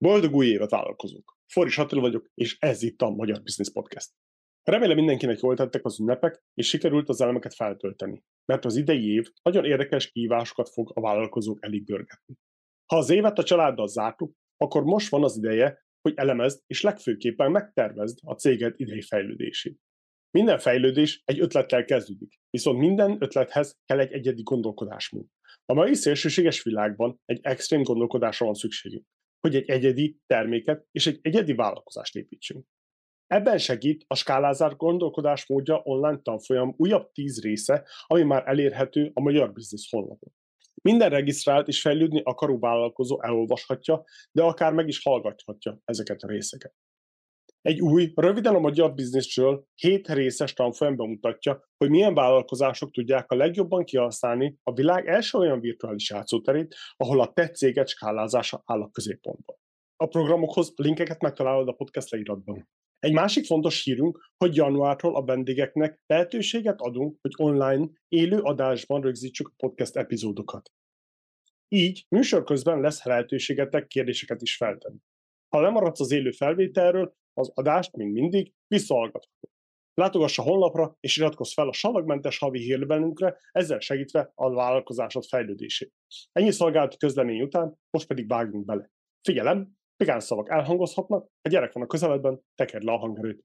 Boldog új évet vállalkozók! Forris Attila vagyok, és ez itt a Magyar Business Podcast. Remélem mindenkinek jól tettek az ünnepek, és sikerült az elemeket feltölteni, mert az idei év nagyon érdekes kihívásokat fog a vállalkozók elég görgetni. Ha az évet a családdal zártuk, akkor most van az ideje, hogy elemezd és legfőképpen megtervezd a céged idei fejlődését. Minden fejlődés egy ötlettel kezdődik, viszont minden ötlethez kell egy egyedi gondolkodásmód. A mai szélsőséges világban egy extrém gondolkodásra van szükségünk, hogy egy egyedi terméket és egy egyedi vállalkozást építsünk. Ebben segít a skálázás gondolkodásmódja online tanfolyam újabb 10 része, ami már elérhető a Magyar Business honlapon. Minden regisztrált és fejlődni akaró vállalkozó elolvashatja, de akár meg is hallgathatja ezeket a részeket. Egy új, röviden a magyar bizniszről 7 részes tanfolyam bemutatja, hogy milyen vállalkozások tudják a legjobban kihasználni a világ első olyan virtuális játszóterét, ahol a te céged skálázása áll a középpontban. A programokhoz linkeket megtalálod a podcast leíratban. Egy másik fontos hírünk, hogy januártól a vendégeknek lehetőséget adunk, hogy online, élő adásban rögzítsük a podcast epizódokat. Így műsor közben lesz lehetőségetek kérdéseket is feltenni. Ha lemaradsz az élő felvételről, az adást, mint mindig, visszahallgathatod. Látogass a honlapra, és iratkozz fel a savagmentes havi hírlevelünkre, ezzel segítve a vállalkozásod fejlődését. Ennyi szolgálati közlemény után, most pedig vágjunk bele. Figyelem, vegán szavak elhangozhatnak, ha gyerek van a közeledben, tekerd le a hangerőt.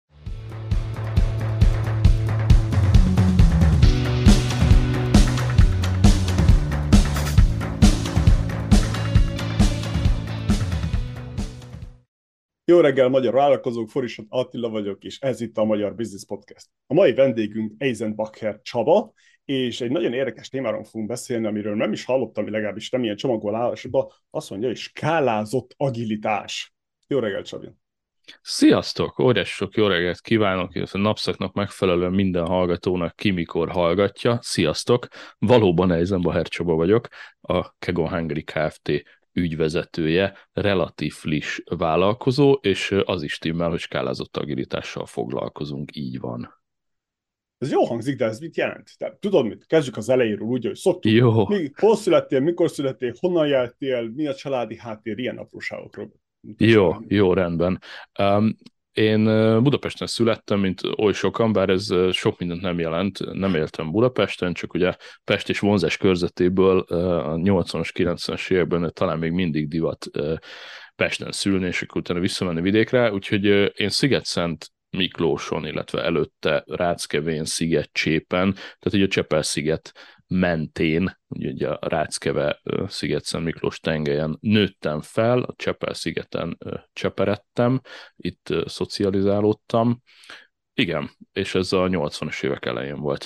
Jó reggel, magyar vállalkozók, Forris Attila vagyok, és ez itt a Magyar Business Podcast. A mai vendégünk Eisenbacher Csaba, és egy nagyon érdekes témáról fogunk beszélni, amiről nem is hallottam, legalábbis nem ilyen csomagolásban. Azt mondja, hogy skálázott agilitás. Jó reggel, Csabi! Sziasztok! Óriási sok jó reggelt kívánok, illetve napszaknak megfelelően minden hallgatónak ki mikor hallgatja. Sziasztok! Valóban Eisenbacher Csaba vagyok, a Kegon Hungary Kft. Ügyvezetője, relatív friss vállalkozó, és az is timmel, hogy skálázott agilitással foglalkozunk, így van. Ez jó hangzik, de ez mit jelent? Tehát, tudod mit? Kezdjük az elejéről úgy, hogy szoktuk. Jó. Hol születtél, mikor születtél, honnan jöttél, mi a családi háttér, ilyen apróságokról. Jó, rendben. Én Budapesten születtem, mint oly sokan, bár ez sok mindent nem jelent, nem éltem Budapesten, csak ugye Pest és vonzás körzetéből a 80-as, 90-es években talán még mindig divat Pesten szülni, és akkor utána visszamenni vidékre, úgyhogy én Szigetszent Miklóson, illetve előtte Ráckevén, Szigetcsépen, tehát ugye a Csepel-sziget mentén, ugye a Ráckeve Szigetszent Miklós tengelyen nőttem fel, a Csepel-szigeten cseperedtem, itt szocializálódtam. Igen, és ez a 80-as évek elején volt.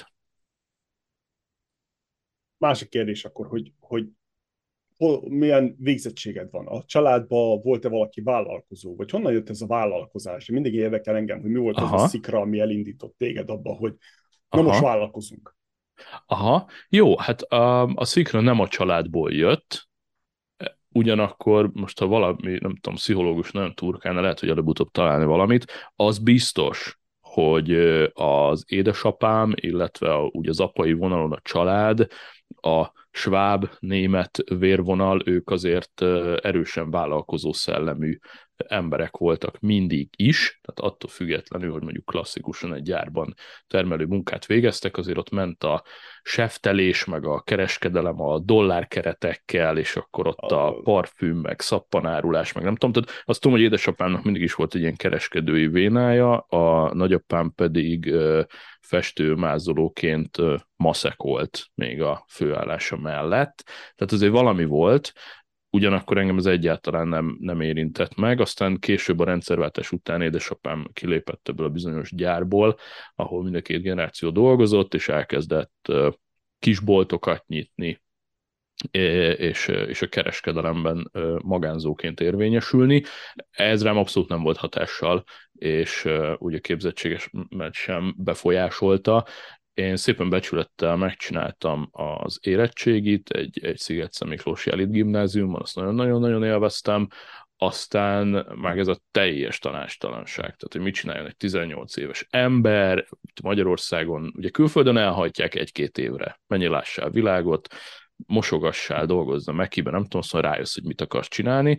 Másik kérdés akkor, hogy milyen végzettséged van? A családban volt-e valaki vállalkozó? Vagy honnan jött ez a vállalkozás? Mindig érdekel engem, hogy mi volt az a szikra, ami elindított téged abba, hogy most vállalkozunk. Jó, hát a szikra nem a családból jött, ugyanakkor most, ha valami, nem tudom, pszichológus nagyon turkálna, lehet, hogy előbb-utóbb találni valamit, az biztos, hogy az édesapám, illetve ugye az apai vonalon a család, a sváb, német vérvonal, ők azért erősen vállalkozó szellemű emberek voltak mindig is, tehát attól függetlenül, hogy mondjuk klasszikusan egy gyárban termelő munkát végeztek, azért ott ment a seftelés, meg a kereskedelem a dollárkeretekkel, és akkor ott a parfüm, meg szappanárulás, meg nem tudom, tehát azt tudom, hogy édesapámnak mindig is volt egy ilyen kereskedői vénája, a nagyapám pedig festőmázolóként maszekolt még a főállása mellett, tehát azért valami volt, ugyanakkor engem ez egyáltalán nem érintett meg, aztán később a rendszerváltás után édesapám kilépett ebből a bizonyos gyárból, ahol mind a két generáció dolgozott, és elkezdett kisboltokat nyitni, és a kereskedelemben magánzóként érvényesülni. Ez rám abszolút nem volt hatással, és ugye képzettségemet sem befolyásolta. Én szépen becsülettel megcsináltam az érettségit, egy Szigetszent Miklósi elit gimnáziumban, azt nagyon-nagyon élveztem, aztán már ez a teljes tanácstalanság, tehát hogy mit csináljon egy 18 éves ember, Magyarországon, ugye külföldön elhajtják 1-2 évre, menjél lássál a világot, mosogassál, dolgozzam meg kiben, nem tudom, szóval rájössz, hogy mit akarsz csinálni.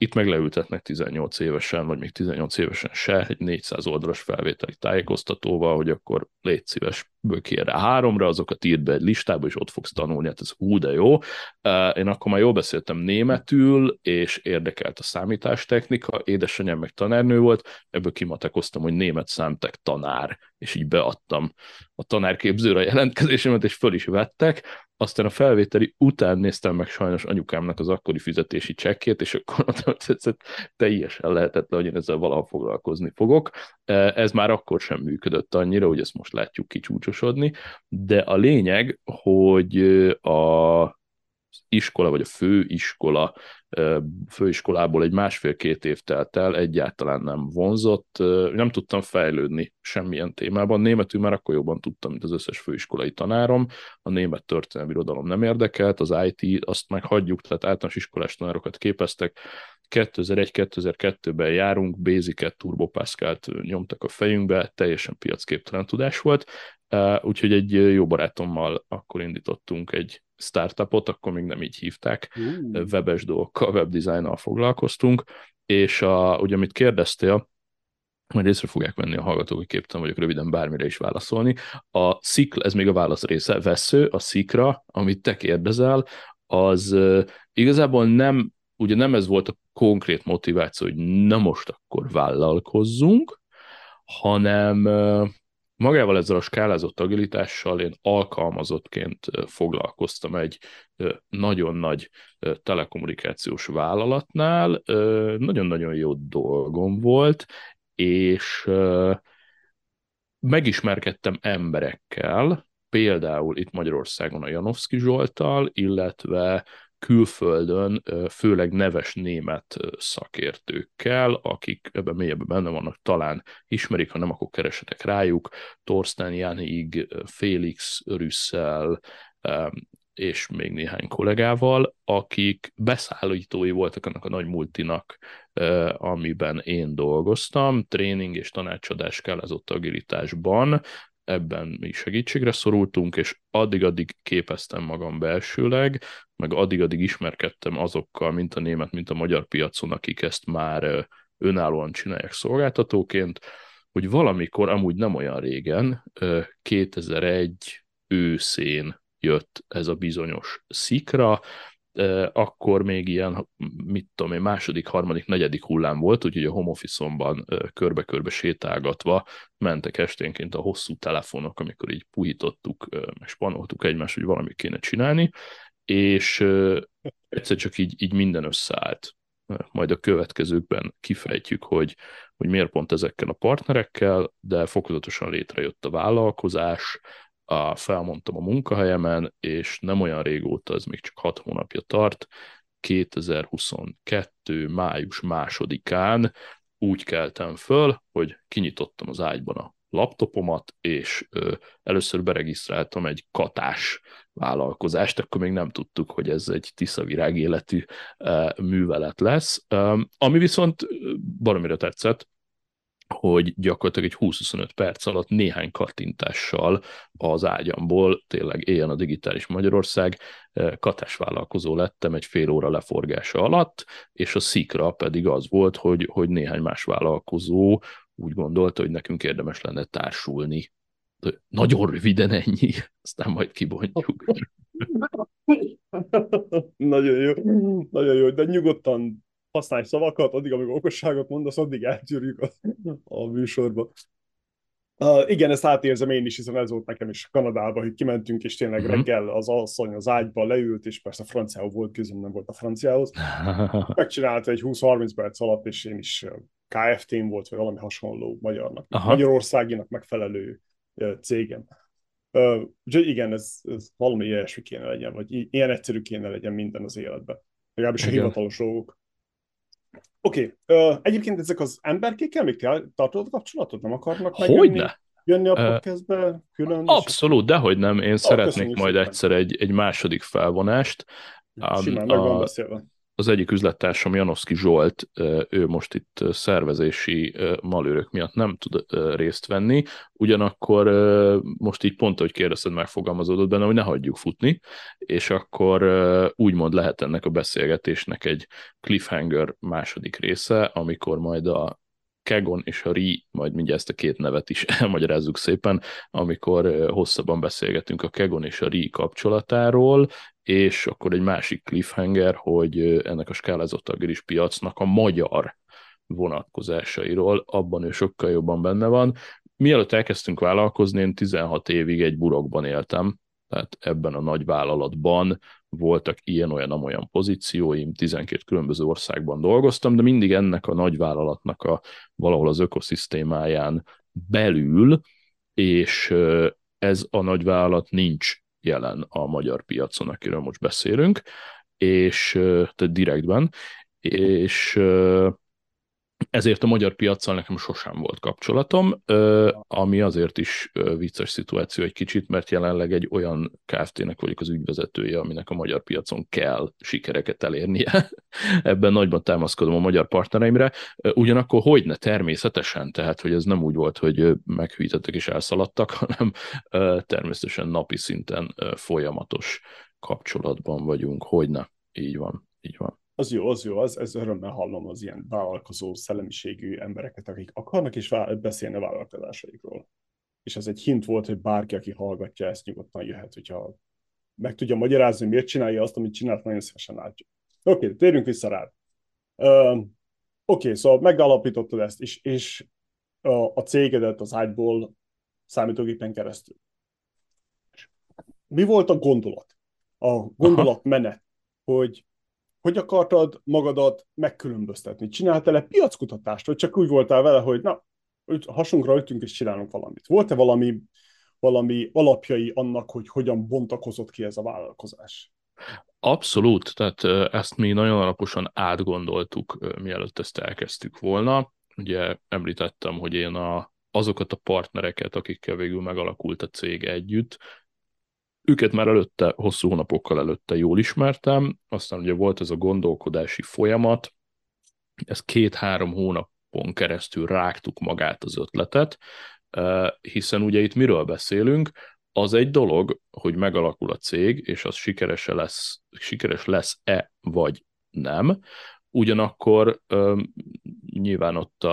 itt meg leültetnek 18 évesen, vagy még 18 évesen se, egy 400 oldalas felvételi tájékoztatóval, hogy akkor légy szíves, bökjél rá 3-ra, azokat írd be egy listába, és ott fogsz tanulni, hát ez hú, de jó. Én akkor már jól beszéltem németül, és érdekelt a számítástechnika, édesanyám meg tanárnő volt, ebből kimatekoztam, hogy német számtek tanár, és így beadtam a tanárképzőre a jelentkezésemet, és föl is vettek. Aztán a felvételi után néztem meg sajnos anyukámnak az akkori fizetési csekkét, és akkor mondtam, hogy ez teljesen lehetetlen, hogy én ezzel valaha foglalkozni fogok. Ez már akkor sem működött annyira, hogy ezt most látjuk kicsúcsosodni, de a lényeg, hogy a iskola, vagy a főiskolából egy 1,5-2 év telt el, egyáltalán nem vonzott, nem tudtam fejlődni semmilyen témában. Németül már akkor jobban tudtam, mint az összes főiskolai tanárom, a német történelmi irodalom nem érdekelt, az IT, azt meg hagyjuk, tehát általános iskolás tanárokat képeztek, 2001-2002-ben járunk, Basic-et, Turbo Pascalt nyomtak a fejünkbe, teljesen piacképtelen tudás volt, úgyhogy egy jó barátommal akkor indítottunk egy startupot, akkor még nem így hívták, webes dolgokkal, webdesignnal foglalkoztunk, és ugye amit kérdeztél, majd észre fogják venni a hallgatók, hogy képtelen vagyok röviden bármire is válaszolni. A szikla, ez még a válasz része, vesző, a szikra, amit te kérdezel, az igazából nem, ugye nem ez volt a konkrét motiváció, hogy na most akkor vállalkozzunk, hanem magával ezzel a skálázott agilitással én alkalmazottként foglalkoztam egy nagyon nagy telekommunikációs vállalatnál, nagyon-nagyon jó dolgom volt, és megismerkedtem emberekkel, például itt Magyarországon a Janowski Zsolttal, illetve külföldön főleg neves német szakértőkkel, akik ebben mélyebben benne vannak, talán ismerik, ha nem, akkor keresetek rájuk, Torsten Janig, Félix Rüsszel, és még néhány kollégával, akik beszállítói voltak annak a nagy multinak, amiben én dolgoztam, tréning és tanácsadás skálázott agilitásban, ebben mi segítségre szorultunk, és addig-addig képeztem magam belsőleg, meg addig-addig ismerkedtem azokkal, mint a német, mint a magyar piacon, akik ezt már önállóan csinálják szolgáltatóként, hogy valamikor, amúgy nem olyan régen, 2001 őszén jött ez a bizonyos szikra, akkor még ilyen, mit tudom én, második, harmadik, negyedik hullám volt, úgyhogy a home office-omban körbe-körbe sétálgatva mentek esténként a hosszú telefonok, amikor így puhítottuk, meg spanoltuk egymást, hogy valamit kéne csinálni, és egyszer csak így minden összeállt. Majd a következőkben kifejtjük, hogy miért pont ezekkel a partnerekkel, de fokozatosan létrejött a vállalkozás, felmondtam a munkahelyemen, és nem olyan régóta, ez még csak 6 hónapja tart, 2022. május 2-án úgy keltem föl, hogy kinyitottam az ágyban a laptopomat, és először beregisztráltam egy katás vállalkozást, akkor még nem tudtuk, hogy ez egy tiszavirág életű művelet lesz. Ami viszont baromira tetszett, hogy gyakorlatilag egy 20-25 perc alatt néhány kattintással az ágyamból, tényleg éljen a digitális Magyarország, katásvállalkozó lettem egy fél óra leforgása alatt, és a szikra pedig az volt, hogy néhány más vállalkozó úgy gondolta, hogy nekünk érdemes lenne társulni. De nagyon röviden ennyi, aztán majd kibontjuk. Nagyon jó, nagyon jó, de nyugodtan használj szavakat, addig, amíg okosságot mondasz, addig eltűrjük a műsorba. Igen, ezt átérzem én is, hiszen ez volt nekem is Kanadában, hogy kimentünk, és tényleg reggel az asszony az ágyba leült, és persze franciául volt közöm, nem volt a franciához. Megcsinálta egy 20-30 perc alatt, és én is KFT-n volt, vagy valami hasonló magyarnak, magyarországinak megfelelő cégem. Úgyhogy igen, ez valami ilyesmi kéne legyen, vagy ilyen egyszerű kéne legyen minden az életben. Legalábbis a hivatalos dolgok. Oké. Egyébként ezek az emberkékkel még tartod a kapcsolatot? Nem akarnak jönni a podcastbe külön? Abszolút, dehogy nem. Én szeretnék majd egyszer egy második felvonást. Simán meg van beszélve. az egyik üzlettársam, Janoszki Zsolt, ő most itt szervezési malőrök miatt nem tud részt venni, ugyanakkor most így pont, hogy kérdezted, megfogalmazódott benne, hogy ne hagyjuk futni, és akkor úgymond lehet ennek a beszélgetésnek egy cliffhanger második része, amikor majd a Kegon és a Ri, majd mindjárt ezt a két nevet is elmagyarázzuk szépen, amikor hosszabban beszélgetünk a Kegon és a Ri kapcsolatáról, és akkor egy másik cliffhanger, hogy ennek a skálázott agilis piacnak a magyar vonatkozásairól, abban ő sokkal jobban benne van. Mielőtt elkezdtünk vállalkozni, én 16 évig egy burokban éltem, tehát ebben a nagy vállalatban voltak ilyen-olyan pozícióim, 12 különböző országban dolgoztam, de mindig ennek a nagy vállalatnak valahol az ökoszisztémáján belül, és ez a nagyvállalat nincs jelen a magyar piacon, akiről most beszélünk, és tehát direktben, és ezért a magyar piaccal nekem sosem volt kapcsolatom, ami azért is vicces szituáció egy kicsit, mert jelenleg egy olyan Kft-nek vagyok az ügyvezetője, aminek a magyar piacon kell sikereket elérnie. Ebben nagyban támaszkodom a magyar partnereimre. Ugyanakkor hogyne, természetesen, tehát hogy ez nem úgy volt, hogy meghűítettek és elszaladtak, hanem természetesen napi szinten folyamatos kapcsolatban vagyunk. Hogyne, így van, így van. Az jó, ez örömmel hallom az ilyen vállalkozó szellemiségű embereket, akik akarnak is beszélni a vállalkozásaikról. És ez egy hint volt, hogy bárki, aki hallgatja ezt, nyugodtan jöhet, hogyha meg tudja magyarázni, hogy miért csinálja azt, amit csinált, nagyon szívesen látjuk. Oké, térjünk vissza rád. Szóval megállapítottad ezt, és a cégedet az ágyból számítógépen keresztül. Mi volt a gondolat? A gondolatmenet, hogy akartad magadat megkülönböztetni? Csináltál-e piackutatást, vagy csak úgy voltál vele, hogy na, hasunkra ütünk és csinálunk valamit? Volt-e valami alapjai annak, hogy hogyan bontakozott ki ez a vállalkozás? Abszolút, tehát ezt mi nagyon alaposan átgondoltuk, mielőtt ezt elkezdtük volna. Ugye említettem, hogy én azokat a partnereket, akikkel végül megalakult a cég együtt, őket már előtte, hosszú hónapokkal előtte jól ismertem, aztán ugye volt ez a gondolkodási folyamat, ez 2-3 hónapon keresztül rágtuk magát az ötletet, hiszen ugye itt miről beszélünk, az egy dolog, hogy megalakul a cég, és az sikeres lesz-e vagy nem. Ugyanakkor nyilván ott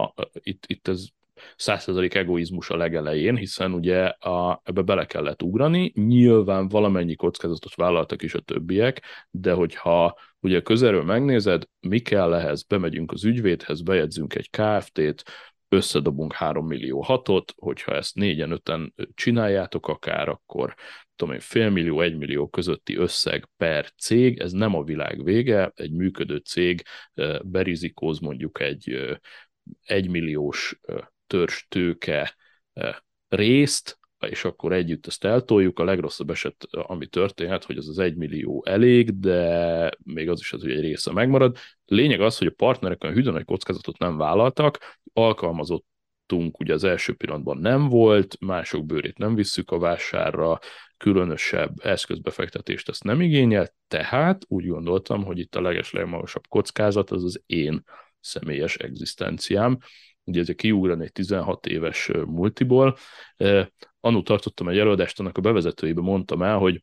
itt ez 100% egoizmus a legelején, hiszen ugye ebbe bele kellett ugrani, nyilván valamennyi kockázatot vállaltak is a többiek, de hogyha ugye közelről megnézed, mi kell ehhez, bemegyünk az ügyvédhez, bejegyzünk egy Kft-t, összedobunk 3 millió hatot, hogyha ezt 4-5-en csináljátok akár, akkor tudom én, 500 000, 1 millió közötti összeg per cég, ez nem a világ vége, egy működő cég berizikóz mondjuk egy 1 milliós törzstőke részt, és akkor együtt ezt eltoljuk. A legrosszabb eset, ami történhet, hogy az 1 millió elég, de még az is az, hogy egy része megmarad. Lényeg az, hogy a partnerek olyan hűdön nagy kockázatot nem vállaltak, alkalmazottunk ugye az első pillanatban nem volt, mások bőrét nem visszük a vásárra, különösebb eszközbefektetést ezt nem igényel, tehát úgy gondoltam, hogy itt a legeslegmagasabb kockázat az én személyes egzisztenciám. Ugye ezért kiugrani egy 16 éves multiból. Annól tartottam egy előadást, annak a bevezetőjében mondtam el, hogy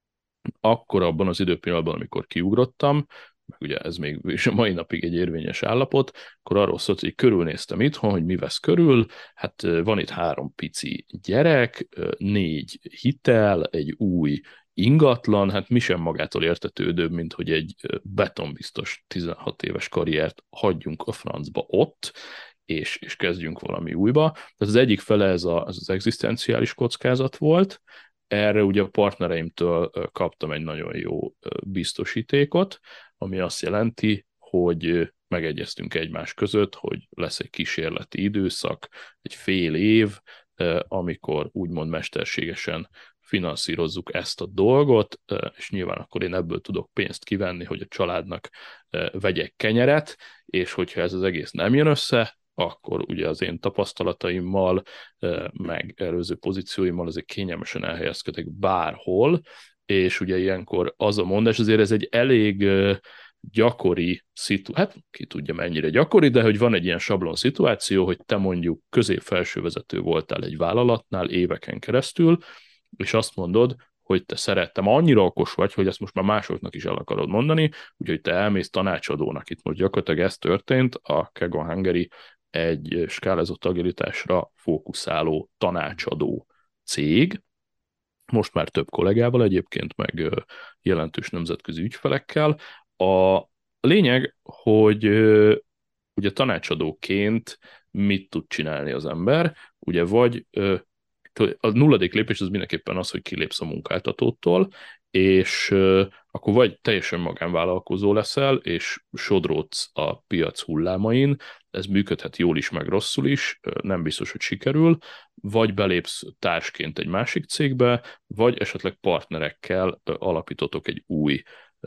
akkor abban az időpillanatban, amikor kiugrottam, meg ugye ez még és a mai napig egy érvényes állapot, akkor arról szólt, hogy körülnéztem itthon, hogy mi vesz körül, hát van itt 3 pici gyerek, 4 hitel, egy új ingatlan, hát mi sem magától értetődőbb, mint hogy egy betonbiztos 16 éves karriert hagyjunk a francba ott, és kezdjünk valami újba. Tehát az egyik fele ez az egzisztenciális kockázat volt, erre ugye a partnereimtől kaptam egy nagyon jó biztosítékot, ami azt jelenti, hogy megegyeztünk egymás között, hogy lesz egy kísérleti időszak, egy fél év, amikor úgymond mesterségesen finanszírozzuk ezt a dolgot, és nyilván akkor én ebből tudok pénzt kivenni, hogy a családnak vegyek kenyeret, és hogyha ez az egész nem jön össze, akkor ugye az én tapasztalataimmal, meg előző pozícióimmal azért kényelmesen elhelyezkedek bárhol, és ugye ilyenkor az a mondás, azért ez egy elég gyakori hát ki tudja mennyire gyakori, de hogy van egy ilyen sablon szituáció, hogy te mondjuk közép-felső vezető voltál egy vállalatnál éveken keresztül, és azt mondod, hogy te szerettem, annyira okos vagy, hogy ezt most már másoknak is el akarod mondani, úgyhogy te elmész tanácsadónak. Itt most gyakorlatilag ez történt, a Kagon Hungary egy skálázott agilitásra fókuszáló tanácsadó cég, most már több kollégával egyébként, meg jelentős nemzetközi ügyfelekkel. A lényeg, hogy ugye tanácsadóként mit tud csinálni az ember, ugye vagy a nulladik lépés az mindenképpen az, hogy kilépsz a munkáltatótól, és akkor vagy teljesen magánvállalkozó leszel, és sodródsz a piac hullámain, ez működhet jól is, meg rosszul is, nem biztos, hogy sikerül, vagy belépsz társként egy másik cégbe, vagy esetleg partnerekkel alapítotok egy új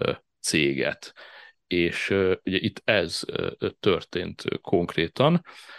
céget. És ugye itt ez történt konkrétan,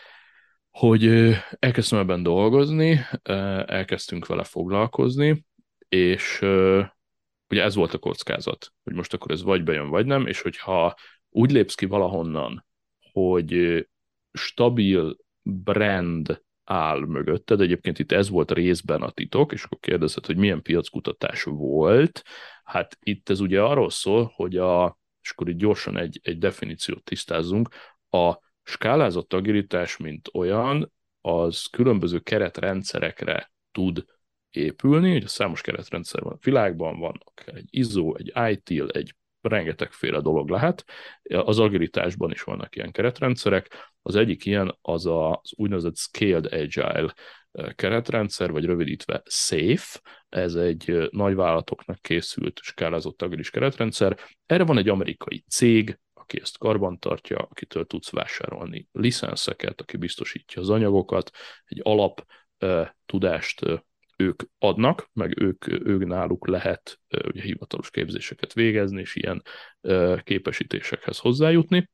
hogy elkezdtem ebben dolgozni, elkezdtünk vele foglalkozni, és ugye ez volt a kockázat, hogy most akkor ez vagy bejön, vagy nem, és hogyha úgy lépsz ki valahonnan, hogy stabil brand áll mögötted, egyébként itt ez volt részben a titok, és akkor kérdezed, hogy milyen piackutatás volt, hát itt ez ugye arról szól, hogy és akkor itt gyorsan egy definíciót tisztázzunk, a skálázott agilitás, mint olyan, az különböző keretrendszerekre tud épülni, ugye számos keretrendszer van a világban, van akár egy ISO, egy ITIL, egy rengetegféle dolog lehet. Az agilitásban is vannak ilyen keretrendszerek. Az egyik ilyen az úgynevezett Scaled Agile keretrendszer, vagy rövidítve SAFe. Ez egy nagyvállalatoknak készült skálázott agilis keretrendszer. Erre van egy amerikai cég, aki ezt karbantartja, akitől tudsz vásárolni licenszeket, aki biztosítja az anyagokat, egy alap tudást ők adnak, meg ők náluk lehet ugye, hivatalos képzéseket végezni, és ilyen képesítésekhez hozzájutni.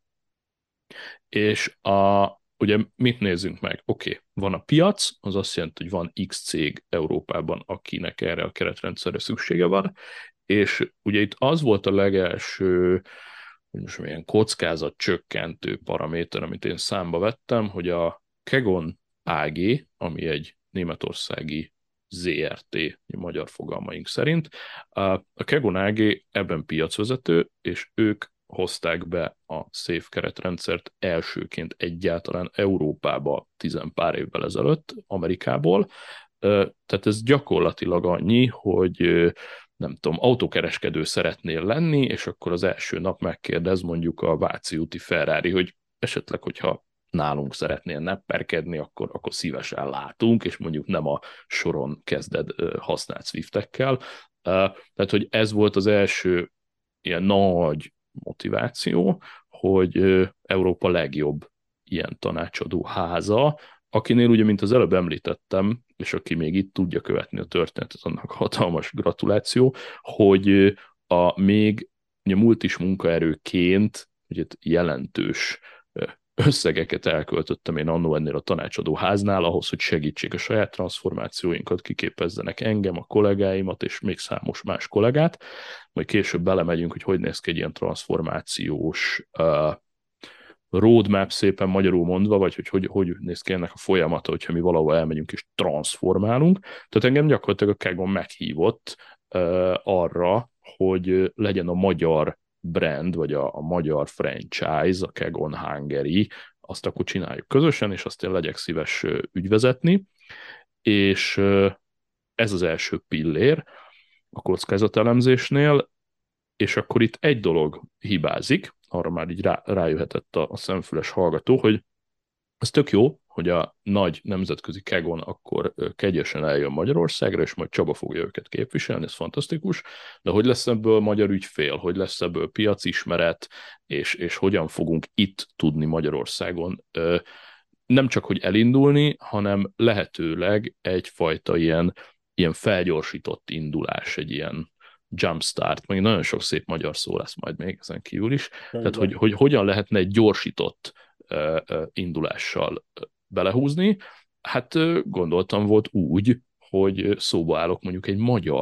És ugye mit nézzünk meg? Oké, van a piac, az azt jelenti, hogy van X cég Európában, akinek erre a keretrendszerre szüksége van, és ugye itt az volt a legelső, hogy most milyen kockázat csökkentő paraméter, amit én számba vettem, hogy a Kegon AG, ami egy németországi ZRT, magyar fogalmaink szerint, a Kegon AG ebben piacvezető, és ők hozták be a SAFe keretrendszert elsőként egyáltalán Európába 10 pár évvel ezelőtt, Amerikából. Tehát ez gyakorlatilag annyi, hogy nem tudom, autókereskedő szeretnél lenni, és akkor az első nap megkérdez mondjuk a Váci úti Ferrari, hogy esetleg, hogyha nálunk szeretnél nepperkedni, akkor szívesen látunk, és mondjuk nem a soron kezded használt Swiftekkel. Tehát, hogy ez volt az első ilyen nagy motiváció, hogy Európa legjobb ilyen tanácsadó háza, akinél ugye, mint az előbb említettem, és aki még itt tudja követni a történetet, annak hatalmas gratuláció, hogy még ugye multis munkaerőként ugye jelentős összegeket elköltöttem én annó ennél a tanácsadó háznál, ahhoz, hogy segítsék a saját transformációinkat, kiképezzenek engem, a kollégáimat, és még számos más kollégát. Majd később belemegyünk, hogy néz ki egy ilyen transformációs roadmap szépen magyarul mondva, vagy hogy néz ki ennek a folyamata, hogyha mi valahol elmegyünk és transformálunk. Tehát engem gyakorlatilag a Kegon meghívott arra, hogy legyen a magyar brand, vagy a magyar franchise, a Kegon Hungary, azt akkor csináljuk közösen, és azt én legyek szíves ügyvezetni, és ez az első pillér a kockázatelemzésnél, és akkor itt egy dolog hibázik, arra már így rájöhetett a szemfüles hallgató, hogy ez tök jó, hogy a nagy nemzetközi Kegon akkor kegyesen eljön Magyarországra, és majd Csaba fogja őket képviselni, ez fantasztikus, de hogy lesz ebből magyar ügyfél, hogy lesz ebből piacismeret, és hogyan fogunk itt tudni Magyarországon nem csak, hogy elindulni, hanem lehetőleg egyfajta ilyen felgyorsított indulás, egy ilyen jumpstart, meg nagyon sok szép magyar szó lesz majd még ezen kívül is, tehát hogy hogyan lehetne egy gyorsított indulással belehúzni. Hát gondoltam volt úgy, hogy szóba állok mondjuk egy magyar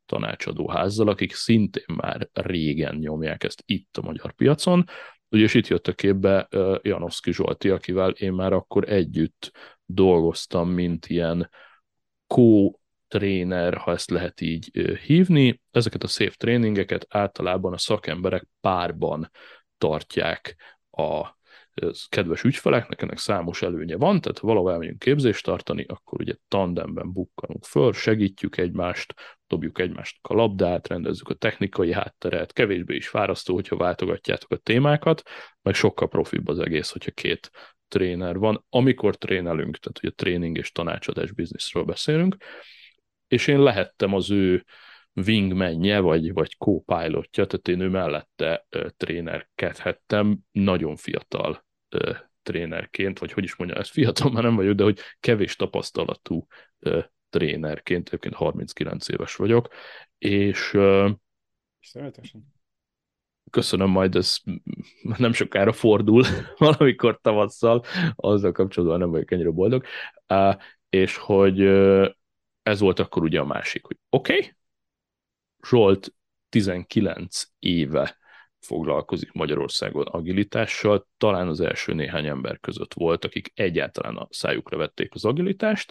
tanácsadóházzal, akik szintén már régen nyomják ezt itt a magyar piacon. Ugye, és itt jött a képbe Janowski Zsolti, akivel én már akkor együtt dolgoztam, mint ilyen co-tréner, ha ezt lehet így hívni. Ezeket a safe tréningeket általában a szakemberek párban tartják a kedves ügyfeleknek, ennek számos előnye van, tehát ha valahol elmegyünk képzést tartani, akkor ugye tandemben bukkanunk föl, segítjük egymást, dobjuk egymásnak a labdát, rendezzük a technikai hátteret, kevésbé is fárasztó, hogyha váltogatjátok a témákat, meg sokkal profibb az egész, hogyha két tréner van, amikor trénelünk, tehát ugye tréning és tanácsadás bizniszről beszélünk, és én lehettem az ő wingmanje, vagy co-pilotja, tehát én ő mellette trénerkedhettem nagyon fiatal trénerként, vagy hogy is mondjam, ez fiatal már nem vagyok, de hogy kevés tapasztalatú trénerként, egyébként 39 éves vagyok, és Szeretesen. köszönöm, majd ez nem sokára fordul, valamikor tavasszal, azzal kapcsolatban nem vagyok ennyire boldog, és hogy ez volt akkor ugye a másik, hogy oké, Zsolt 19 éve foglalkozik Magyarországon agilitással, talán az első néhány ember között volt, akik egyáltalán a szájukra vették az agilitást,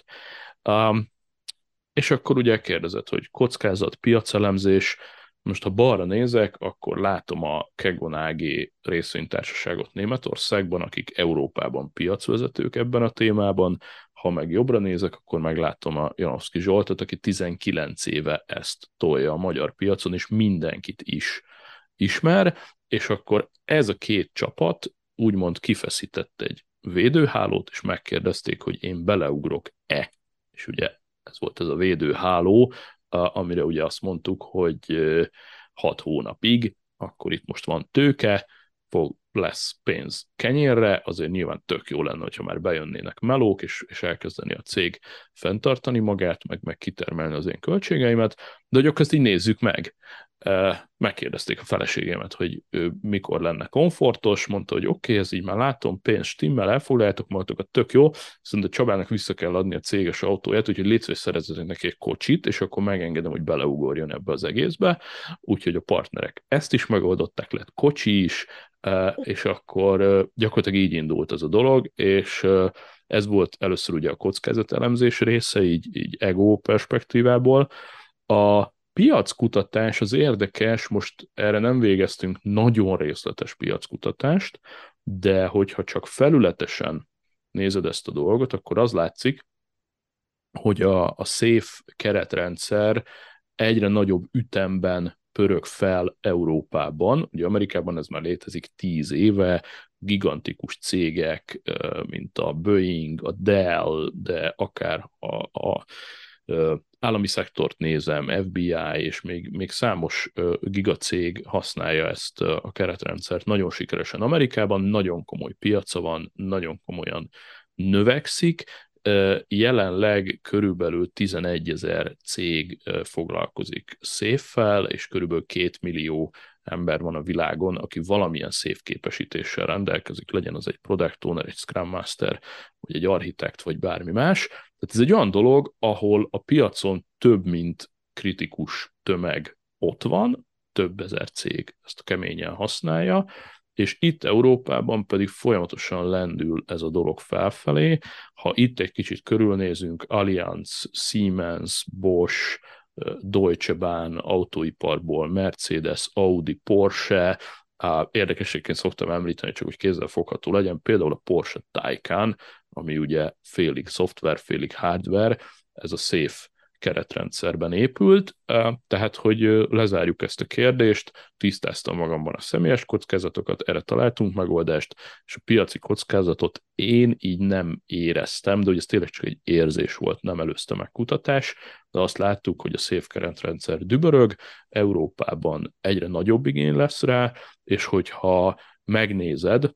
és akkor ugye kérdezett, hogy kockázat, piacelemzés. Most ha balra nézek, akkor látom a Kegon AG részvénytársaságot Németországban, akik Európában piacvezetők ebben a témában. Ha meg jobbra nézek, akkor meglátom a Janowski Zsoltot, aki 19 éve ezt tolja a magyar piacon, és mindenkit is ismer, és akkor ez a két csapat úgymond kifeszített egy védőhálót, és megkérdezték, hogy én beleugrok-e. És ugye ez volt ez a védőháló, amire ugye azt mondtuk, hogy 6 hónapig, akkor itt most van tőke, lesz pénz kenyérre, azért nyilván tök jó lenne, hogyha már bejönnének melók, és elkezdeni a cég fenntartani magát, meg kitermelni az én költségeimet, de hogy akkor ezt így nézzük meg. Megkérdezték a feleségemet, hogy ő mikor lenne komfortos, mondta, hogy oké, ez így már látom, pénz stimmel, elfoglaljátok magatokat, tök jó, viszont a Csabának vissza kell adni a céges autóját, úgyhogy légy szíves, szerezzetek neki egy kocsit, és akkor megengedem, hogy beleugorjon ebbe az egészbe, úgyhogy a partnerek ezt is megoldották, lett kocsi is, és akkor gyakorlatilag így indult az a dolog, és ez volt először ugye a kockázatelemzés része, így ego perspektívából. A piackutatás az érdekes, most erre nem végeztünk nagyon részletes piackutatást, de hogyha csak felületesen nézed ezt a dolgot, akkor az látszik, hogy a SAFE keretrendszer egyre nagyobb ütemben pörög fel Európában. Ugye Amerikában ez már létezik 10 éve, gigantikus cégek, mint a Boeing, a Dell, de akár a állami szektort nézem, FBI, és még számos gigacég használja ezt a keretrendszert nagyon sikeresen Amerikában, nagyon komoly piaca van, nagyon komolyan növekszik, jelenleg körülbelül 11 000 cég foglalkozik SAFE-fel, és körülbelül 2 millió ember van a világon, aki valamilyen SAFE képesítéssel rendelkezik, legyen az egy product owner, egy Scrum Master, vagy egy architekt, vagy bármi más. Tehát ez egy olyan dolog, ahol a piacon több mint kritikus tömeg ott van, több ezer cég ezt keményen használja, és itt Európában pedig folyamatosan lendül ez a dolog felfelé. Ha itt egy kicsit körülnézünk, Allianz, Siemens, Bosch, Deutsche Bahn, autóiparból, Mercedes, Audi, Porsche, érdekességként szoktam említeni, csak hogy kézzelfogható legyen, például a Porsche Taycan, ami ugye félig szoftver, félig hardware, ez a SAFE keretrendszerben épült, tehát, hogy lezárjuk ezt a kérdést, tisztáztam magamban a személyes kockázatokat, erre találtunk megoldást, és a piaci kockázatot én így nem éreztem, de hogy ez tényleg csak egy érzés volt, nem előzte meg kutatás, de azt láttuk, hogy a SAFE keretrendszer dübörög, Európában egyre nagyobb igény lesz rá, és hogyha megnézed,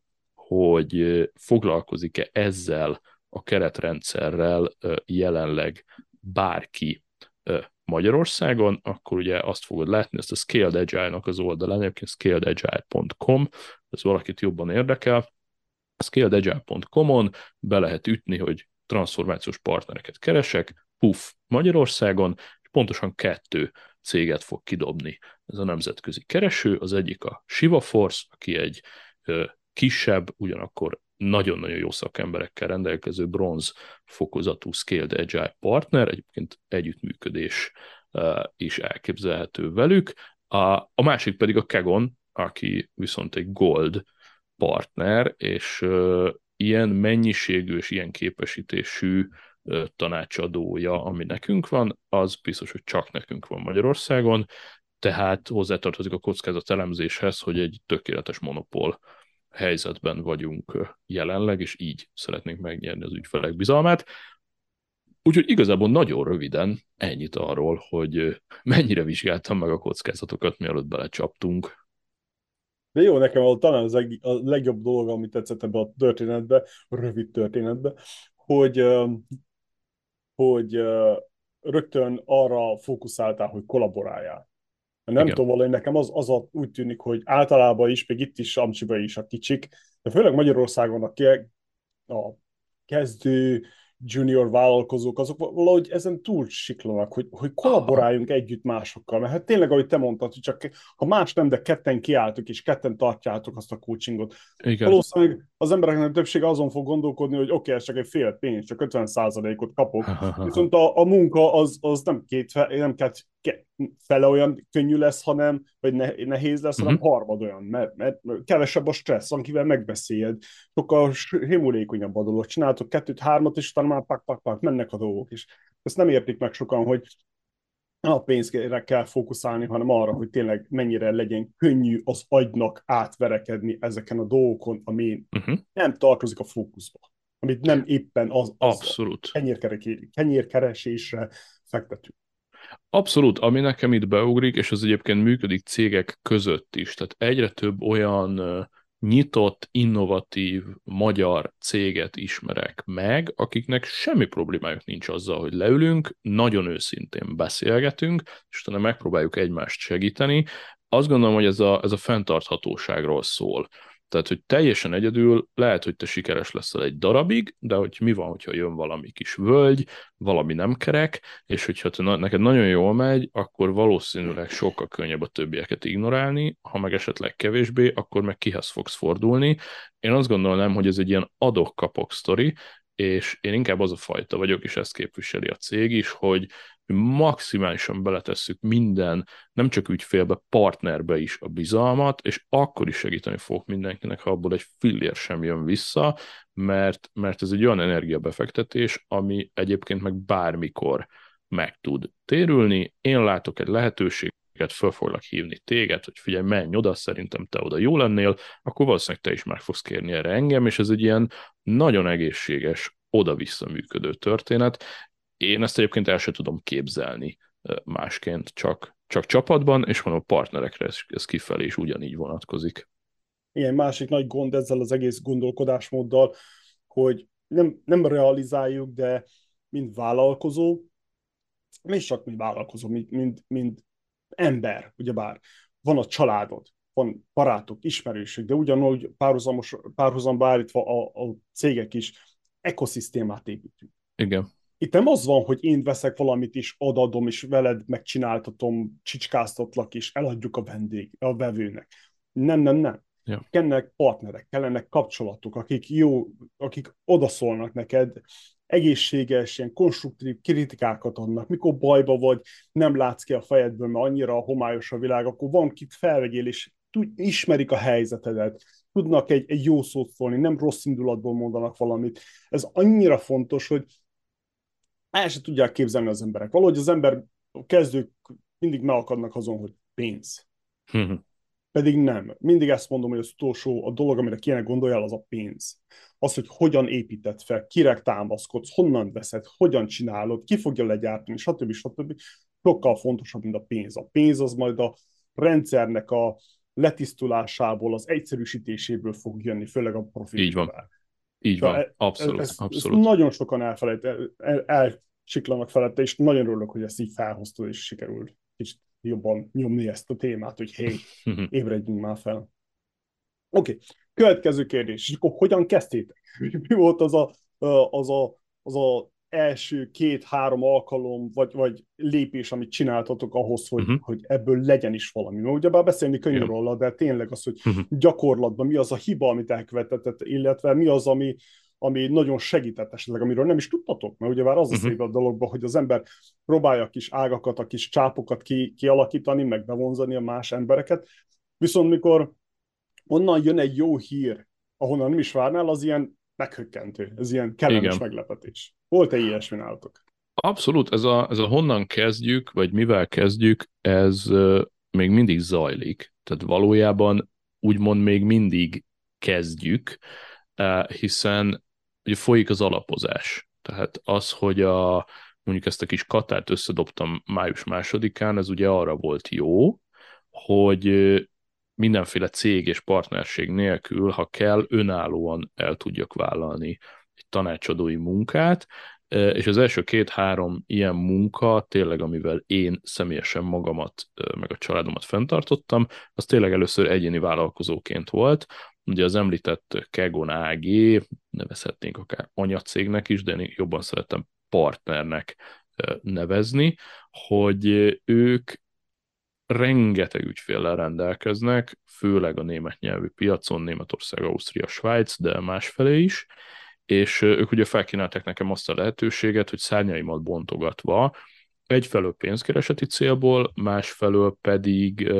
hogy foglalkozik-e ezzel a keretrendszerrel jelenleg bárki Magyarországon, akkor ugye azt fogod látni, ezt a Scaled Agile-nak az oldalán, egyébként scaledagile.com, ez valakit jobban érdekel, scaledagile.com-on be lehet ütni, hogy transformációs partnereket keresek, puff, Magyarországon, és pontosan 2 céget fog kidobni ez a nemzetközi kereső. Az egyik a Shiva Force, aki egy kisebb, ugyanakkor nagyon-nagyon jó szakemberekkel rendelkező bronz fokozatú Scaled Agile partner, egyébként együttműködés is elképzelhető velük. A másik pedig a Kegon, aki viszont egy Gold partner, és ilyen mennyiségű és ilyen képesítésű tanácsadója, ami nekünk van, az biztos, hogy csak nekünk van Magyarországon, tehát hozzátartozik a kockázatelemzéshez, hogy egy tökéletes monopól helyzetben vagyunk jelenleg, és így szeretnénk megnyerni az ügyfelek bizalmát. Úgyhogy igazából nagyon röviden ennyit arról, hogy mennyire vizsgáltam meg a kockázatokat, mielőtt belecsaptunk. De jó, nekem talán a legjobb dolog, amit tetszett ebbe a történetbe, a rövid történetbe, hogy, hogy rögtön arra fókuszáltál, hogy kollaboráljál. Nem Igen. tudom, valahogy nekem úgy tűnik, hogy általában is, még itt is, Amcsiba is a kicsik, de főleg Magyarországon a kezdő junior vállalkozók, azok valahogy ezen túl siklanak, hogy kollaboráljunk együtt másokkal. Mert hát tényleg, ahogy te mondtad, hogy csak ha más nem, de ketten kiálltok, és ketten tartjátok azt a coachingot. Igen. Valószínűleg az embereknek többsége azon fog gondolkodni, hogy oké, ez csak egy fél pénz, csak 50%-ot kapok. Viszont a munka az nem nem fele olyan könnyű lesz, hanem, vagy nehéz lesz, hanem harmad olyan, mert kevesebb a stressz, akivel megbeszéled, sokkal himulékonyabb a dolog. Csináltok kettőt, hármat, és utána már pak, mennek a dolgok is. Ezt nem értik meg sokan, hogy a pénzre kell fókuszálni, hanem arra, hogy tényleg mennyire legyen könnyű az agynak átverekedni ezeken a dolgokon, ami nem tartozik a fókuszba, amit nem éppen az Abszolút. kenyérkeresésre fektetünk. Abszolút, ami nekem itt beugrik, és az egyébként működik cégek között is, tehát egyre több olyan nyitott, innovatív magyar céget ismerek meg, akiknek semmi problémájuk nincs azzal, hogy leülünk, nagyon őszintén beszélgetünk, és utána megpróbáljuk egymást segíteni. Azt gondolom, hogy ez a fenntarthatóságról szól. Tehát, hogy teljesen egyedül lehet, hogy te sikeres leszel egy darabig, de hogy mi van, hogyha jön valami kis völgy, valami nem kerek, és hogyha neked nagyon jól megy, akkor valószínűleg sokkal könnyebb a többieket ignorálni, ha meg esetleg kevésbé, akkor meg kihez fogsz fordulni. Én azt gondolnám, hogy ez egy ilyen adok-kapok sztori, és én inkább az a fajta vagyok, és ezt képviseli a cég is, hogy maximálisan beletesszük minden, nem csak ügyfélbe, partnerbe is a bizalmat, és akkor is segíteni fogok mindenkinek, ha abból egy fillér sem jön vissza, mert ez egy olyan energiabefektetés, ami egyébként meg bármikor meg tud térülni. Én látok egy lehetőséget, föl foglak hívni téged, hogy figyelj, menj oda, szerintem te oda jó lennél, akkor valószínűleg te is meg fogsz kérni erre engem, és ez egy ilyen nagyon egészséges, oda-vissza működő történet. Én ezt egyébként el sem tudom képzelni másként, csak csapatban, és mondom, a partnerekre ez kifelé is ugyanígy vonatkozik. Igen, másik nagy gond ezzel az egész gondolkodásmóddal, hogy nem realizáljuk, de mint vállalkozó, és csak mint vállalkozó, mint ember, ugyebár van a családod, van barátok, ismerősök, de ugyanúgy párhuzamba állítva a cégek is ekoszisztémát építünk. Igen. Itt nem az van, hogy én veszek valamit is, odadom, és veled megcsináltatom, csicskáztatlak, és eladjuk a vevőnek. Nem. Ja. Kellenek partnerek, kellenek kapcsolatok, akik odaszólnak neked, egészséges, ilyen konstruktív kritikákat adnak. Mikor bajba vagy, nem látsz ki a fejedből, mert annyira homályos a világ, akkor van, kit felvegyél, és ismerik a helyzetedet, tudnak egy jó szót szólni, nem rossz indulatból mondanak valamit. Ez annyira fontos, hogy el se tudják képzelni az emberek. Valahogy az ember, a kezdők mindig megakadnak azon, hogy pénz. Pedig nem. Mindig ezt mondom, hogy az utolsó, a dolog, amire kéne gondoljál, az a pénz. Az, hogy hogyan építed fel, kire támaszkodsz, honnan veszed, hogyan csinálod, ki fogja legyártani, stb. Sokkal fontosabb, mint a pénz. A pénz az majd a rendszernek a letisztulásából, az egyszerűsítéséből fog jönni, főleg a profit. Így van. Így van, abszolút. Ezt nagyon sokan elsiklanak felette, és nagyon örülök, hogy ezt így felhoztad, és sikerült kicsit jobban nyomni ezt a témát, hogy hé, ébredjünk már fel. Oké, következő kérdés. És akkor hogyan kezdtétek? Mi volt az a első 2-3 alkalom, vagy lépés, amit csináltatok ahhoz, Uh-huh. hogy ebből legyen is valami. Mert ugyebár beszélni könnyű Igen. róla, de tényleg az, hogy Uh-huh. gyakorlatban mi az a hiba, amit elkövetett, illetve mi az, ami nagyon segített esetleg, amiről nem is tudtatok, mert ugyebár az a Uh-huh. szép a dologban, hogy az ember próbálja a kis ágakat, a kis csápokat kialakítani, meg bevonzani a más embereket, viszont mikor onnan jön egy jó hír, ahonnan nem is várnál, az ilyen meghökkentő, ez ilyen kellemes Igen. meglepetés. Volt-e ilyesmi nálatok? Abszolút, ez a honnan kezdjük, vagy mivel kezdjük, ez még mindig zajlik. Tehát valójában úgymond még mindig kezdjük, hiszen ugye folyik az alapozás. Tehát az, hogy mondjuk ezt a kis katát összedobtam május 2-án, ez ugye arra volt jó, hogy mindenféle cég és partnerség nélkül, ha kell, önállóan el tudjak vállalni egy tanácsadói munkát, és az első 2-3 ilyen munka, tényleg amivel én személyesen magamat, meg a családomat fenntartottam, az tényleg először egyéni vállalkozóként volt. Ugye az említett Kegon AG, nevezhetnénk akár anyacégnek is, de én jobban szeretem partnernek nevezni, hogy ők rengeteg ügyféllel rendelkeznek, főleg a német nyelvű piacon, Németország, Ausztria, Svájc, de másfelé is, és ők ugye felkínálták nekem azt a lehetőséget, hogy szárnyaimat bontogatva, egyfelől pénzkereseti célból, másfelől pedig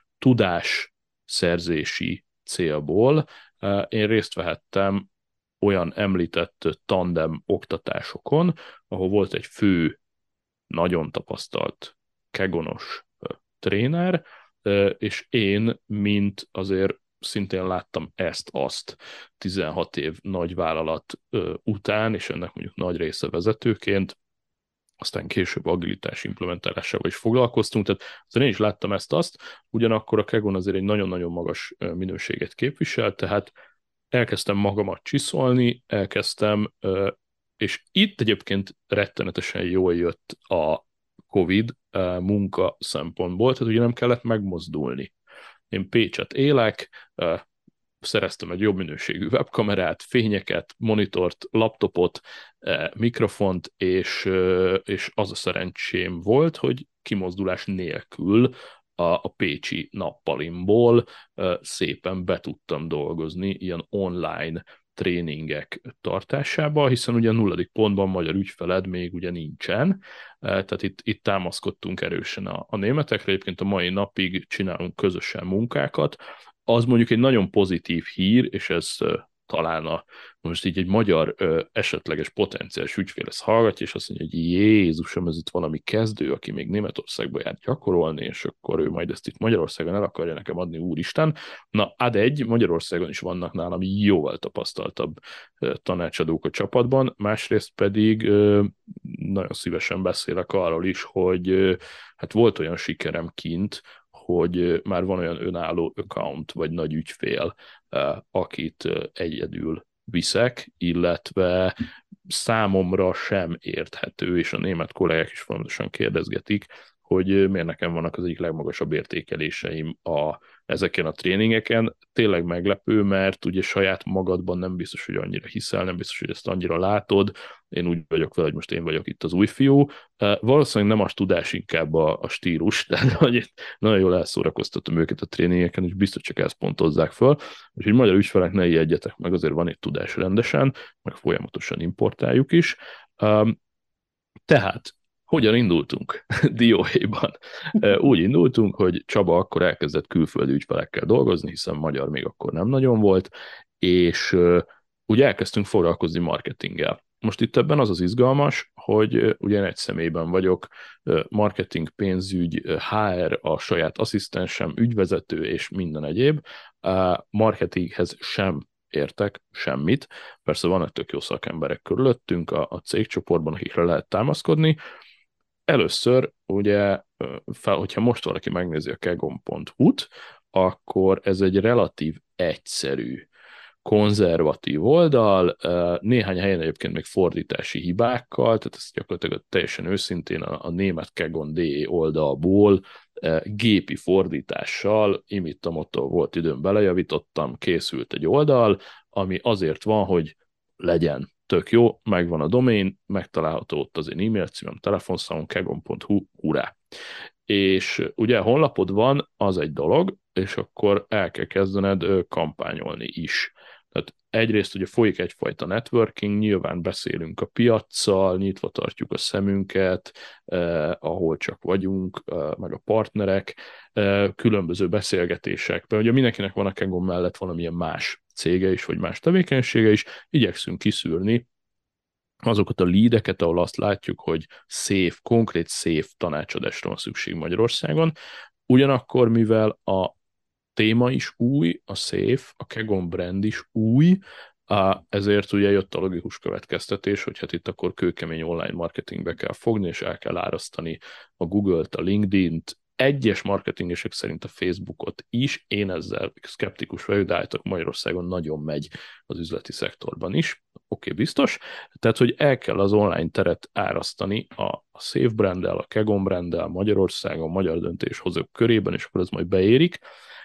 tudásszerzési célból én részt vehettem olyan említett tandem oktatásokon, ahol volt egy fő, nagyon tapasztalt, kegonos tréner, és én, mint azért szintén láttam ezt-azt 16 év nagy vállalat után, és ennek mondjuk nagy része vezetőként, aztán később agilitás implementálásával is foglalkoztunk, tehát azért én is láttam ezt-azt, ugyanakkor a Kegon azért egy nagyon-nagyon magas minőséget képvisel, tehát elkezdtem magamat csiszolni, és itt egyébként rettenetesen jól jött a Covid munka szempontból, tehát ugye nem kellett megmozdulni. Én Pécset élek, szereztem egy jobb minőségű webkamerát, fényeket, monitort, laptopot, mikrofont, és az a szerencsém volt, hogy kimozdulás nélkül a pécsi nappalimból szépen be tudtam dolgozni ilyen online tréningek tartásába, hiszen ugye a 0. pontban magyar ügyfeled még ugye nincsen, tehát itt támaszkodtunk erősen a németekre, egyébként a mai napig csinálunk közösen munkákat, az mondjuk egy nagyon pozitív hír, és ez talán most így egy magyar esetleges potenciális ügyfél ezt hallgatja, és azt mondja, hogy Jézusom, ez itt valami kezdő, aki még Németországba járt gyakorolni, és akkor ő majd ezt itt Magyarországon el akarja nekem adni, úristen. Na, Magyarországon is vannak nálam jóval tapasztaltabb tanácsadók a csapatban, másrészt pedig nagyon szívesen beszélek arról is, hogy hát volt olyan sikerem kint, hogy már van olyan önálló account, vagy nagy ügyfél, akit egyedül viszek, illetve számomra sem érthető, és a német kollégák is fontosan kérdezgetik, hogy miért nekem vannak az egyik legmagasabb értékeléseim ezeken a tréningeken. Tényleg meglepő, mert ugye saját magadban nem biztos, hogy annyira hiszel, nem biztos, hogy ezt annyira látod. Én úgy vagyok vele, hogy most én vagyok itt az új fiú. Valószínűleg nem a tudás, inkább a stílus, tehát hogy nagyon jól elszórakoztatom őket a tréningeken, és biztos csak ezt pontozzák föl. Úgyhogy magyar ügyfelek ne ijedjetek meg, azért van itt tudás rendesen, meg folyamatosan importáljuk is. Tehát hogyan indultunk dióhéjban? Úgy indultunk, hogy Csaba akkor elkezdett külföldi ügyfelekkel dolgozni, hiszen magyar még akkor nem nagyon volt, és úgy elkezdtünk foglalkozni marketinggel. Most itt ebben az az izgalmas, hogy ugye egy személyben vagyok, marketing, pénzügy, HR, a saját asszisztensem, ügyvezető és minden egyéb. Marketinghez sem értek semmit. Persze vannak tök jó szakemberek körülöttünk a cégcsoportban, akikre lehet támaszkodni. Először ugye, hogyha most valaki megnézi a kegon.hu-t, akkor ez egy relatív egyszerű, konzervatív oldal, néhány helyen egyébként még fordítási hibákkal, tehát ez gyakorlatilag teljesen őszintén a német kegon.de oldalból gépi fordítással, imittamotto volt időm, belejavítottam, készült egy oldal, ami azért van, hogy legyen tök jó, megvan a domain, megtalálható ott az én e-mail címem, telefonszámom, kegon.hu, hurrá. És ugye honlapod van, az egy dolog, és akkor el kell kezdened kampányolni is. Tehát egyrészt ugye folyik egyfajta networking, nyilván beszélünk a piaccal, nyitva tartjuk a szemünket, ahol csak vagyunk, meg a partnerek, különböző beszélgetésekben. Ugye mindenkinek van a Kegon mellett valamilyen más cége is, vagy más tevékenysége is, igyekszünk kiszűrni azokat a leadeket, ahol azt látjuk, hogy konkrét safe tanácsadásra van szükség Magyarországon. Ugyanakkor, mivel a téma is új, a safe, a Kegon brand is új, ezért ugye jött a logikus következtetés, hogy hát itt akkor kőkemény online marketingbe kell fogni, és el kell árasztani a Google-t, a LinkedIn-t, egyes marketingesek szerint a Facebookot is, én ezzel szkeptikus vagyok, de állítok Magyarországon nagyon megy az üzleti szektorban is. Oké, biztos. Tehát, hogy el kell az online teret árasztani a Safe branddel, a Kegon branddel Magyarországon, magyar döntéshozók körében, és akkor ez majd beérik.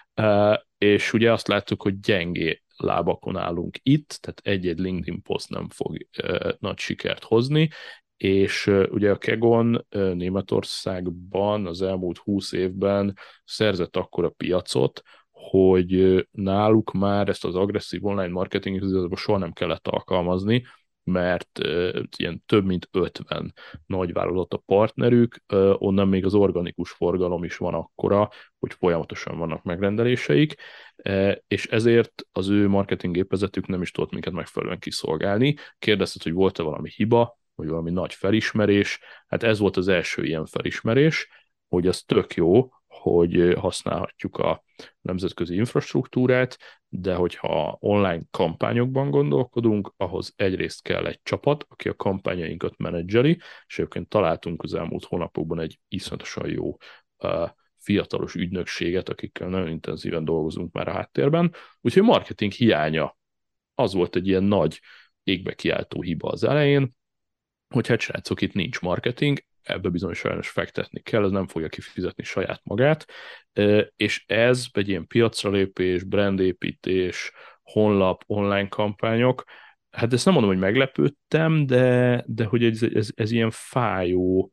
És ugye azt láttuk, hogy gyengé lábakon állunk itt, tehát egy-egy LinkedIn poszt nem fog nagy sikert hozni, és ugye a Kegon Németországban az elmúlt 20 évben szerzett akkora piacot, hogy náluk már ezt az agresszív online marketinget soha nem kellett alkalmazni, mert ilyen több mint 50 nagyvállalat a partnerük, onnan még az organikus forgalom is van akkora, hogy folyamatosan vannak megrendeléseik, és ezért az ő marketing gépezetük nem is tudott minket megfelelően kiszolgálni. Kérdezted, hogy volt-e valami hiba, vagy valami nagy felismerés. Hát ez volt az első ilyen felismerés, hogy az tök jó, hogy használhatjuk a nemzetközi infrastruktúrát, de hogyha online kampányokban gondolkodunk, ahhoz egyrészt kell egy csapat, aki a kampányainkat menedzseli, és egyébként találtunk az elmúlt hónapokban egy iszonyatosan jó fiatalos ügynökséget, akikkel nagyon intenzíven dolgozunk már a háttérben. Úgyhogy a marketing hiánya az volt egy ilyen nagy égbe kiáltó hiba az elején, hogy hát srácok, itt nincs marketing, ebbe bizony sajnos fektetni kell, ez nem fogja kifizetni saját magát, és ez egy ilyen piacra lépés, brandépítés, honlap, online kampányok, hát ezt nem mondom, hogy meglepődtem, de hogy ez ilyen fájó,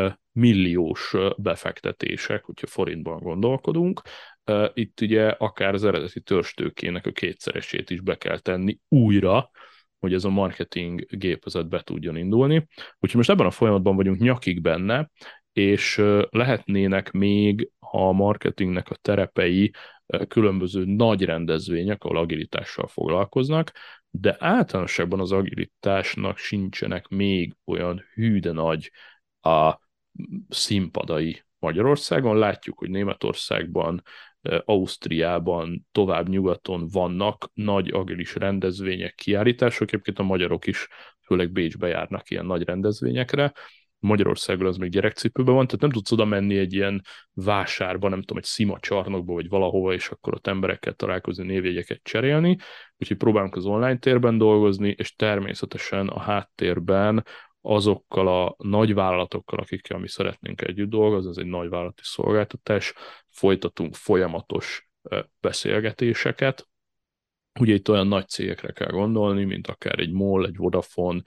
milliós befektetések, hogyha forintban gondolkodunk. Itt ugye akár az eredeti törstőkének a kétszeresét is be kell tenni újra, hogy ez a marketing gépezet be tudjon indulni. Úgyhogy most ebben a folyamatban vagyunk nyakig benne, és lehetnének még a marketingnek a terepei különböző nagy rendezvények, ahol agilitással foglalkoznak, de általánosságban az agilitásnak sincsenek még olyan hű de nagy a színpadai Magyarországon. Látjuk, hogy Németországban, Ausztriában, tovább nyugaton vannak nagy agilis rendezvények, kiállítások, egyébként a magyarok is, főleg Bécsbe járnak ilyen nagy rendezvényekre. Magyarországon az még gyerekcipőben van, tehát nem tudsz oda menni egy ilyen vásárba, nem tudom, egy Szima csarnokba, vagy valahova, és akkor ott emberekkel találkozni, névjegyeket cserélni. Úgyhogy próbálunk az online térben dolgozni, és természetesen a háttérben azokkal a nagyvállalatokkal, akikkel mi szeretnénk együtt dolgozni, ez egy nagyvállalati szolgáltatás, folytatunk folyamatos beszélgetéseket. Ugye itt olyan nagy cégekre kell gondolni, mint akár egy MOL, egy Vodafone,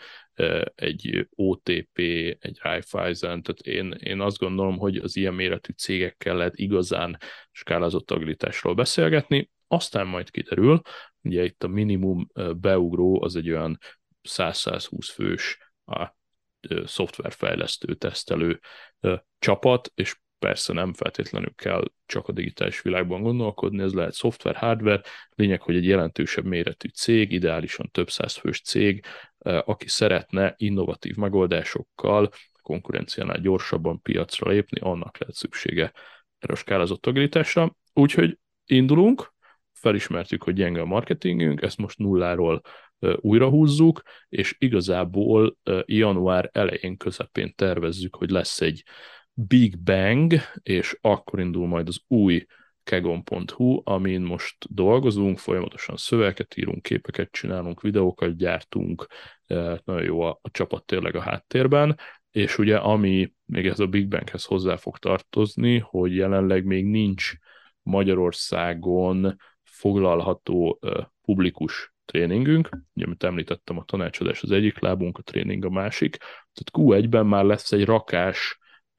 egy OTP, egy Raiffeisen, tehát én azt gondolom, hogy az ilyen méretű cégekkel lehet igazán skálázott agilitásról beszélgetni, aztán majd kiderül, ugye itt a minimum beugró az egy olyan 100-120 fős a szoftverfejlesztő, tesztelő csapat, és persze nem feltétlenül kell csak a digitális világban gondolkodni, ez lehet szoftver, hardware, lényeg, hogy egy jelentősebb méretű cég, ideálisan több száz fős cég, aki szeretne innovatív megoldásokkal konkurenciánál gyorsabban piacra lépni, annak lehet szüksége erre a skálázott agilitásra. Úgyhogy indulunk, felismertük, hogy gyenge a marketingünk, ezt most nulláról újra húzzuk, és igazából január elején, közepén tervezzük, hogy lesz egy Big Bang, és akkor indul majd az új kegon.hu, amin most dolgozunk, folyamatosan szövegeket írunk, képeket csinálunk, videókat gyártunk, nagyon jó a csapat tényleg a háttérben, és ugye ami még ez a Big Banghez hozzá fog tartozni, hogy jelenleg még nincs Magyarországon foglalható publikus tréningünk, ugye, amit említettem, a tanácsadás az egyik lábunk, a tréning a másik, tehát Q1-ben már lesz egy rakás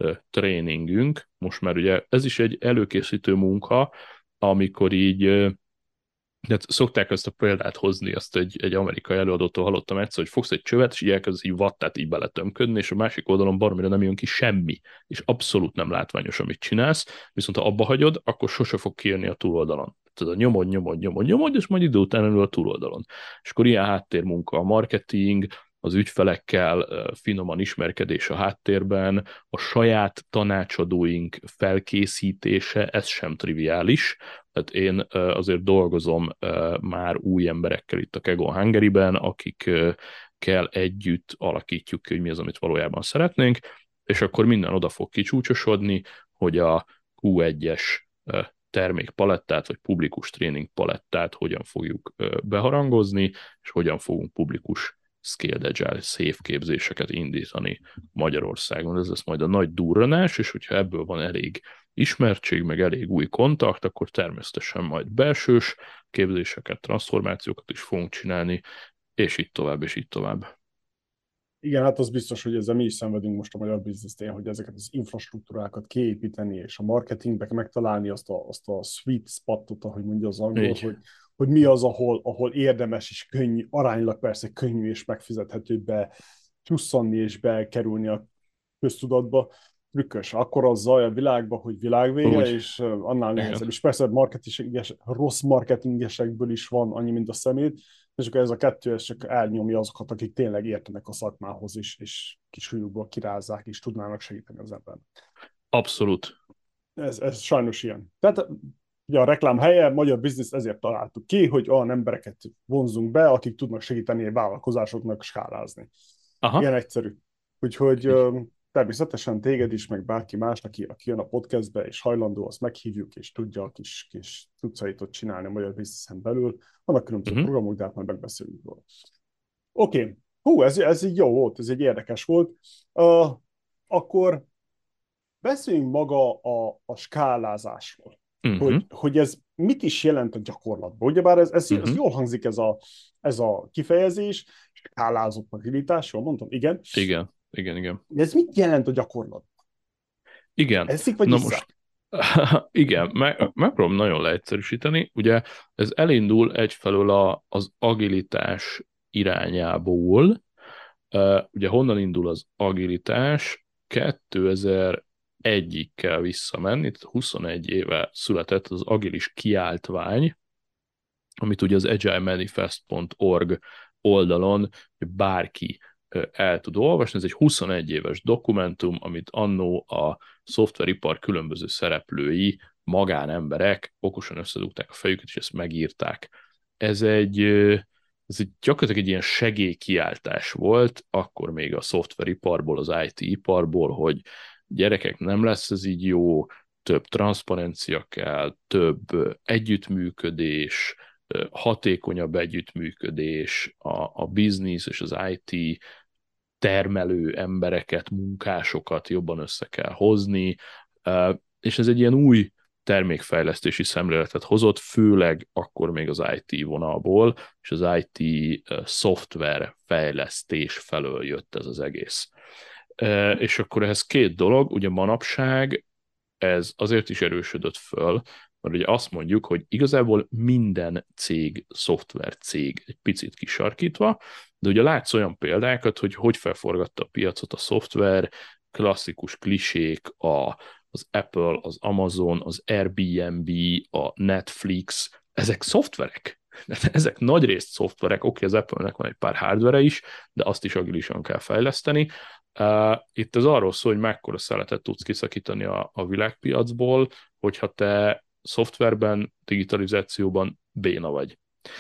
tréningünk, most már ugye ez is egy előkészítő munka, amikor így de szokták ezt a példát hozni, azt egy amerikai előadótól hallottam egyszer, hogy fogsz egy csövet, és így elkezdesz így vattát így beletömködni, és a másik oldalon baromira nem jön ki semmi, és abszolút nem látványos, amit csinálsz, viszont ha abba hagyod, akkor sose fog kijönni a túloldalon. Tehát nyomod, és majd idő után elő a túloldalon. És akkor ilyen háttérmunka, a marketing, az ügyfelekkel finoman ismerkedés a háttérben, a saját tanácsadóink felkészítése, ez sem triviális. Tehát én azért dolgozom már új emberekkel itt a Kegon Hungary-ben, akikkel együtt alakítjuk ki, hogy mi az, amit valójában szeretnénk, és akkor minden oda fog kicsúcsosodni, hogy a Q1-es termékpalettát, vagy publikus tréning palettát hogyan fogjuk beharangozni, és hogyan fogunk publikus Scaled Agile szép képzéseket indítani Magyarországon. Ez lesz majd a nagy durranás, és hogyha ebből van elég ismertség, meg elég új kontakt, akkor természetesen majd belsős képzéseket, transformációkat is fogunk csinálni, és így tovább, és így tovább. Igen, hát az biztos, hogy ezzel mi is szenvedünk most a magyar biznisztén, hogy ezeket az infrastruktúrákat kiépíteni, és a marketingbe megtalálni azt a sweet spotot, ahogy mondja az angol, hogy mi az, ahol érdemes és könnyű, aránylag persze könnyű és megfizethető be csusszanni és bekerülni a köztudatba. Trükkös. Akkor az zaj a világba, hogy világvége, Úgy, és annál igen. nehezebb. És persze rossz marketingesekből is van annyi, mint a szemét, és akkor ez a kettő ez csak elnyomja azokat, akik tényleg értenek a szakmához is, és kis súlyukból kirázzák, és tudnának segíteni az embernek. Abszolút. Ez sajnos ilyen. Tehát ugye a reklám helye, magyar biznisz, ezért találtuk ki, hogy olyan embereket vonzunk be, akik tudnak segíteni a vállalkozásoknak skálázni. Aha. Ilyen egyszerű. Úgyhogy természetesen téged is, meg bárki más, aki jön a podcastbe, és hajlandó, azt meghívjuk, és tudja a kis cuccaitot csinálni a magyar bizniszen belül. Vannak különböző programok, de hát majd megbeszéljük róla. Oké. Ez így jó volt, ez egy érdekes volt. Akkor beszéljünk maga a skálázásról. Hogy ez mit is jelent a gyakorlatban. Ugyebár ez jól hangzik ez a kifejezés, skálázott agilitás, jól mondtam? Igen. Igen. De ez mit jelent a gyakorlatban? Igen. Eszik vagy isszák? Igen, megpróbálom nagyon leegyszerűsíteni. Ugye ez elindul egyfelől az agilitás irányából. Ugye honnan indul az agilitás? 2001-ig kell visszamenni, tehát 21 éve született az agilis kiáltvány, amit ugye az agilemanifest.org oldalon bárki el tud olvasni. Ez egy 21 éves dokumentum, amit annó a szoftveripar különböző szereplői, magánemberek okosan összedugták a fejüket, és ezt megírták. Ez egy gyakorlatilag egy ilyen segélykiáltás volt, akkor még a szoftveriparból, az IT iparból, hogy gyerekek, nem lesz ez így jó, több transzparencia kell, több együttműködés, hatékonyabb együttműködés, a biznisz és az IT termelő embereket, munkásokat jobban össze kell hozni, és ez egy ilyen új termékfejlesztési szemléletet hozott, főleg akkor még az IT vonalból, és az IT szoftver fejlesztés felől jött ez az egész. És akkor ehhez két dolog, ugye manapság ez azért is erősödött föl, mert ugye azt mondjuk, hogy igazából minden cég, szoftver cég egy picit kisarkítva, de ugye látsz olyan példákat, hogy felforgatta a piacot a szoftver, klasszikus klisék, az Apple, az Amazon, az Airbnb, a Netflix, ezek szoftverek. Ezek nagyrészt szoftverek, oké, az Apple-nek van egy pár hardware is, de azt is agilisan kell fejleszteni. Itt ez arról szól, hogy mekkora szeletet tudsz kiszakítani a világpiacból, hogyha te szoftverben, digitalizációban béna vagy.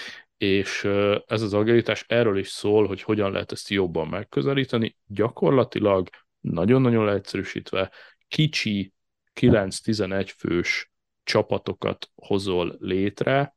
És ez az agilitás erről is szól, hogy hogyan lehet ezt jobban megközelíteni. Gyakorlatilag, nagyon-nagyon leegyszerűsítve, kicsi 9-11 fős csapatokat hozol létre,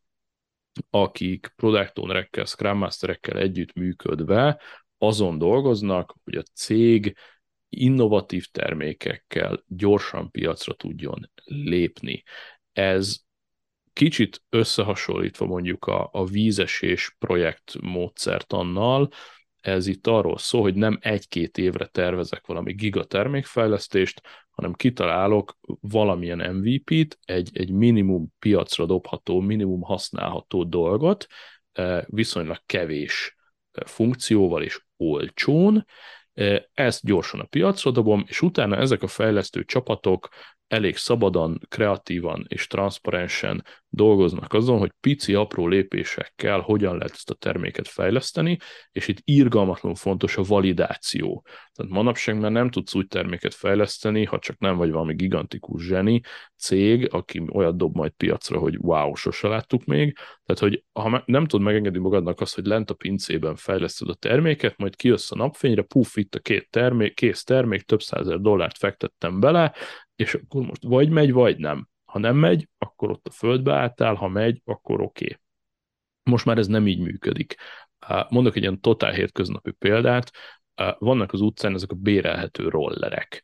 akik product ownerekkel, scrum masterekkel együtt működve azon dolgoznak, hogy a cég innovatív termékekkel gyorsan piacra tudjon lépni. Ez kicsit összehasonlítva mondjuk a vízesés projekt módszertannal, ez itt arról szól, hogy nem egy-két évre tervezek valami gigatermékfejlesztést, hanem kitalálok valamilyen MVP-t, egy minimum piacra dobható, minimum használható dolgot, viszonylag kevés funkcióval és olcsón, ezt gyorsan a piacra dobom, és utána ezek a fejlesztő csapatok elég szabadon, kreatívan és transzparensen dolgoznak azon, hogy pici, apró lépésekkel hogyan lehet ezt a terméket fejleszteni, és itt irgalmatlanul fontos a validáció. Tehát manapság már nem tudsz úgy terméket fejleszteni, ha csak nem vagy valami gigantikus zseni cég, aki olyat dob majd piacra, hogy wow, sose láttuk még. Tehát, hogy ha nem tud megengedni magadnak azt, hogy lent a pincében fejleszted a terméket, majd kijössz a napfényre, puff, itt a kész termék, több százezer dollárt fektettem bele, és akkor most vagy megy, vagy nem. Ha nem megy, akkor ott a földbe álltál, ha megy, akkor oké. Most már ez nem így működik. Mondok egy ilyen totál hétköznapi példát. Vannak az utcán ezek a bérelhető rollerek.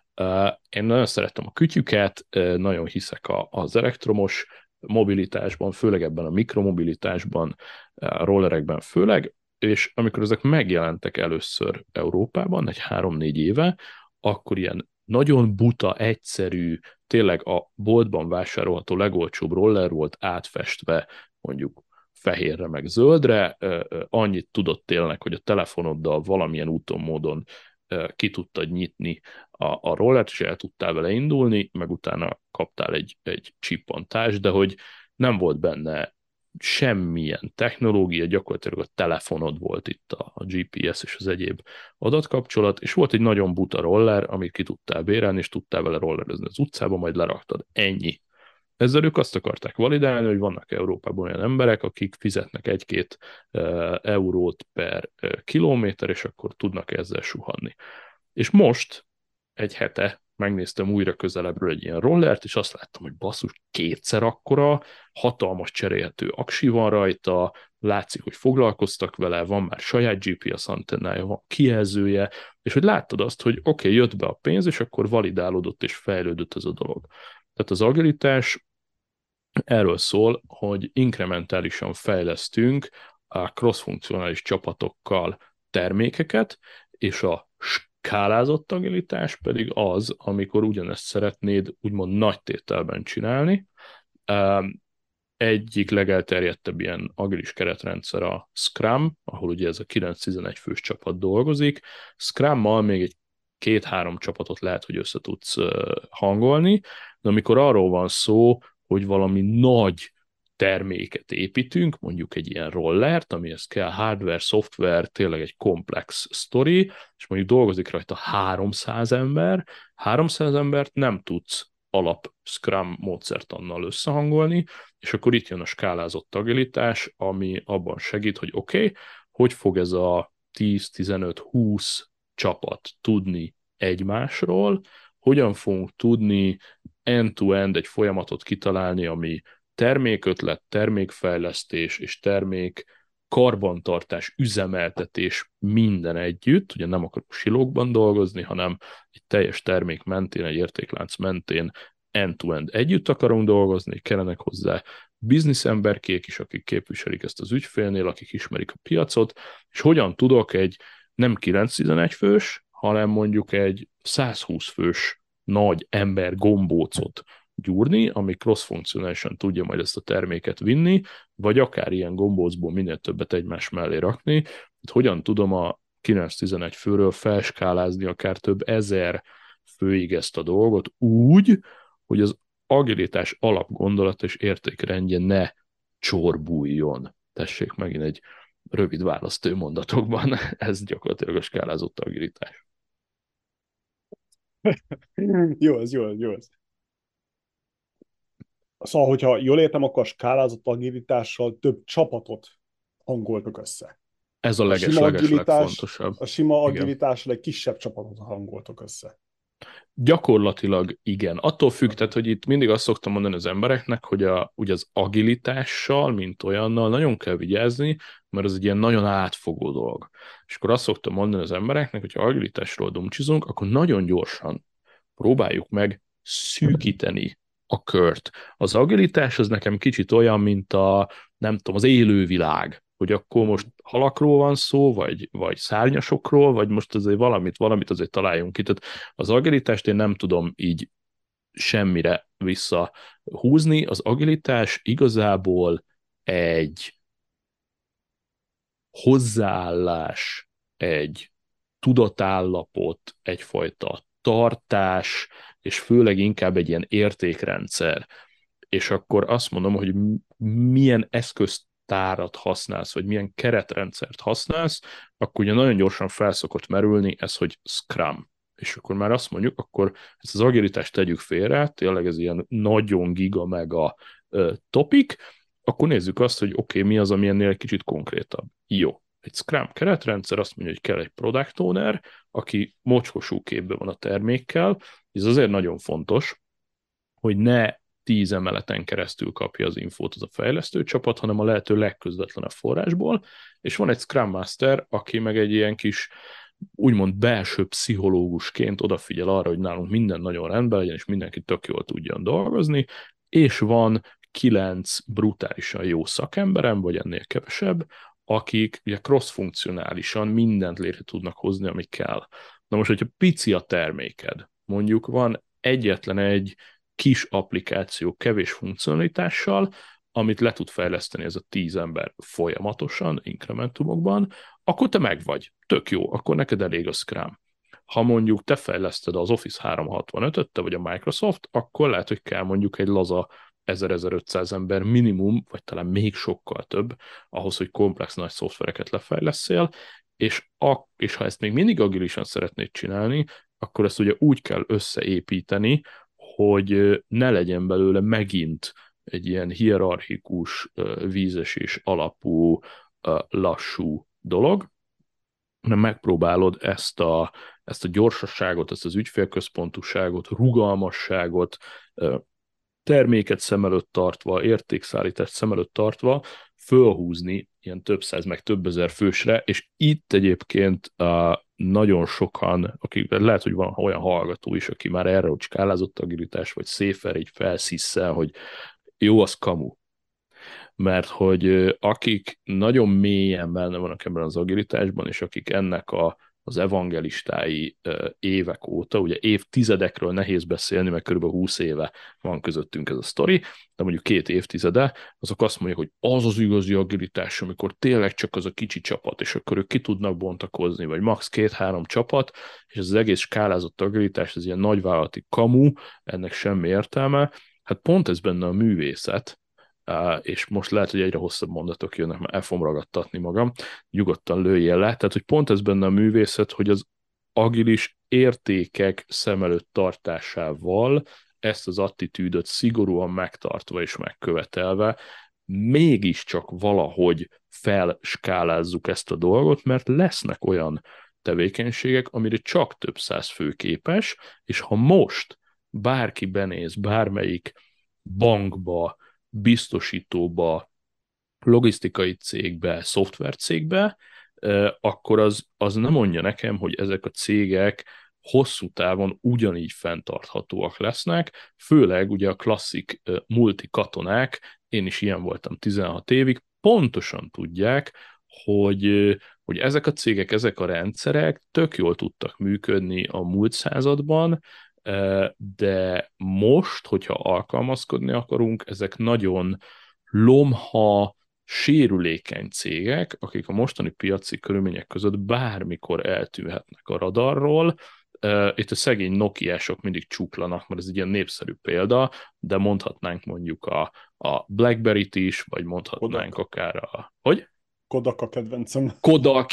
Én nagyon szeretem a kütyüket, nagyon hiszek az elektromos mobilitásban, főleg ebben a mikromobilitásban, a rollerekben főleg, és amikor ezek megjelentek először Európában, egy 3-4 éve, akkor ilyen nagyon buta, egyszerű, tényleg a boltban vásárolható legolcsóbb roller volt átfestve mondjuk fehérre meg zöldre, annyit tudott tényleg, hogy a telefonoddal valamilyen úton, módon ki tudtad nyitni a rollert, és el tudtál vele indulni, meg utána kaptál egy csippantást, de hogy nem volt benne semmilyen technológia, gyakorlatilag a telefonod volt itt a GPS és az egyéb adatkapcsolat, és volt egy nagyon buta roller, amit ki tudtál bérelni, és tudtál vele rollerezni az utcába, majd leraktad. Ennyi. Ezzel ők azt akarták validálni, hogy vannak Európában olyan emberek, akik fizetnek 1-2 eurót per kilométer, és akkor tudnak ezzel suhanni. És most, egy hete megnéztem újra közelebbről egy ilyen rollert, és azt láttam, hogy basszus, kétszer akkora, hatalmas cserélhető aksi van rajta, látszik, hogy foglalkoztak vele, van már saját GPS antennája, van kijelzője, és hogy láttad azt, hogy oké, jött be a pénz, és akkor validálódott és fejlődött ez a dolog. Tehát az agilitás erről szól, hogy inkrementálisan fejlesztünk a cross-funkcionális csapatokkal termékeket, és a skálázott agilitás pedig az, amikor ugyanezt szeretnéd úgymond nagy tételben csinálni. Egyik legelterjedtebb ilyen agilis keretrendszer a Scrum, ahol ugye ez a 9-11 fős csapat dolgozik. Scrummal még egy 2-3 csapatot lehet, hogy össze tudsz hangolni, de amikor arról van szó, hogy valami nagy terméket építünk, mondjuk egy ilyen rollert, amihez kell hardware, szoftver, tényleg egy komplex sztori, és mondjuk dolgozik rajta 300 ember, 300 embert nem tudsz alap Scrum módszertannal összehangolni, és akkor itt jön a skálázott agilitás, ami abban segít, hogy oké, hogy fog ez a 10-15-20 csapat tudni egymásról, hogyan fogunk tudni end-to-end egy folyamatot kitalálni, ami termékötlet, termékfejlesztés és termék karbantartás, üzemeltetés minden együtt, ugye nem akarok silókban dolgozni, hanem egy teljes termék mentén, egy értéklánc mentén end-to-end együtt akarunk dolgozni, kellenek hozzá bizniszemberkék is, akik képviselik ezt az ügyfélnél, akik ismerik a piacot, és hogyan tudok egy nem 9-11 fős, hanem mondjuk egy 120 fős nagy ember gombócot gyúrni, ami cross-funkcionálisan tudja majd ezt a terméket vinni, vagy akár ilyen gombócból minél többet egymás mellé rakni. Hogyan tudom a 9-11 főről felskálázni akár több ezer főig ezt a dolgot úgy, hogy az agilitás alapgondolat és értékrendje ne csorbuljon. Tessék megint egy rövid választő mondatokban, ez gyakorlatilag a skálázott agilitás. Jó az, jó az, jó az. Szóval, hogyha jól értem, akkor a skálázott agilitással több csapatot hangoltak össze. Ez a A sima leges-leges agilitás, legfontosabb. a sima Igen. agilitással egy kisebb csapatot hangoltak össze. Gyakorlatilag igen. Attól függ, tehát, hogy itt mindig azt szoktam mondani az embereknek, hogy ugye az agilitással, mint olyannal nagyon kell vigyázni, mert az egy ilyen nagyon átfogó dolog. És akkor azt szoktam mondani az embereknek, hogy ha agilitásról dumcsizunk, akkor nagyon gyorsan próbáljuk meg szűkíteni a kört. Az agilitás az nekem kicsit olyan, mint a, nem tudom, az élővilág, hogy akkor most halakról van szó, vagy szárnyasokról, vagy most azért valamit azért találjunk ki. Tehát az agilitást én nem tudom így semmire visszahúzni. Az agilitás igazából egy hozzáállás, egy tudatállapot, egyfajta tartás, és főleg inkább egy ilyen értékrendszer. És akkor azt mondom, hogy milyen eszköztárat használsz, vagy milyen keretrendszert használsz, akkor ugye nagyon gyorsan felszokott merülni ez, hogy Scrum. És akkor már azt mondjuk, akkor ezt az agilitást tegyük félre, tényleg ez ilyen nagyon giga mega topik, akkor nézzük azt, hogy oké, mi az, ami ennél egy kicsit konkrétabb. Jó. Egy Scrum keretrendszer azt mondja, hogy kell egy product owner, aki mocskosú képben van a termékkel. Ez azért nagyon fontos, hogy ne 10 emeleten keresztül kapja az infót az a fejlesztő csapat, hanem a lehető legközvetlenebb forrásból, és van egy Scrum Master, aki meg egy ilyen kis úgymond belső pszichológusként odafigyel arra, hogy nálunk minden nagyon rendben legyen, és mindenki tök jól tudjon dolgozni, és van 9 brutálisan jó szakemberem, vagy ennél kevesebb, akik ugye cross-funkcionálisan mindent létre tudnak hozni, ami kell. Na most, hogyha pici a terméked, mondjuk van egyetlen egy kis applikáció kevés funkcionalitással, amit le tud fejleszteni ez a 10 ember folyamatosan, inkrementumokban, akkor te megvagy. Tök jó, akkor neked elég a Scrum. Ha mondjuk te fejleszted az Office 365-öt, te vagy a Microsoft, akkor lehet, hogy kell mondjuk egy laza 1000-1500 ember minimum, vagy talán még sokkal több, ahhoz, hogy komplex nagy szoftvereket lefejleszél, és ha ezt még mindig agilisan szeretnéd csinálni, akkor ezt ugye úgy kell összeépíteni, hogy ne legyen belőle megint egy ilyen hierarchikus, vízesés alapú, lassú dolog, hanem megpróbálod ezt a gyorsasságot, ezt az ügyfélközpontúságot, rugalmasságot, terméket szem előtt tartva, értékszállítást szem előtt tartva, fölhúzni ilyen több száz, meg több ezer fősre, és itt egyébként nagyon sokan, akik lehet, hogy van olyan hallgató is, aki már erre, hogy skálázott agilitás, vagy széfer, így felszisszel, hogy jó, az kamu. Mert hogy akik nagyon mélyen benne vannak ebben az agilitásban, és akik ennek az evangelistái évek óta, ugye évtizedekről nehéz beszélni, mert körülbelül 20 éve van közöttünk ez a sztori, de mondjuk 2 évtizede, azok azt mondják, hogy az az igazi agilitás, amikor tényleg csak az a kicsi csapat, és akkor ők ki tudnak bontakozni, vagy max. 2-3 csapat, és ez az egész skálázott agilitás, ez ilyen nagyvállalati kamu, ennek semmi értelme. Hát pont ez benne a művészet, és most lehet, hogy egyre hosszabb mondatok jönnek, mert el fogom ragadtatni magam, nyugodtan lőjél le. Tehát, hogy pont ez benne a művészet, hogy az agilis értékek szem előtt tartásával ezt az attitűdöt szigorúan megtartva és megkövetelve mégiscsak valahogy felskálázzuk ezt a dolgot, mert lesznek olyan tevékenységek, amire csak több száz fő képes, és ha most bárki benéz bármelyik bankba, biztosítóba, logisztikai cégbe, szoftvercégbe, akkor az nem mondja nekem, hogy ezek a cégek hosszú távon ugyanígy fenntarthatóak lesznek, főleg ugye a klasszik multi katonák, én is ilyen voltam 16 évig, pontosan tudják, hogy ezek a cégek, ezek a rendszerek tök jól tudtak működni a múlt században, de most, hogyha alkalmazkodni akarunk, ezek nagyon lomha, sérülékeny cégek, akik a mostani piaci körülmények között bármikor eltűnhetnek a radarról. Itt a szegény Nokiások mindig csuklanak, mert ez egy ilyen népszerű példa, de mondhatnánk mondjuk a BlackBerry-t is, vagy mondhatnánk Kodak. akár a... Hogy? Kodak a kedvencem. Kodak,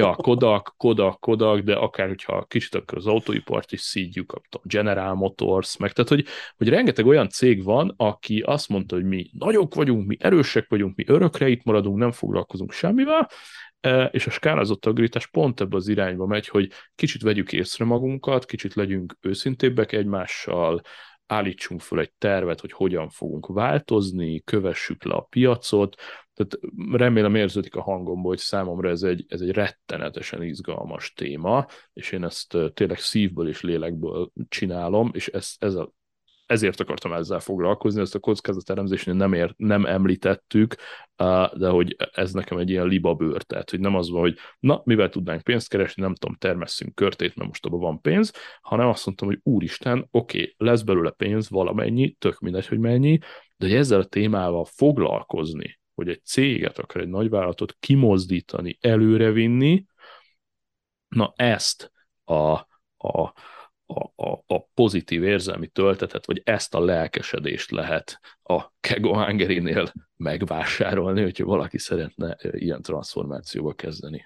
Kodak, de akár, hogyha kicsit akkor az autóipart is szídjuk, a General Motors, meg tehát, hogy rengeteg olyan cég van, aki azt mondta, hogy mi nagyok vagyunk, mi erősek vagyunk, mi örökre itt maradunk, nem foglalkozunk semmivel, és a skálázott agilitás pont ebbe az irányba megy, hogy kicsit vegyük észre magunkat, kicsit legyünk őszintébbek egymással, állítsunk föl egy tervet, hogy hogyan fogunk változni, kövessük le a piacot. Tehát remélem érződik a hangomból, hogy számomra ez egy rettenetesen izgalmas téma, és én ezt tényleg szívből és lélekből csinálom, és ezért akartam ezzel foglalkozni, ezt a kockázatelemzésnél nem említettük, de hogy ez nekem egy ilyen libabőr, tehát hogy nem az van, hogy na, mivel tudnánk pénzt keresni, nem tudom, termesszünk körtét, mert most abban van pénz, hanem azt mondtam, hogy úristen, oké, lesz belőle pénz valamennyi, tök mindegy, hogy mennyi, de hogy ezzel a témával foglalkozni, hogy egy céget, akár egy nagyvállalatot kimozdítani, előrevinni, na ezt a a pozitív érzelmi töltetet, vagy ezt a lelkesedést lehet a Kego Hungary-nél megvásárolni, hogyha valaki szeretne ilyen transformációba kezdeni.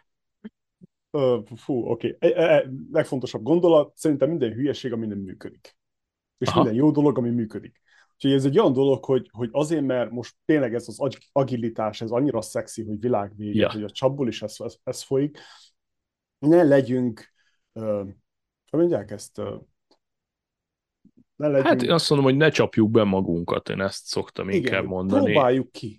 Oké. Legfontosabb gondolat, szerintem minden hülyeség, ami nem működik. És minden Aha, jó dolog, ami működik. Úgyhogy ez egy olyan dolog, hogy azért, mert most tényleg ez az agilitás, ez annyira szexi, hogy világvége, ja. hogy a csapból is ez folyik, ne legyünk, hogy mondják ezt, ne Hát én azt legyünk, mondom, hogy ne csapjuk be magunkat, én ezt szoktam igen, inkább hogy mondani. próbáljuk ki.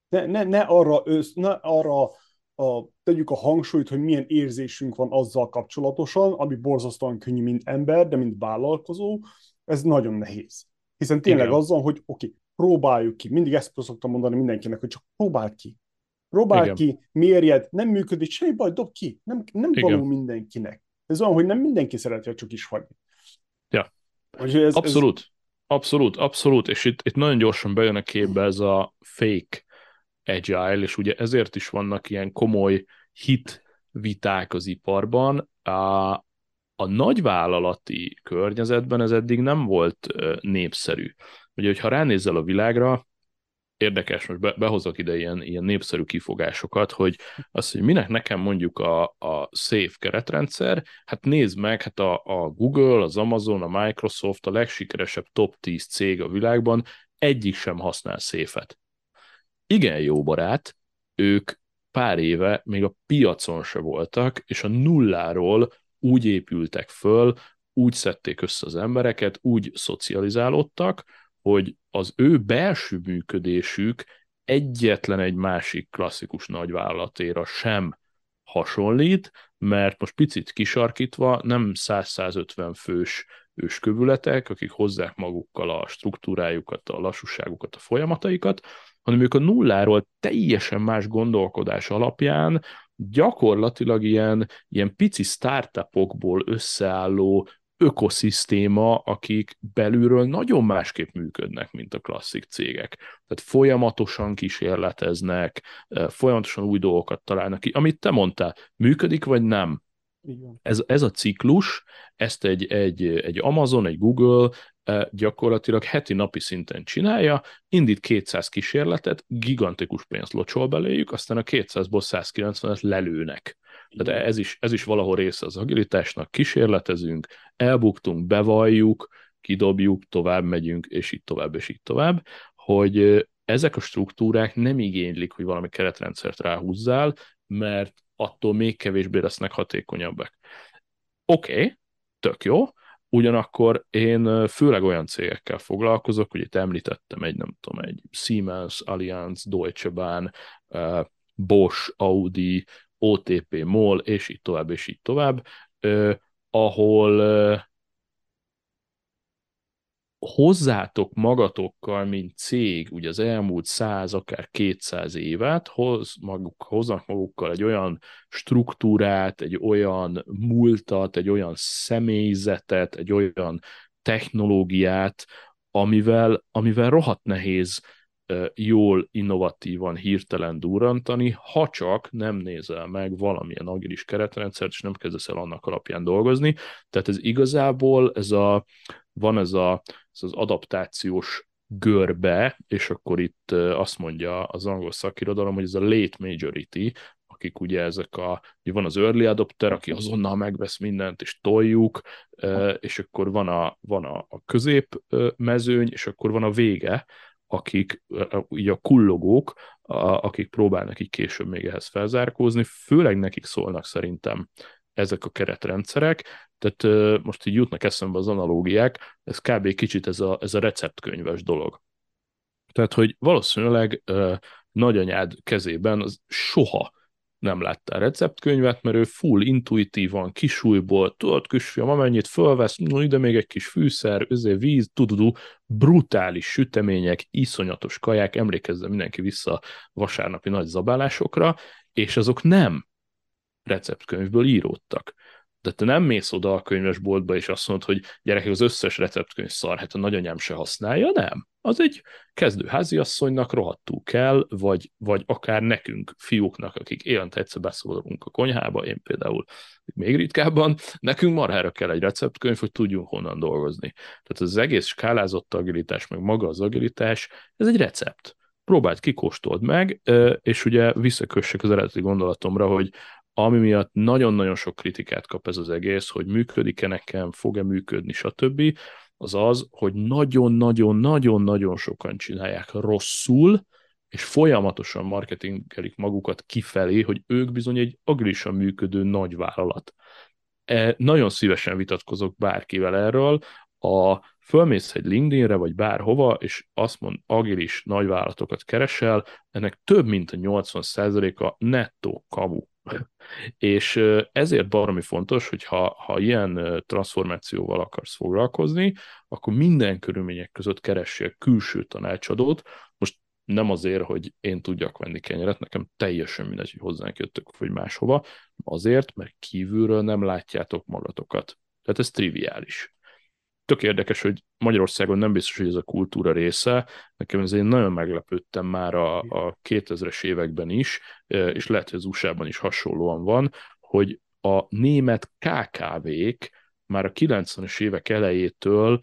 Ne arra tegyük a hangsúlyt, hogy milyen érzésünk van azzal kapcsolatosan, ami borzasztóan könnyű, mint ember, de mint vállalkozó, ez nagyon nehéz. Hiszen tényleg Igen, azzal, hogy oké, próbáljuk ki. Mindig ezt szoktam mondani mindenkinek, hogy csak próbáld ki. Próbáld igen, ki, mérjed, nem működik, semmi baj, dob ki. Nem való igen. mindenkinek. Ez olyan, hogy nem mindenki szereti a csokis fagyit. Ja. Úgyhogy ez Abszolút, abszolút, abszolút, és itt nagyon gyorsan bejön a képbe ez a fake agile, és ugye ezért is vannak ilyen komoly hit viták az iparban. A nagyvállalati környezetben ez eddig nem volt népszerű. Ugye, hogyha ránézel a világra, érdekes, most behozok ide ilyen népszerű kifogásokat, hogy az, hogy minek nekem mondjuk a safe keretrendszer, hát nézd meg, hát a Google, az Amazon, a Microsoft, a legsikeresebb top 10 cég a világban, egyik sem használ safe-et. Igen jó barát, ők pár éve még a piacon se voltak, és a nulláról úgy épültek föl, úgy szedték össze az embereket, úgy szocializálódtak, hogy az ő belső működésük egyetlen egy másik klasszikus nagyvállalatéra sem hasonlít, mert most picit kisarkítva nem 100-150 fős őskövületek, akik hozzák magukkal a struktúrájukat, a lassúságukat, a folyamataikat, hanem ők a nulláról teljesen más gondolkodás alapján gyakorlatilag ilyen pici startupokból összeálló ökoszisztéma, akik belülről nagyon másképp működnek, mint a klasszik cégek. Tehát folyamatosan kísérleteznek, folyamatosan új dolgokat találnak ki. Amit te mondtál, működik vagy nem? igen. Ez a ciklus, ezt egy Amazon, egy Google gyakorlatilag heti-napi szinten csinálja, indít 200 kísérletet, gigantikus pénzt locsol beléjük, aztán a 200-ból 190-et lelőnek. Tehát ez is valahol része az agilitásnak, kísérletezünk, elbuktunk, bevalljuk, kidobjuk, tovább megyünk, és így tovább, és így tovább, hogy ezek a struktúrák nem igénylik, hogy valami keretrendszert ráhúzzál, mert attól még kevésbé lesznek hatékonyabbak. Oké, tök jó, ugyanakkor én főleg olyan cégekkel foglalkozok, hogy itt említettem nem tudom, egy Siemens, Allianz, Deutsche Bahn, Bosch, Audi, OTP, MOL, és így tovább, ahol hozzátok magatokkal, mint cég, ugye az elmúlt 100, akár 200 évet, hoznak magukkal egy olyan struktúrát, egy olyan múltat, egy olyan személyzetet, egy olyan technológiát, amivel rohadt nehéz jól, innovatívan, hirtelen durrantani, ha csak nem nézel meg valamilyen agilis keretrendszert, és nem kezdesz el annak alapján dolgozni. Tehát ez igazából van ez az adaptációs görbe, és akkor itt azt mondja az angol szakirodalom, hogy ez a late majority, akik ugye ugye van az early adopter, aki azonnal megvesz mindent, és toljuk, és akkor van a közép mezőny, és akkor van a vége, akik ugye a kullogók, akik próbálnak így később még ehhez felzárkózni, főleg nekik szólnak szerintem ezek a keretrendszerek, tehát most így jutnak eszembe az analógiák, ez kb. Kicsit ez a receptkönyves dolog. Tehát, hogy valószínűleg nagyanyád kezében az soha nem láttál receptkönyvet, mert ő full intuitívan, kisújból, tudod, kisfiam, amennyit fölvesz, no, ide még egy kis fűszer, víz, tududú, brutális sütemények, iszonyatos kaják, emlékezzen mindenki vissza a vasárnapi nagy zabálásokra, és azok nem receptkönyvből íródtak. De te nem mész oda a könyvesboltba, és azt mondod, hogy gyerekek, az összes receptkönyv szar, hát a nagyanyám se használja, nem. Az egy kezdő háziasszonynak rohadtul kell, vagy akár nekünk, fiúknak, akik évente egyszer beszólunk a konyhába, én például még ritkábban, nekünk marhára kell egy receptkönyv, hogy tudjunk honnan dolgozni. Tehát az egész skálázott agilitás, meg maga az agilitás, ez egy recept. Próbáld, kikóstold meg, és ugye visszakössek az eredeti gondolatomra, hogy ami miatt nagyon-nagyon sok kritikát kap ez az egész, hogy működik-e nekem, fog-e működni, stb., az az, hogy nagyon-nagyon-nagyon-nagyon sokan csinálják rosszul, és folyamatosan marketingelik magukat kifelé, hogy ők bizony egy agilisan működő nagyvállalat. Nagyon szívesen vitatkozok bárkivel erről, fölmész egy LinkedInre, vagy bárhova, és azt mond, agilis nagyvállalatokat keresel, ennek több mint a 80%-a nettó kamu. És ezért baromi fontos, hogy ha ilyen transformációval akarsz foglalkozni, akkor minden körülmények között keressél külső tanácsadót. Most nem azért, hogy én tudjak venni kenyeret, nekem teljesen mindegy, hogy hozzánk jöttök, vagy máshova, azért, mert kívülről nem látjátok magatokat. Tehát ez triviális. Tök érdekes, hogy Magyarországon nem biztos, hogy ez a kultúra része. Nekem ez én nagyon meglepődtem már a 2000-es években is, és lehet, hogy az USA-ban is hasonlóan van, hogy a német KKV-k már a 90-es évek elejétől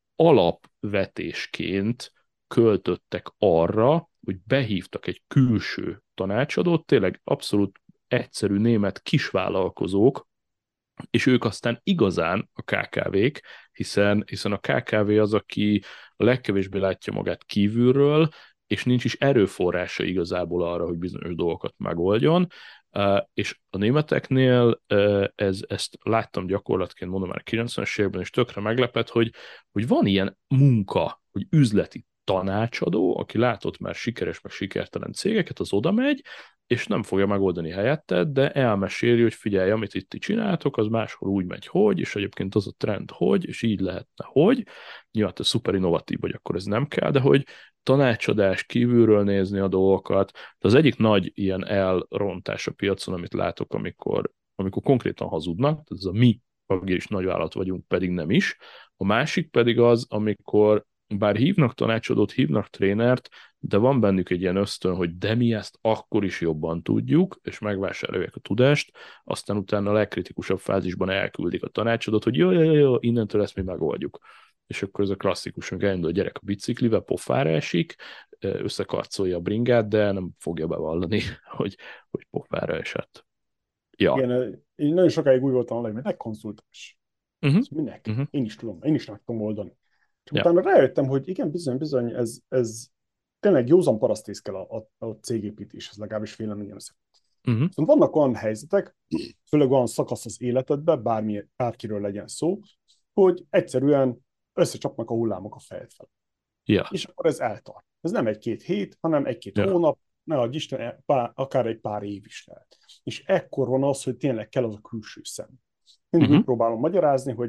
alapvetésként költöttek arra, hogy behívtak egy külső tanácsadót, tényleg abszolút egyszerű német kisvállalkozók, és ők aztán igazán a KKV-k, hiszen a KKV az, aki a legkevésbé látja magát kívülről, és nincs is erőforrása igazából arra, hogy bizonyos dolgokat megoldjon, és a németeknél ezt láttam gyakorlatként, mondom már a 90-es években, és tökre meglepett, hogy van ilyen munka, hogy üzleti tanácsadó, aki látott már sikeres, meg sikertelen cégeket, az oda megy, és nem fogja megoldani helyetted, de elmeséli, hogy figyelj, amit itt ti csináltok, az máshol úgy megy, hogy, és egyébként az a trend, hogy, és így lehetne, hogy. Nyilván, te szuper innovatív vagy, akkor ez nem kell, de hogy tanácsadás, kívülről nézni a dolgokat. De az egyik nagy ilyen elrontás a piacon, amit látok, amikor konkrétan hazudnak, tehát ez a mi agilis nagyvállalat vagyunk, pedig nem is. A másik pedig az, amikor bár hívnak tanácsadót, hívnak trénert, de van bennük egy ilyen ösztön, hogy de mi ezt akkor is jobban tudjuk, és megvásárolják a tudást, aztán utána a legkritikusabb fázisban elküldik a tanácsadót, hogy jó, innentől ezt mi megoldjuk. És akkor ez a klasszikus, hogy elindul a gyerek a biciklivel, pofára esik, összekarcolja a bringát, de nem fogja bevallani, hogy pofára esett. Ja. Igen, én nagyon sokáig úgy voltam a hogy konzultás. Minek? Én is tudom, én is meg tudom oldani. Csak utána rájöttem, hogy igen, bizony, ez tényleg józan parasztész kell a cégépítéshez, legalábbis véleményem szerint. Szóval vannak olyan helyzetek, főleg olyan szakasz az életedben, bárkiről legyen szó, hogy egyszerűen összecsapnak a hullámok a fejed fel. Yeah. És akkor ez eltart. Ez nem egy-két hét, hanem egy-két hónap, ne adj Isten, akár egy pár év is lehet. És ekkor van az, hogy tényleg kell az a külső szem. Mindig úgy próbálom magyarázni, hogy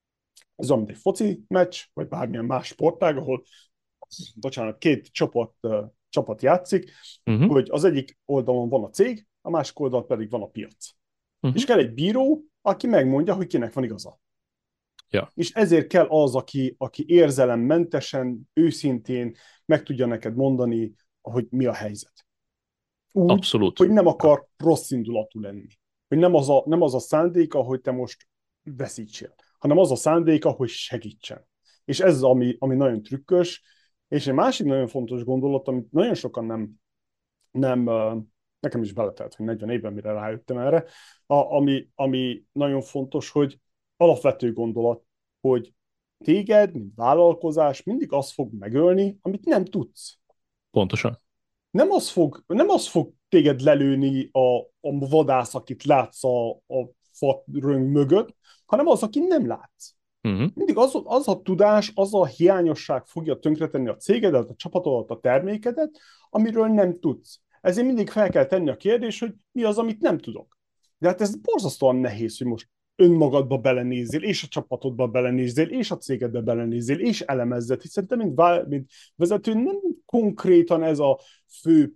ez olyan, mint egy foci meccs, vagy bármilyen más sportág, ahol két csapat játszik, hogy az egyik oldalon van a cég, a másik oldalon pedig van a piac. És kell egy bíró, aki megmondja, hogy kinek van igaza. Ja. És ezért kell az, aki érzelemmentesen, őszintén meg tudja neked mondani, hogy mi a helyzet. Úgy, abszolút. Hogy nem akar rossz indulatú lenni. Hogy nem az a szándéka, hogy te most veszítsél, hanem az a szándéka, hogy segítsen. És ez az, ami nagyon trükkös. És egy másik nagyon fontos gondolat, amit nagyon sokan nem nekem is beletelt, hogy 40 évben mire rájöttem erre, ami nagyon fontos, hogy alapvető gondolat, hogy téged, mint vállalkozás mindig az fog megölni, amit nem tudsz. Pontosan. Nem az fog téged lelőni a vadász, akit látsz a farönk mögött, hanem az, aki nem látsz. Mindig az a tudás, az a hiányosság fogja tönkretenni a cégedet, a csapatodat, a termékedet, amiről nem tudsz. Ezért mindig fel kell tenni a kérdés, hogy mi az, amit nem tudok. De hát ez borzasztóan nehéz, hogy most önmagadba belenézzél, és a csapatodba belenézzél, és a cégedbe belenézzél, és elemezzed, hiszen te, mint vezető, nem konkrétan ez a fő,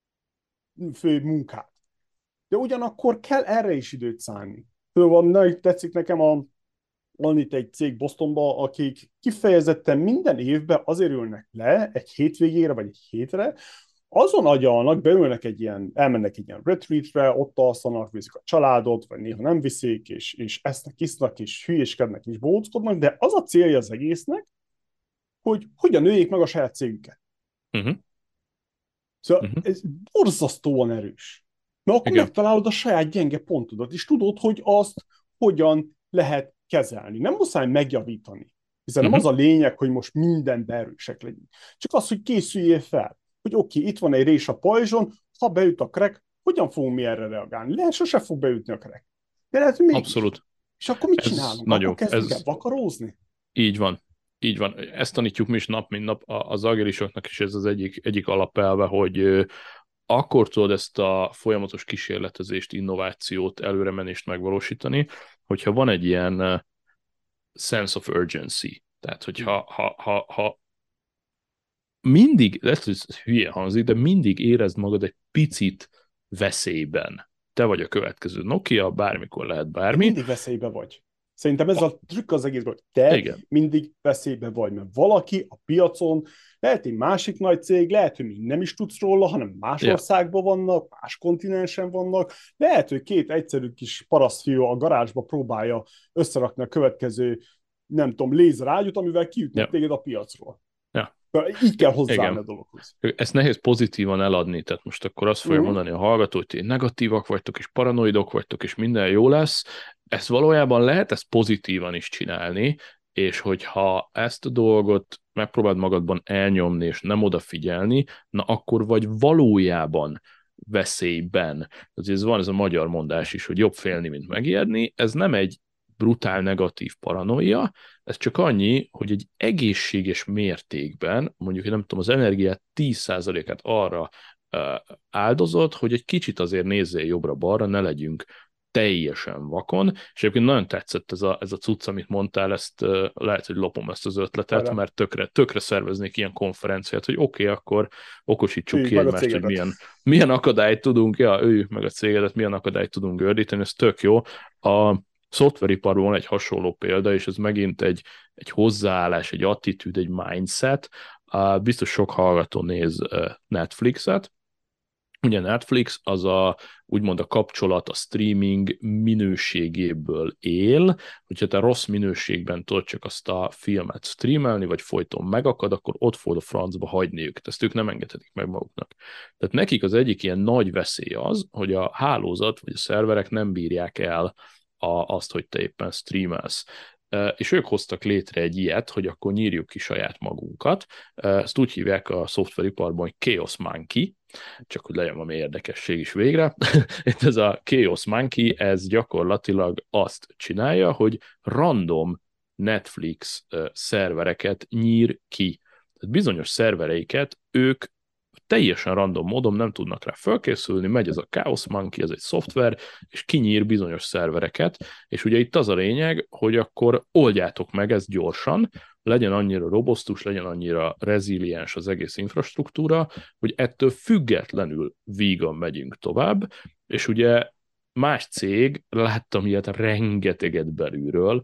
fő munkád. De ugyanakkor kell erre is időt szánni. Nagyon tetszik nekem van itt egy cég Bostonban, akik kifejezetten minden évben azért ülnek le egy hétvégére vagy egy hétre, azon agyalnak, elmennek egy ilyen retreatre, ott alszanak, viszik a családot, vagy néha nem viszik, és esznek, isznak, és hülyéskednek, és bóckodnak, de az a célja az egésznek, hogy hogyan nőjék meg a saját cégüket. Uh-huh. Szóval Uh-huh. ez borzasztóan erős. Mert akkor Igen. megtalálod a saját gyenge pontodat, és tudod, hogy azt hogyan lehet kezelni. Nem muszáj megjavítani. Hiszen nem Uh-huh. az a lényeg, hogy most mindenben erősek legyünk. Csak az, hogy készüljél fel. Hogy oké, itt van egy rés a pajzson, ha beüt a crack, hogyan fogunk mi erre reagálni? Lehet, sose fog beütni a crack. De lehet, hogy mégis. Abszolút. És akkor mit Ez csinálunk? Akkor nagyon. kezdünk el Ez vakarózni? így van. Így van. Ezt tanítjuk mi is nap, mint nap az agilisoknak is, ez az egyik alapelve, hogy akkor tudod ezt a folyamatos kísérletezést, innovációt, előremenést megvalósítani, hogyha van egy ilyen sense of urgency. Tehát, hogyha ha mindig, ez hülye hangzik, de mindig érezd magad egy picit veszélyben. Te vagy a következő Nokia, bármikor lehet Te bármi. mindig veszélybe vagy. Szerintem ez a trükk az egészben, hogy te Igen. mindig veszélybe vagy, mert valaki a piacon, lehet egy másik nagy cég, lehet, hogy még nem is tudsz róla, hanem más Ja. országban vannak, más kontinensen vannak, lehet, hogy két egyszerű kis parasztfiú a garázsba próbálja összerakni a következő, nem tudom, lézerágyút, amivel kiütnek téged a piacról. Ja. Így kell hozzáállni Igen. a dologhoz. Ezt nehéz pozitívan eladni, tehát most akkor azt fogja mondani a hallgató, hogy ti negatívak vagytok, és paranoidok vagytok, és minden jó lesz. Ezt valójában lehet ezt pozitívan is csinálni, és hogyha ezt a dolgot megpróbáld magadban elnyomni, és nem odafigyelni, na akkor vagy valójában veszélyben. Ez van ez a magyar mondás is, hogy jobb félni, mint megijedni. Ez nem egy brutál negatív paranoia, ez csak annyi, hogy egy egészséges mértékben, mondjuk, nem tudom, az energiát 10%-át arra áldozod, hogy egy kicsit azért nézzél jobbra-balra, ne legyünk teljesen vakon, és egyébként nagyon tetszett ez a cucc, amit mondtál, ezt lehet, hogy lopom ezt az ötletet, mert tökre szerveznék ilyen konferenciát, hogy oké, akkor okosítsuk ki egymást, hogy milyen akadályt tudunk, öljük meg a cégedet, milyen akadályt tudunk gördíteni, ez tök jó. A szoftveriparban van egy hasonló példa, és ez megint egy hozzáállás, egy attitűd, egy mindset. Biztos sok hallgató néz Netflixet. Ugye Netflix az úgymond a kapcsolat, a streaming minőségéből él, hogyha te rossz minőségben tudod csak azt a filmet streamelni, vagy folyton megakad, akkor ott fog a francba hagyni őket. Ezt ők nem engedhetik meg maguknak. Tehát nekik az egyik ilyen nagy veszély az, hogy a hálózat, vagy a szerverek nem bírják el azt, hogy te éppen streamelsz. És ők hoztak létre egy ilyet, hogy akkor nyírjuk ki saját magunkat. Ezt úgy hívják a szoftveriparban, hogy Chaos Monkey, csak hogy legyen valami érdekesség is végre. Itt ez a Chaos Monkey, ez gyakorlatilag azt csinálja, hogy random Netflix szervereket nyír ki. Tehát bizonyos szervereiket ők teljesen random módon nem tudnak rá felkészülni, megy ez a Chaos Monkey, ez egy szoftver, és kinyír bizonyos szervereket, és ugye itt az a lényeg, hogy akkor oldjátok meg ezt gyorsan, legyen annyira robosztus, legyen annyira reziliens az egész infrastruktúra, hogy ettől függetlenül vígan megyünk tovább, és ugye más cég, láttam ilyet rengeteget belülről,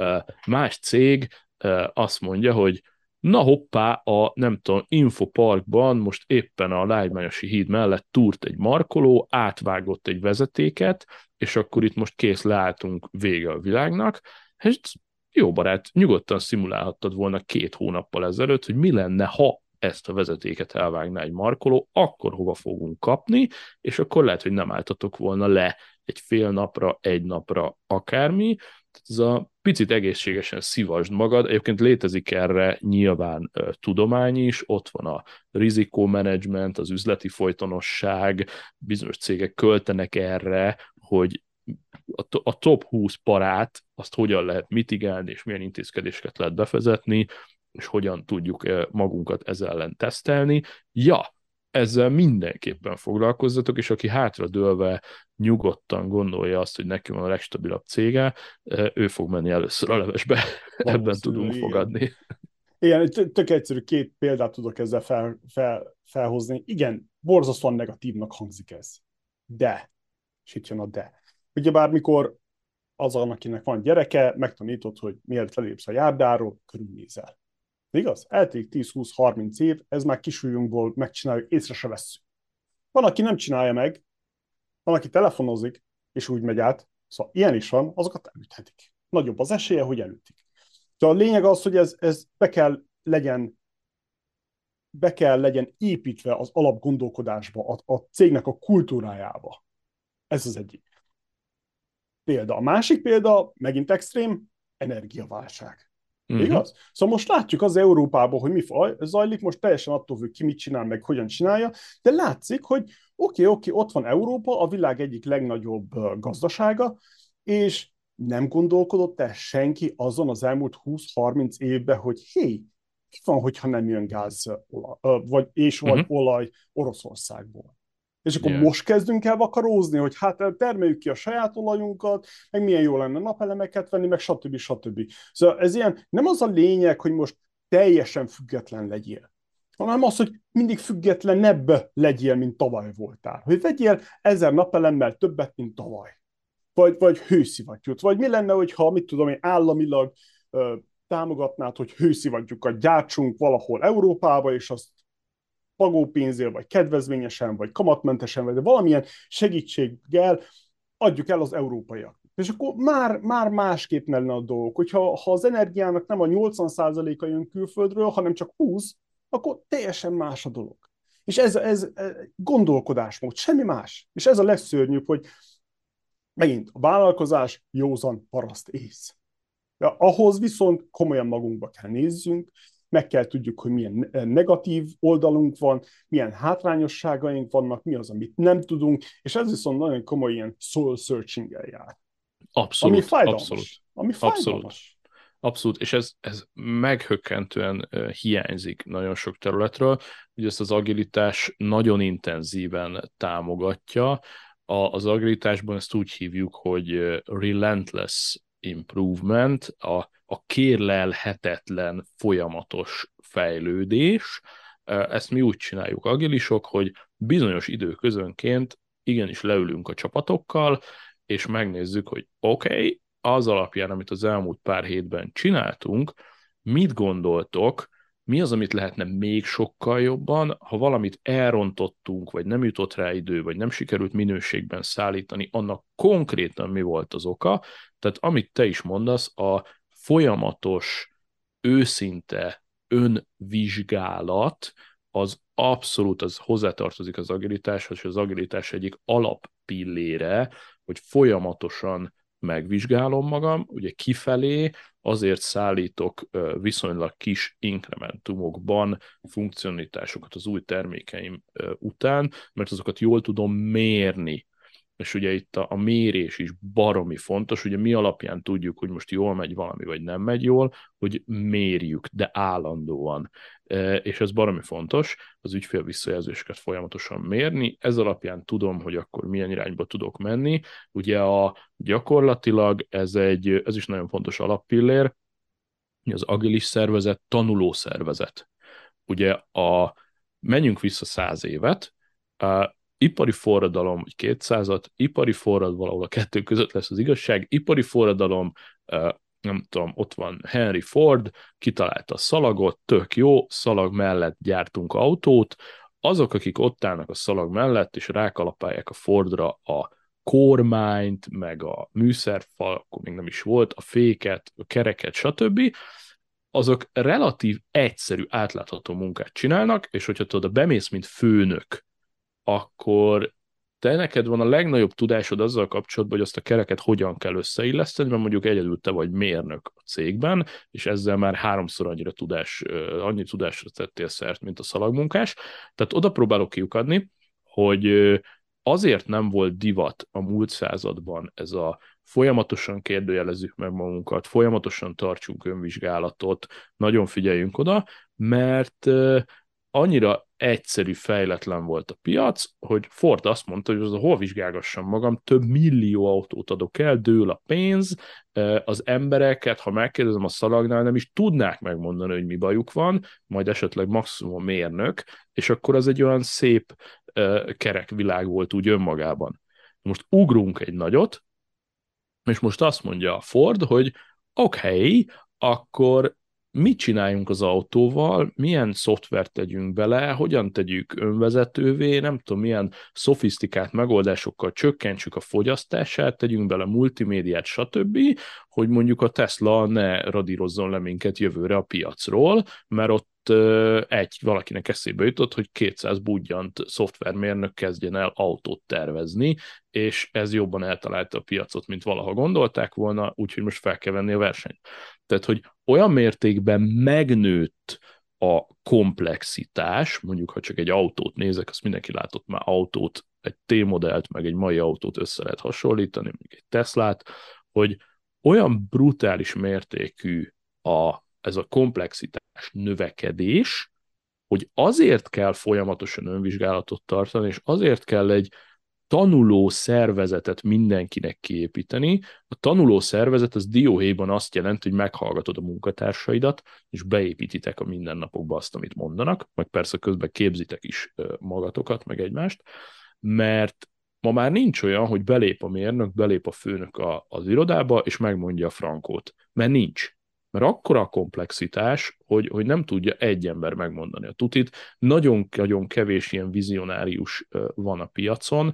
más cég azt mondja, hogy na hoppá, nem tudom, Infoparkban most éppen a Lágymányosi híd mellett túrt egy markoló, átvágott egy vezetéket, és akkor itt most kész, leálltunk, vége a világnak. És jó barát, nyugodtan szimulálhattad volna 2 hónappal ezelőtt, hogy mi lenne, ha ezt a vezetéket elvágná egy markoló, akkor hova fogunk kapni, és akkor lehet, hogy nem álltatok volna le egy fél napra, egy napra, akármi. Ez a picit egészségesen szívasd magad. Egyébként létezik erre nyilván tudomány is, ott van a rizikómenedzsment, az üzleti folytonosság, bizonyos cégek költenek erre, hogy a top 20 parát, azt hogyan lehet mitigálni, és milyen intézkedéseket lehet bevezetni, és hogyan tudjuk magunkat ezzel ellen tesztelni. Ja, ezzel mindenképpen foglalkozzatok, és aki hátradőlve nyugodtan gondolja azt, hogy neki van a legstabilabb cége, ő fog menni először a levesbe. Ebben tudunk Valószínűleg, igen. fogadni. Igen, tök egyszerű, két példát tudok ezzel felhozni. Igen, borzasztóan negatívnak hangzik ez. De, és itt jön a de. Ugye bármikor az, akinek van gyereke, megtanítod, hogy mielőtt lelépsz a járdáról, körülnézel. Igaz? Eltelik 10-20-30 év, ez már kisújunkból megcsináljuk, észre se vesszük. Van, aki nem csinálja meg, van, aki telefonozik, és úgy megy át. Szóval ilyen is van, azokat elüthetik. Nagyobb az esélye, hogy elütik. De a lényeg az, hogy ez be kell legyen építve az alapgondolkodásba, a cégnek a kultúrájába. Ez az egyik példa. A másik példa, megint extrém, energiaválság. Uh-huh. Igaz? Szóval most látjuk az Európában, hogy mi zajlik, most teljesen attól függ, ki mit csinál, meg hogyan csinálja, de látszik, hogy oké, ott van Európa, a világ egyik legnagyobb gazdasága, és nem gondolkodott el senki azon az elmúlt 20-30 évben, hogy hé, mi van, hogyha nem jön gáz vagy Uh-huh. olaj Oroszországból. És akkor Yeah. most kezdünk el vakarózni, hogy hát termeljük ki a saját olajunkat, meg milyen jó lenne napelemeket venni, meg stb. Stb. Szóval ez ilyen, nem az a lényeg, hogy most teljesen független legyél, hanem az, hogy mindig függetlenebb legyél, mint tavaly voltál. Hogy vegyél 1000 napelemmel többet, mint tavaly. Vagy hőszivattyút. Vagy mi lenne, hogyha, mit tudom én, államilag támogatnád, hogy hőszivattyúkat gyártsunk valahol Európába, és azt pagópénzért, vagy kedvezményesen, vagy kamatmentesen, vagy valamilyen segítséggel adjuk el az európaiak. És akkor már másképp lenne a dolgok. Hogyha az energiának nem a 80%-a jön külföldről, hanem csak 20, akkor teljesen más a dolog. És ez gondolkodásmód, semmi más. És ez a legszörnyűbb, hogy megint a vállalkozás józan paraszt ész. Ja, ahhoz viszont komolyan magunkba kell nézzünk, meg kell tudjuk, hogy milyen negatív oldalunk van, milyen hátrányosságaink vannak, mi az, amit nem tudunk, és ez viszont nagyon komoly ilyen soul searching-el jár. Ami Abszolút, abszolút, fájdalmas. Ami abszolút. fájdalmas. Abszolút, és ez meghökkentően hiányzik nagyon sok területről, hogy ezt az agilitás nagyon intenzíven támogatja. Az agilitásban ezt úgy hívjuk, hogy relentless improvement, a kérlelhetetlen folyamatos fejlődés. Ezt mi úgy csináljuk agilisok, hogy bizonyos időközönként igenis leülünk a csapatokkal, és megnézzük, hogy oké, az alapján, amit az elmúlt pár hétben csináltunk, mit gondoltok, mi az, amit lehetne még sokkal jobban, ha valamit elrontottunk, vagy nem jutott rá idő, vagy nem sikerült minőségben szállítani, annak konkrétan mi volt az oka. Tehát amit te is mondasz, a folyamatos, őszinte önvizsgálat, az abszolút az hozzátartozik az agilitáshoz, és az agilitás egyik alappillére, hogy folyamatosan megvizsgálom magam, ugye kifelé azért szállítok viszonylag kis inkrementumokban funkcionalitásokat az új termékeim után, mert azokat jól tudom mérni. És ugye itt a mérés is baromi fontos, ugye mi alapján tudjuk, hogy most jól megy valami, vagy nem megy jól, hogy mérjük, de állandóan. És ez baromi fontos, az ügyfél visszajelzéseket folyamatosan mérni, ez alapján tudom, hogy akkor milyen irányba tudok menni. Ugye gyakorlatilag ez is nagyon fontos alappillér, az agilis szervezet tanuló szervezet. Ugye menjünk vissza 100 évet, ipari forradalom, vagy 200-at, ipari forradalom, valahol a kettő között lesz az igazság, ipari forradalom, nem tudom, ott van Henry Ford, kitalálta a szalagot, tök jó, szalag mellett gyártunk autót, azok, akik ott állnak a szalag mellett, és rákalapálják a Fordra a kormányt, meg a műszerfal, akkor még nem is volt, a féket, a kereket, stb., azok relatív egyszerű, átlátható munkát csinálnak, és hogyha te oda bemész, mint főnök, akkor te neked van a legnagyobb tudásod azzal kapcsolatban, hogy azt a kereket hogyan kell összeilleszteni, mert mondjuk egyedül te vagy mérnök a cégben, és ezzel már háromszor annyi tudásra tettél szert, mint a szalagmunkás. Tehát oda próbálok kiukadni, hogy azért nem volt divat a múlt században ez a folyamatosan kérdőjelezzük meg magunkat, folyamatosan tartsunk önvizsgálatot, nagyon figyeljünk oda, mert annyira egyszerű, fejletlen volt a piac, hogy Ford azt mondta, hogy az hol vizsgálgassam magam, több millió autót adok el, dől a pénz, az embereket, ha megkérdezem a szalagnál, nem is tudnák megmondani, hogy mi bajuk van, majd esetleg maximum a mérnök, és akkor az egy olyan szép kerek világ volt úgy önmagában. Most ugrunk egy nagyot, és most azt mondja a Ford, hogy oké, akkor mit csináljunk az autóval, milyen szoftvert tegyünk bele, hogyan tegyük önvezetővé, nem tudom, milyen szofisztikált megoldásokkal csökkentsük a fogyasztását, tegyünk bele multimédiát, stb., hogy mondjuk a Tesla ne radírozzon le minket jövőre a piacról, mert ott valakinek eszébe jutott, hogy 200 budjant szoftvermérnök kezdjen el autót tervezni, és ez jobban eltalálta a piacot, mint valaha gondolták volna, úgyhogy most fel kell venni a versenyt. Tehát, hogy olyan mértékben megnőtt a komplexitás, mondjuk ha csak egy autót nézek, azt mindenki látott már autót, egy T-modellt, meg egy mai autót össze lehet hasonlítani, mondjuk egy Teslát, hogy olyan brutális mértékű ez a komplexitás növekedés, hogy azért kell folyamatosan önvizsgálatot tartani, és azért kell egy tanuló szervezetet mindenkinek kiépíteni. A tanuló szervezet az dióhéjban azt jelenti, hogy meghallgatod a munkatársaidat, és beépítitek a mindennapokba azt, amit mondanak, meg persze közben képzitek is magatokat, meg egymást, mert ma már nincs olyan, hogy belép a mérnök, belép a főnök az irodába, és megmondja a frankót, mert nincs. Mert akkora a komplexitás, hogy nem tudja egy ember megmondani a tutit. Nagyon-nagyon kevés ilyen vizionárius van a piacon.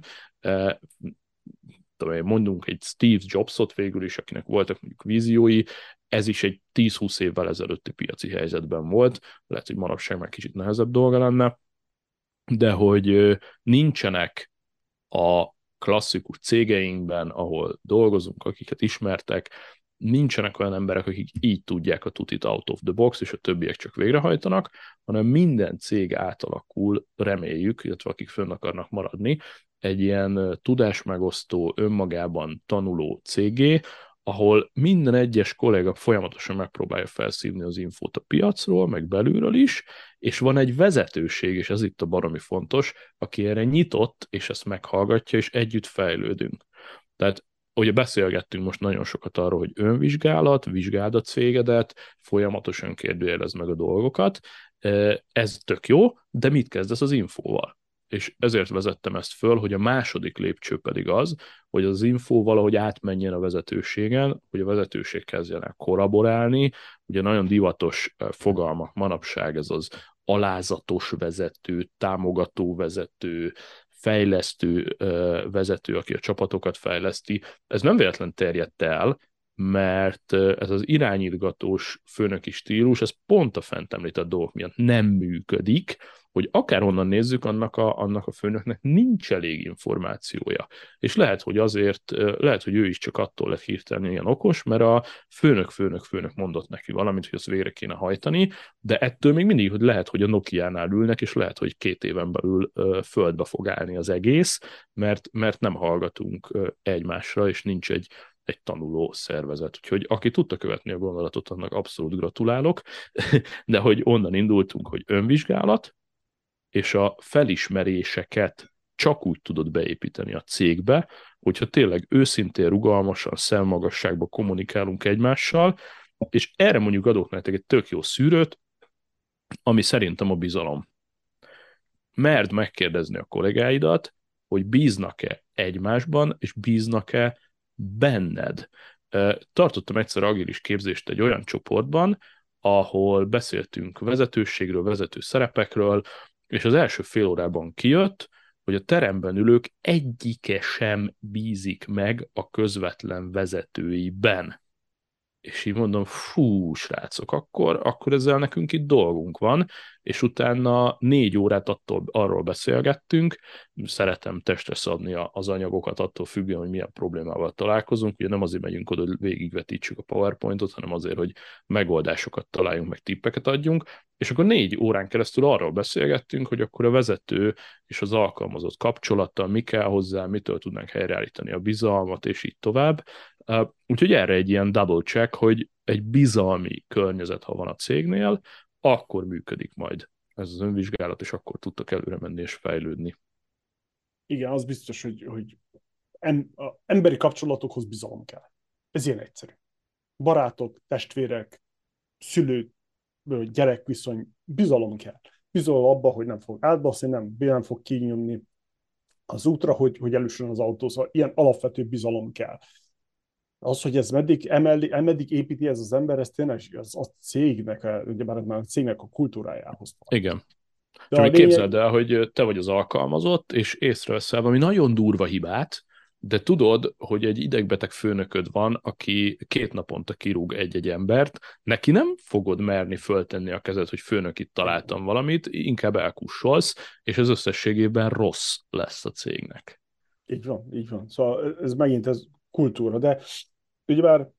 Mondunk egy Steve Jobsot végül is, akinek voltak mondjuk víziói, ez is egy 10-20 évvel ezelőtti piaci helyzetben volt, lehet, hogy manapság már kicsit nehezebb dolga lenne, de hogy nincsenek a klasszikus cégeinkben, ahol dolgozunk, akiket ismertek, nincsenek olyan emberek, akik így tudják a tutit out of the box, és a többiek csak végrehajtanak, hanem minden cég átalakul, reméljük, illetve akik fönn akarnak maradni, egy ilyen tudásmegosztó, önmagában tanuló cégé, ahol minden egyes kolléga folyamatosan megpróbálja felszívni az infót a piacról, meg belülről is, és van egy vezetőség, és ez itt a baromi fontos, aki erre nyitott, és ezt meghallgatja, és együtt fejlődünk. Tehát ugye beszélgettünk most nagyon sokat arról, hogy önvizsgálat, vizsgáld a cégedet, folyamatosan kérdőjelez meg a dolgokat, ez tök jó, de mit kezdesz az infóval? És ezért vezettem ezt föl, hogy a második lépcső pedig az, hogy az infó valahogy átmenjen a vezetőségen, hogy a vezetőség kezdjen el kollaborálni. Ugye nagyon divatos fogalmak manapság ez az alázatos vezető, támogató vezető, fejlesztő vezető, aki a csapatokat fejleszti. Ez nem véletlen terjedt el, mert ez az irányítgatós főnöki stílus, ez pont a fent említett dolgok miatt nem működik, hogy akárhonnan nézzük, annak a főnöknek nincs elég információja. És lehet, hogy azért, lehet, hogy ő is csak attól lett hirtelen ilyen okos, mert a főnök mondott neki valamit, hogy azt végre kéne hajtani, de ettől még mindig, hogy lehet, hogy a Nokia-nál ülnek, és lehet, hogy 2 éven belül földbe fog állni az egész, mert nem hallgatunk egymásra, és nincs egy tanuló szervezet. Úgyhogy aki tudta követni a gondolatot, annak abszolút gratulálok, de hogy onnan indultunk, hogy önvizsgálat, és a felismeréseket csak úgy tudod beépíteni a cégbe, hogyha tényleg őszintén, rugalmasan, szemmagasságban kommunikálunk egymással, és erre mondjuk adok nektek egy tök jó szűrőt, ami szerintem a bizalom. Merd megkérdezni a kollégáidat, hogy bíznak-e egymásban, és bíznak-e benned. Tartottam egyszer agilis képzést egy olyan csoportban, ahol beszéltünk vezetőségről, vezető szerepekről, és az első fél órában kijött, hogy a teremben ülők egyike sem bízik meg a közvetlen vezetőiben. És így mondom, fú, srácok, akkor ezzel nekünk itt dolgunk van, és utána 4 órát arról beszélgettünk, szeretem testre szabni az anyagokat attól függően, hogy milyen problémával találkozunk, ugye nem azért megyünk oda, hogy végigvetítsük a PowerPointot, hanem azért, hogy megoldásokat találjunk, meg tippeket adjunk, és akkor 4 órán keresztül arról beszélgettünk, hogy akkor a vezető és az alkalmazott kapcsolata, mi kell hozzá, mitől tudnánk helyreállítani a bizalmat, és így tovább. Úgyhogy erre egy ilyen double check, hogy egy bizalmi környezet, ha van a cégnél, akkor működik majd ez az önvizsgálat, és akkor tudtak előre menni és fejlődni. Igen, az biztos, hogy emberi kapcsolatokhoz bizalom kell. Ez ilyen egyszerű. Barátok, testvérek, szülő, gyerekviszony, bizalom kell. Bizalom abba, hogy nem fog átbaszni, nem fog kinyomni az útra, hogy elüssön az autó. Szóval ilyen alapvető bizalom kell. Az, hogy ez meddig építi ez az ember, ez tényleg az a cégnek, ugye már a cégnek a kultúrájához Igen. tartozik. De Csak a még képzeld lényeg, el, hogy te vagy az alkalmazott, és észreveszel valami nagyon durva hibát, de tudod, hogy egy idegbeteg főnököd van, aki 2 naponta kirúg egy-egy embert, neki nem fogod merni föltenni a kezed, hogy főnök, itt találtam valamit, inkább elkussolsz, és az összességében rossz lesz a cégnek. így van, így van. Szóval ez megint ez kultúra, de ugyebár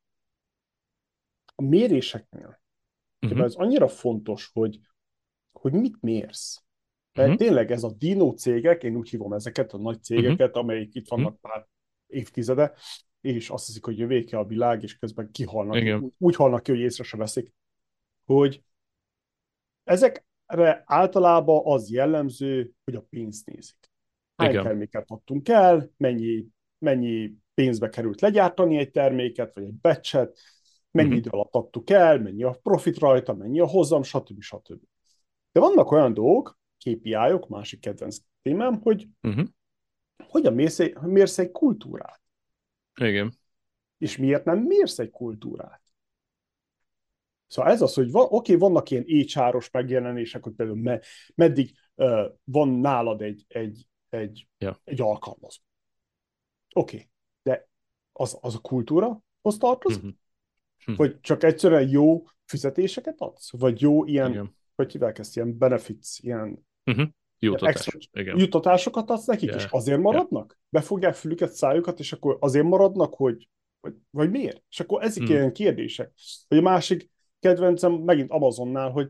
a méréseknél, ugyebár Uh-huh. ez annyira fontos, hogy mit mérsz. Mert Uh-huh. tényleg ez a dino cégek, én úgy hívom ezeket a nagy Uh-huh. cégeket, amelyik itt Uh-huh. vannak pár évtizede, és azt hiszik, hogy jövéke a világ, és közben kihalnak, Igen. úgy halnak ki, hogy észre se veszik, hogy ezekre általában az jellemző, hogy a pénzt nézik. Hány Igen. terméket adtunk el, mennyi pénzbe került legyártani egy terméket, vagy egy batchet, mennyi Uh-huh. idő alatt adtuk el, mennyi a profit rajta, mennyi a hozam, stb. De vannak olyan dolgok, KPI-ok, másik kedvenc témám, hogy Uh-huh. hogyan mérsz egy kultúrát, Igen. és miért nem mérsz egy kultúrát. Szóval ez az, hogy oké, vannak ilyen HR-os megjelenések, hogy például meddig van nálad Ja. egy alkalmazó. Oké, de az a kultúra, az tartozik? Uh-huh. Uh-huh. Vagy csak egyszerűen jó fizetéseket adsz? Vagy jó ilyen, Igen. hogy hívják ezt, ilyen benefits, Uh-huh. ilyen extra Jutatás. Igen. juttatásokat adsz nekik, és Yeah. azért Yeah. maradnak? Befogják fülüket, szájukat, és akkor azért maradnak, hogy vagy miért? És akkor ezek Uh-huh. ilyen kérdések. Vagy a másik kedvencem megint Amazonnál, hogy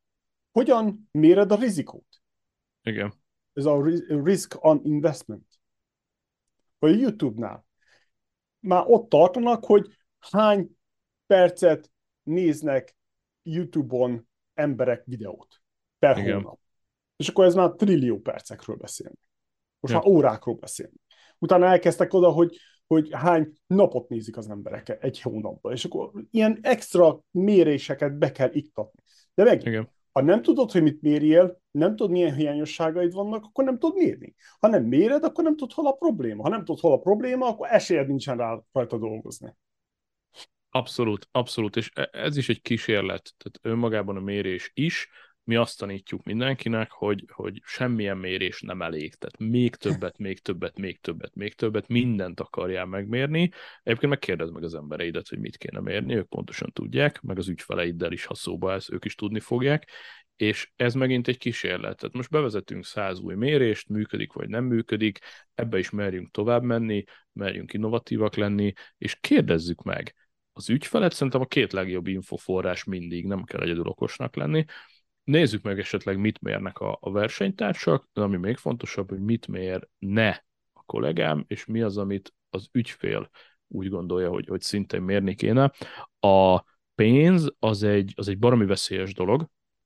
hogyan méred a rizikót? Igen. Ez a risk on investment. Vagy a YouTube-nál. Már ott tartanak, hogy hány percet néznek YouTube-on emberek videót per Igen. hónap. És akkor ez már trillió percekről beszélni. Most Ja. már órákról beszélni. Utána elkezdtek oda, hogy hány napot nézik az emberek egy hónapban. És akkor ilyen extra méréseket be kell iktatni. De megint, Igen. ha nem tudod, hogy mit mérjél, nem tudod, milyen hiányosságaid vannak, akkor nem tudod mérni. Ha nem méred, akkor nem tudod, hol a probléma. Ha nem tudod, hol a probléma, akkor esélyed nincsen rajta dolgozni. Abszolút, abszolút, és ez is egy kísérlet, tehát önmagában a mérés is, mi azt tanítjuk mindenkinek, hogy semmilyen mérés nem elég, tehát még többet, még többet, még többet, még többet, mindent akarjál megmérni. Egyébként megkérdezd meg az embereidet, hogy mit kéne mérni, ők pontosan tudják, meg az ügyfeleiddel is, ha szóba ez, ők is tudni fogják, és ez megint egy kísérlet. Tehát most bevezetünk 100 új mérést, működik vagy nem működik, ebbe is merjünk tovább menni, merjünk innovatívak lenni, és kérdezzük meg, az ügyfelet szerintem a 2 legjobb infoforrás mindig, nem kell egyedül okosnak lenni. Nézzük meg esetleg, mit mérnek a versenytársak, de ami még fontosabb, hogy mit mérne a kollégám, és mi az, amit az ügyfél úgy gondolja, hogy szintén mérni kéne. A pénz az egy baromi veszélyes dolog.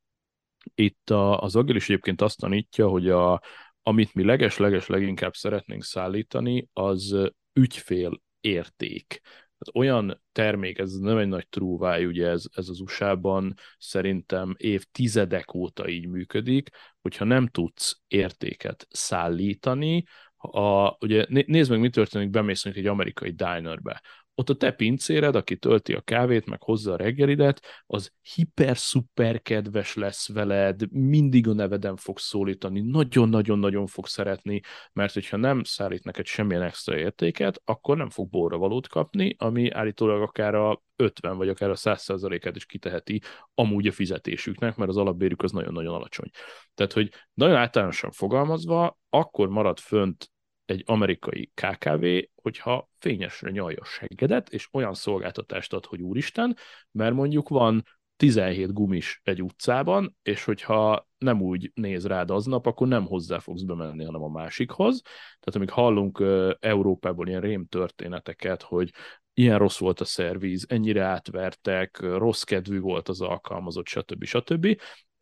Itt az Agil is egyébként azt tanítja, hogy amit mi leges-leges leginkább szeretnénk szállítani, az ügyfél érték. Tehát olyan termék, ez nem egy nagy trúváj, ugye ez az USA-ban szerintem évtizedek óta így működik, hogyha nem tudsz értéket szállítani, ugye nézd meg, mi történik, bemész mondjuk egy amerikai dinerbe. Ott a te pincéred, aki tölti a kávét, meg hozza a reggelidet, az hiper-szuper kedves lesz veled, mindig a neveden fog szólítani, nagyon-nagyon-nagyon fog szeretni, mert hogyha nem szállít neked semmilyen extra értéket, akkor nem fog borravalót kapni, ami állítólag akár a 50 vagy akár a 100%-át is kiteheti amúgy a fizetésüknek, mert az alapbérük az nagyon-nagyon alacsony. Tehát, hogy nagyon általánosan fogalmazva, akkor marad fönt egy amerikai KKV, hogyha fényesre nyalja a seggedet, és olyan szolgáltatást ad, hogy úristen, mert mondjuk van 17 gumis egy utcában, és hogyha nem úgy néz rád aznap, akkor nem hozzá fogsz bemenni, hanem a másikhoz. Tehát amíg hallunk Európából ilyen rém történeteket, hogy ilyen rossz volt a szerviz, ennyire átvertek, rossz kedvű volt az alkalmazott, stb.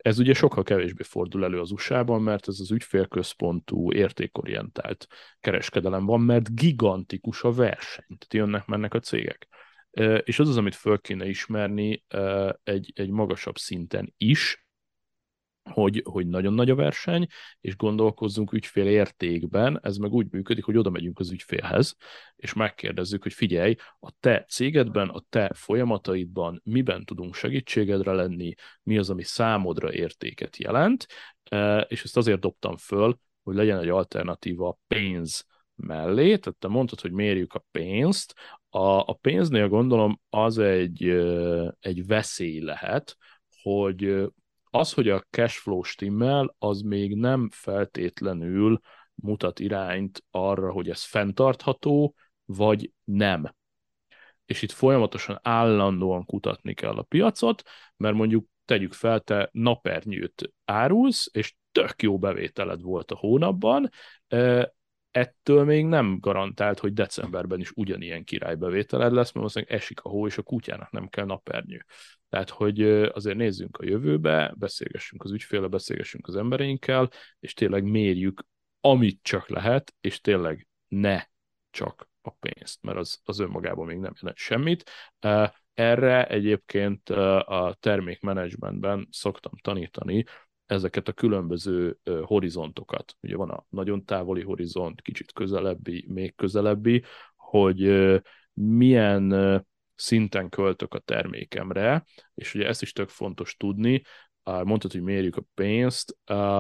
Ez ugye sokkal kevésbé fordul elő az USA-ban, mert ez az ügyfélközpontú, értékorientált kereskedelem van, mert gigantikus a verseny. Tehát jönnek-mennek a cégek. És az az, amit föl kéne ismerni egy magasabb szinten is, hogy nagyon nagy a verseny, és gondolkozzunk ügyfél értékben, ez meg úgy működik, hogy oda megyünk az ügyfélhez, és megkérdezzük, hogy figyelj, a te cégedben, a te folyamataidban miben tudunk segítségedre lenni, mi az, ami számodra értéket jelent, és ezt azért dobtam föl, hogy legyen egy alternatíva a pénz mellé, tehát te mondtad, hogy mérjük a pénzt, a pénznél gondolom az egy veszély lehet, hogy az, hogy a cashflow stimmel, az még nem feltétlenül mutat irányt arra, hogy ez fenntartható, vagy nem. És itt folyamatosan állandóan kutatni kell a piacot, mert mondjuk tegyük fel, te napernyőt árulsz, és tök jó bevételed volt a hónapban, ettől még nem garantált, hogy decemberben is ugyanilyen királybevételed lesz, mert valószínűleg esik a hó, és a kutyának nem kell napernyő. Tehát, hogy azért nézzünk a jövőbe, beszélgessünk az ügyféllel, beszélgessünk az embereinkkel, és tényleg mérjük, amit csak lehet, és tényleg ne csak a pénzt, mert az önmagában még nem jelent semmit. Erre egyébként a termékmenedzsmentben szoktam tanítani ezeket a különböző horizontokat. Ugye van a nagyon távoli horizont, kicsit közelebbi, még közelebbi, hogy milyen szinten költök a termékemre, és ugye ezt is tök fontos tudni, mondtad, hogy mérjük a pénzt,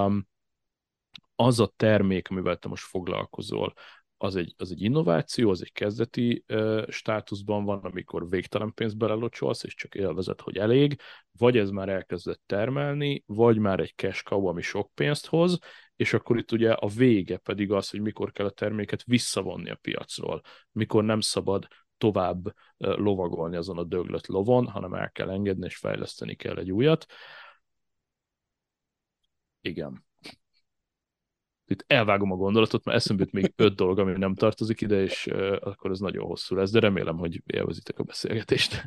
az a termék, amivel te most foglalkozol, az egy innováció, az egy kezdeti státuszban van, amikor végtelen pénzt belelocsolsz, és csak élvezed, hogy elég, vagy ez már elkezdett termelni, vagy már egy cash cow, ami sok pénzt hoz, és akkor itt ugye a vége pedig az, hogy mikor kell a terméket visszavonni a piacról, mikor nem szabad tovább lovagolni azon a döglött lovon, hanem el kell engedni, és fejleszteni kell egy újat. Igen. Itt elvágom a gondolatot, mert eszembe jut még 5 dolog, ami nem tartozik ide, és akkor ez nagyon hosszú lesz, de remélem, hogy élvezitek a beszélgetést.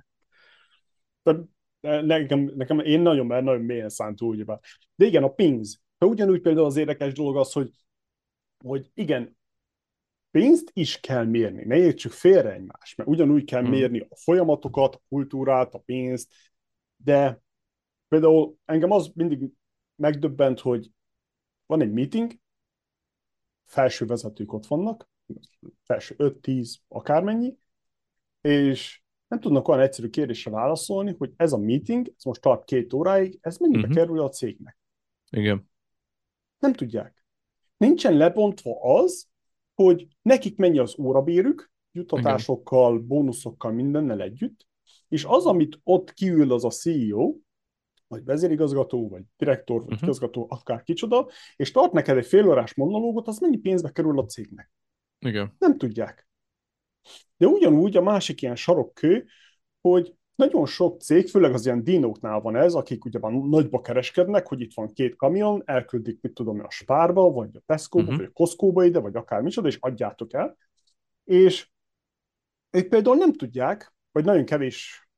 Nekem én nagyon mélyen szántó úgy van. De igen, a pénz. De ugyanúgy például az érdekes dolog az, hogy igen, pénzt is kell mérni, ne értsük félre egymást, mert ugyanúgy kell mérni a folyamatokat, a kultúrát, a pénzt, de például engem az mindig megdöbbent, hogy van egy meeting, felső vezetők ott vannak, felső 5-10, akármennyi, és nem tudnak olyan egyszerű kérdésre válaszolni, hogy ez a meeting, ez most tart 2 óráig, ez mennyibe kerül a cégnek. Igen. Nem tudják. Nincsen lebontva az, hogy nekik mennyi az órabérük, juttatásokkal, bónuszokkal, mindennel együtt, és az, amit ott kiül az a CEO, vagy vezérigazgató, vagy direktor, vagy igazgató, akár kicsoda, és tart neked egy félórás monológot, az mennyi pénzbe kerül a cégnek. Igen. Nem tudják. De ugyanúgy a másik ilyen sarokkő, hogy nagyon sok cég, főleg az ilyen dinóknál van ez, akik ugye van nagyba kereskednek, hogy itt van 2 kamion, elküldik, mit tudom, a Spárba, vagy a Tesco-ba, vagy a Costco-ba ide, vagy akár micsoda, és adjátok el. És ők például nem tudják, vagy nagyon kevés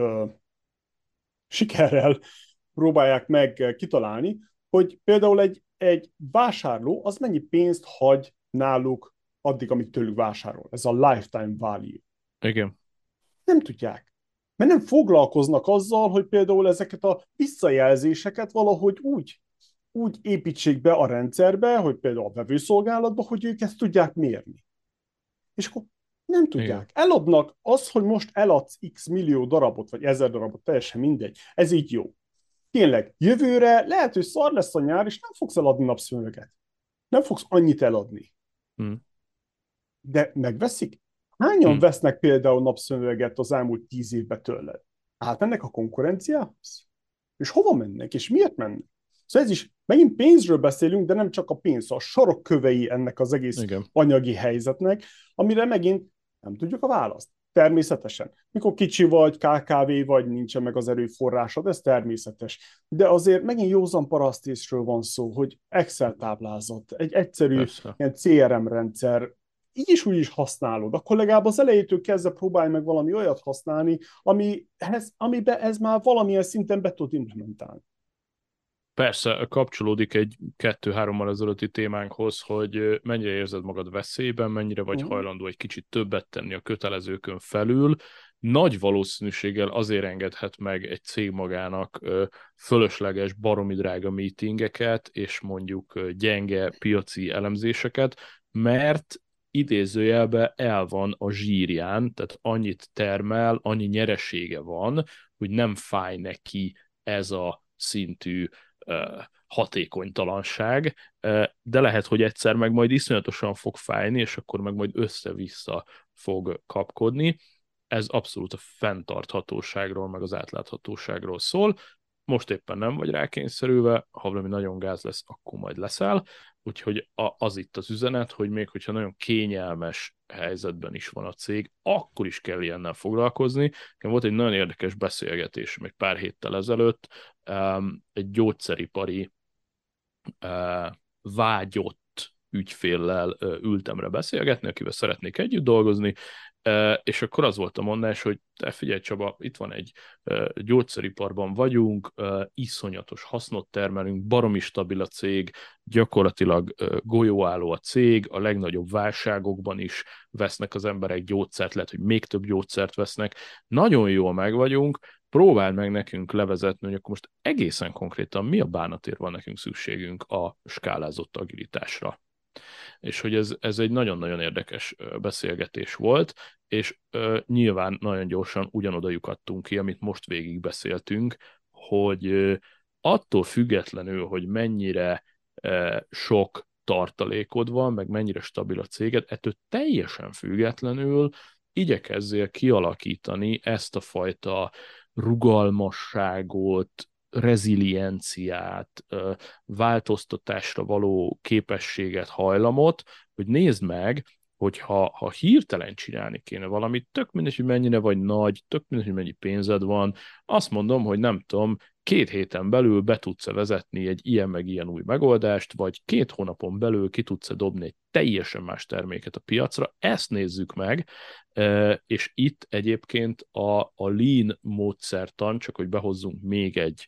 sikerrel próbálják meg kitalálni, hogy például egy vásárló az mennyi pénzt hagy náluk addig, amíg tőlük vásárol. Ez a lifetime value. Igen. Nem tudják. Mert nem foglalkoznak azzal, hogy például ezeket a visszajelzéseket valahogy úgy építsék be a rendszerbe, hogy például a vevőszolgálatba, hogy ők ezt tudják mérni. És akkor nem tudják. Igen. Eladnak az, hogy most eladsz x millió darabot, vagy 1000 darabot, teljesen mindegy. Ez így jó. Tényleg, jövőre lehet, hogy szar lesz a nyár, és nem fogsz eladni napszemüveget. Nem fogsz annyit eladni. De megveszik? Hányan vesznek például napszemüveget az elmúlt 10 évben tőled? Átmennek a konkurenciához? És hova mennek? És miért mennek? Szóval ez is, megint pénzről beszélünk, de nem csak a pénz, a sarokkövei ennek az egész anyagi helyzetnek, amire megint nem tudjuk a választ. Természetesen. Mikor kicsi vagy, KKV vagy, nincsen meg az erőforrásod, ez természetes. De azért megint józan parasztészről van szó, hogy Excel táblázat, egy egyszerű ilyen CRM rendszer, így is úgy is használod, akkor legalább az elejétől kezdve próbálj meg valami olyat használni, amiben ez már valamilyen szinten be tud implementálni. Persze, kapcsolódik egy 2-3-mal ezelőtti témánkhoz, hogy mennyire érzed magad veszélyben, mennyire vagy Uh-huh. hajlandó egy kicsit többet tenni a kötelezőkön felül. Nagy valószínűséggel azért engedhet meg egy cég magának fölösleges, baromi drága meetingeket, és mondjuk gyenge piaci elemzéseket, mert idézőjelben el van a zsírján, tehát annyit termel, annyi nyeresége van, hogy nem fáj neki ez a szintű hatékonytalanság, de lehet, hogy egyszer meg majd iszonyatosan fog fájni, és akkor meg majd össze-vissza fog kapkodni. Ez abszolút a fenntarthatóságról, meg az átláthatóságról szól. Most éppen nem vagy rákényszerülve, ha valami nagyon gáz lesz, akkor majd leszel. Úgyhogy az itt az üzenet, hogy még hogyha nagyon kényelmes helyzetben is van a cég, akkor is kell ilyennel foglalkozni. Volt egy nagyon érdekes beszélgetésem egy pár héttel ezelőtt, egy gyógyszeripari vágyott ügyféllel ültemre beszélgetni, akivel szeretnék együtt dolgozni, és akkor az volt a mondás, hogy te figyelj Csaba, itt van egy gyógyszeriparban vagyunk, iszonyatos hasznot termelünk, baromi stabil a cég, gyakorlatilag golyóálló a cég, a legnagyobb válságokban is vesznek az emberek gyógyszert, lehet, hogy még több gyógyszert vesznek, nagyon jól meg vagyunk, próbáld meg nekünk levezetni, hogy akkor most egészen konkrétan mi a bánatért van nekünk szükségünk a skálázott agilitásra. És hogy ez egy nagyon-nagyon érdekes beszélgetés volt, és nyilván nagyon gyorsan ugyanoda lyukadtunk ki, amit most végig beszéltünk, hogy attól függetlenül, hogy mennyire sok tartalékod van, meg mennyire stabil a céged, ettől teljesen függetlenül igyekezzél kialakítani ezt a fajta rugalmasságot, rezilienciát, változtatásra való képességet, hajlamot, hogy nézd meg, hogy ha hirtelen csinálni kéne valamit, tök mindegy, hogy mennyire vagy nagy, tök mindegy, hogy mennyi pénzed van, azt mondom, hogy nem tudom, 2 héten belül be tudsz vezetni egy ilyen meg ilyen új megoldást, vagy 2 hónapon belül ki tudsz dobni egy teljesen más terméket a piacra, ezt nézzük meg, és itt egyébként a lean módszertan, csak hogy behozzunk még egy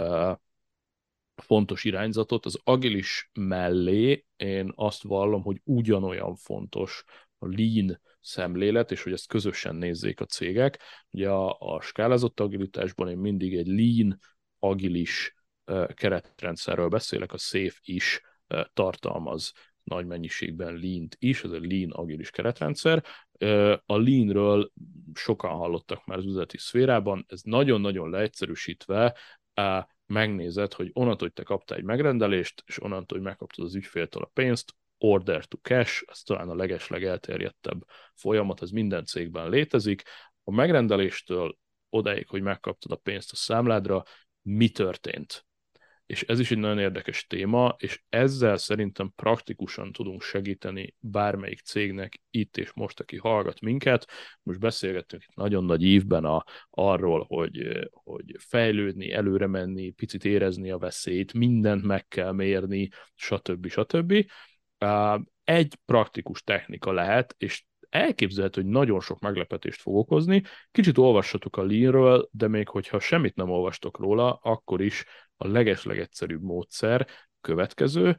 fontos irányzatot, az agilis mellé én azt vallom, hogy ugyanolyan fontos a lean szemlélet, és hogy ezt közösen nézzék a cégek. Ugye a skálázott agilitásban én mindig egy lean, agilis keretrendszerről beszélek, a SAFe is tartalmaz nagy mennyiségben lean-t is, ez a lean agilis keretrendszer. A leanről sokan hallottak már az üzleti szférában, ez nagyon-nagyon leegyszerűsítve megnézed, hogy onnantól, hogy te kaptál egy megrendelést, és onnantól, hogy megkaptad az ügyféltől a pénzt, order to cash, ez talán a legeslegelterjedtebb folyamat, ez minden cégben létezik. A megrendeléstől odáig, hogy megkaptad a pénzt a számládra, mi történt? És ez is egy nagyon érdekes téma, és ezzel szerintem praktikusan tudunk segíteni bármelyik cégnek itt és most, aki hallgat minket. Most beszélgettünk itt nagyon nagy ívben arról, hogy fejlődni, előre menni, picit érezni a veszélyt, mindent meg kell mérni, stb. Stb. Egy praktikus technika lehet, és elképzelhető, hogy nagyon sok meglepetést fog okozni. Kicsit olvassatok a Leanről, de még hogyha semmit nem olvastok róla, akkor is a legeslegegyszerűbb módszer következő.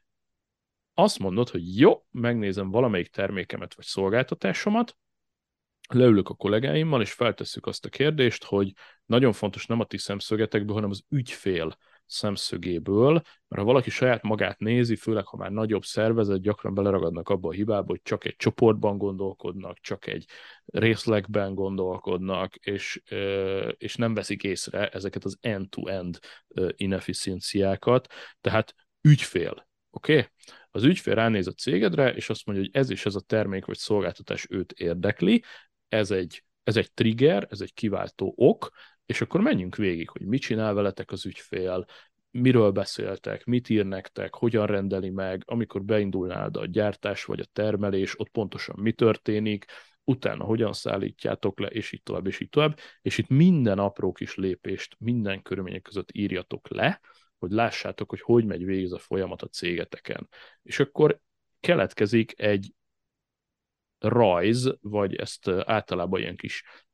Azt mondod, hogy jó, megnézem valamelyik termékemet vagy szolgáltatásomat, leülök a kollégáimmal, és feltesszük azt a kérdést, hogy nagyon fontos nem a ti szemszögetekből, hanem az ügyfél szemszögéből, mert ha valaki saját magát nézi, főleg ha már nagyobb szervezet, gyakran beleragadnak abba a hibába, hogy csak egy csoportban gondolkodnak, csak egy részlegben gondolkodnak, és nem veszik észre ezeket az end-to-end inefficienciákat, tehát ügyfél. Oké? Okay? Az ügyfél ránéz a cégedre, és azt mondja, hogy ez és ez a termék vagy szolgáltatás őt érdekli, ez egy trigger, ez egy kiváltó ok, és akkor menjünk végig, hogy mit csinál veletek az ügyfél, miről beszéltek, mit ír nektek, hogyan rendeli meg, amikor beindulnád a gyártás vagy a termelés, ott pontosan mi történik, utána hogyan szállítjátok le, és így tovább, és így tovább, és itt minden apró kis lépést minden körülmények között írjatok le, hogy lássátok, hogy megy végig ez a folyamat a cégeteken. És akkor keletkezik egy rajz, vagy ezt általában ilyen kis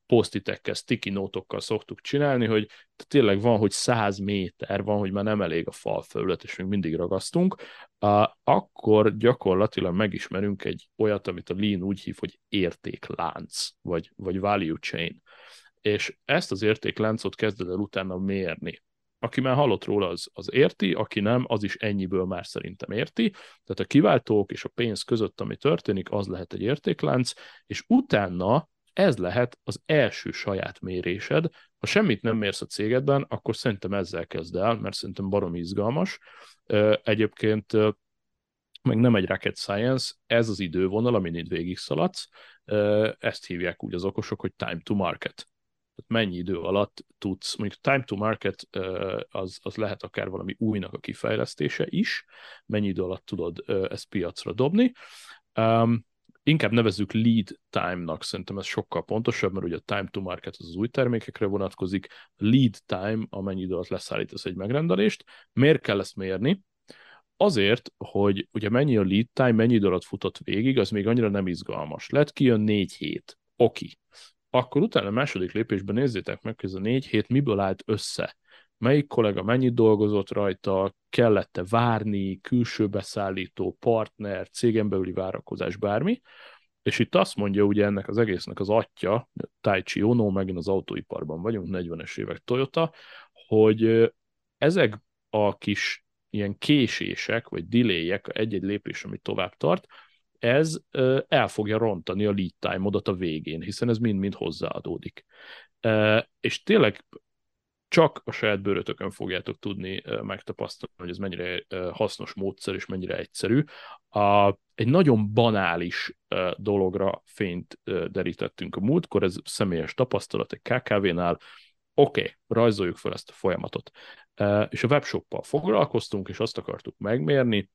posztitekkel, sticky notokkal szoktuk csinálni, hogy tényleg van, hogy 100 méter, van, hogy már nem elég a fal felület, és még mindig ragasztunk, akkor gyakorlatilag megismerünk egy olyat, amit a Lean úgy hív, hogy értéklánc, vagy value chain. És ezt az értékláncot kezded el utána mérni. Aki már hallott róla, az érti, aki nem, az is ennyiből már szerintem érti. Tehát a kiváltók és a pénz között, ami történik, az lehet egy értéklánc, és utána ez lehet az első saját mérésed. Ha semmit nem mérsz a cégedben, akkor szerintem ezzel kezd el, mert szerintem baromi izgalmas. Egyébként meg nem egy rocket science, ez az idővonal, amin itt végig szaladsz, ezt hívják úgy az okosok, hogy time to market. Tehát mennyi idő alatt tudsz, mondjuk time to market az lehet akár valami újnak a kifejlesztése is, mennyi idő alatt tudod ezt piacra dobni. Inkább nevezzük lead time-nak, szerintem ez sokkal pontosabb, mert ugye a time to market az új termékekre vonatkozik, lead time, amennyi idő alatt leszállítasz egy megrendelést. Miért kell ezt mérni? Azért, hogy ugye mennyi a lead time, mennyi idő alatt futott végig, az még annyira nem izgalmas. Lehet kijön 4 hét. Oké. Akkor utána a második lépésben nézzétek meg, hogy ez a 4 hét miből állt össze. Melyik kollega mennyit dolgozott rajta, kellett-e várni, külső beszállító, partner, cégen belüli várakozás, bármi. És itt azt mondja ugye ennek az egésznek az atya, Taichi Ono, megint az autóiparban vagyunk, 40-es évek Toyota, hogy ezek a kis ilyen késések, vagy delayek, egy-egy lépés, ami tovább tart, ez el fogja rontani a lead time-odat a végén, hiszen ez mind-mind hozzáadódik. És tényleg csak a saját bőrötökön fogjátok tudni megtapasztalni, hogy ez mennyire hasznos módszer, és mennyire egyszerű. Egy nagyon banális dologra fényt derítettünk a múltkor, ez személyes tapasztalat egy KKV-nál. Oké, rajzoljuk fel ezt a folyamatot. És a webshoppal foglalkoztunk, és azt akartuk megmérni,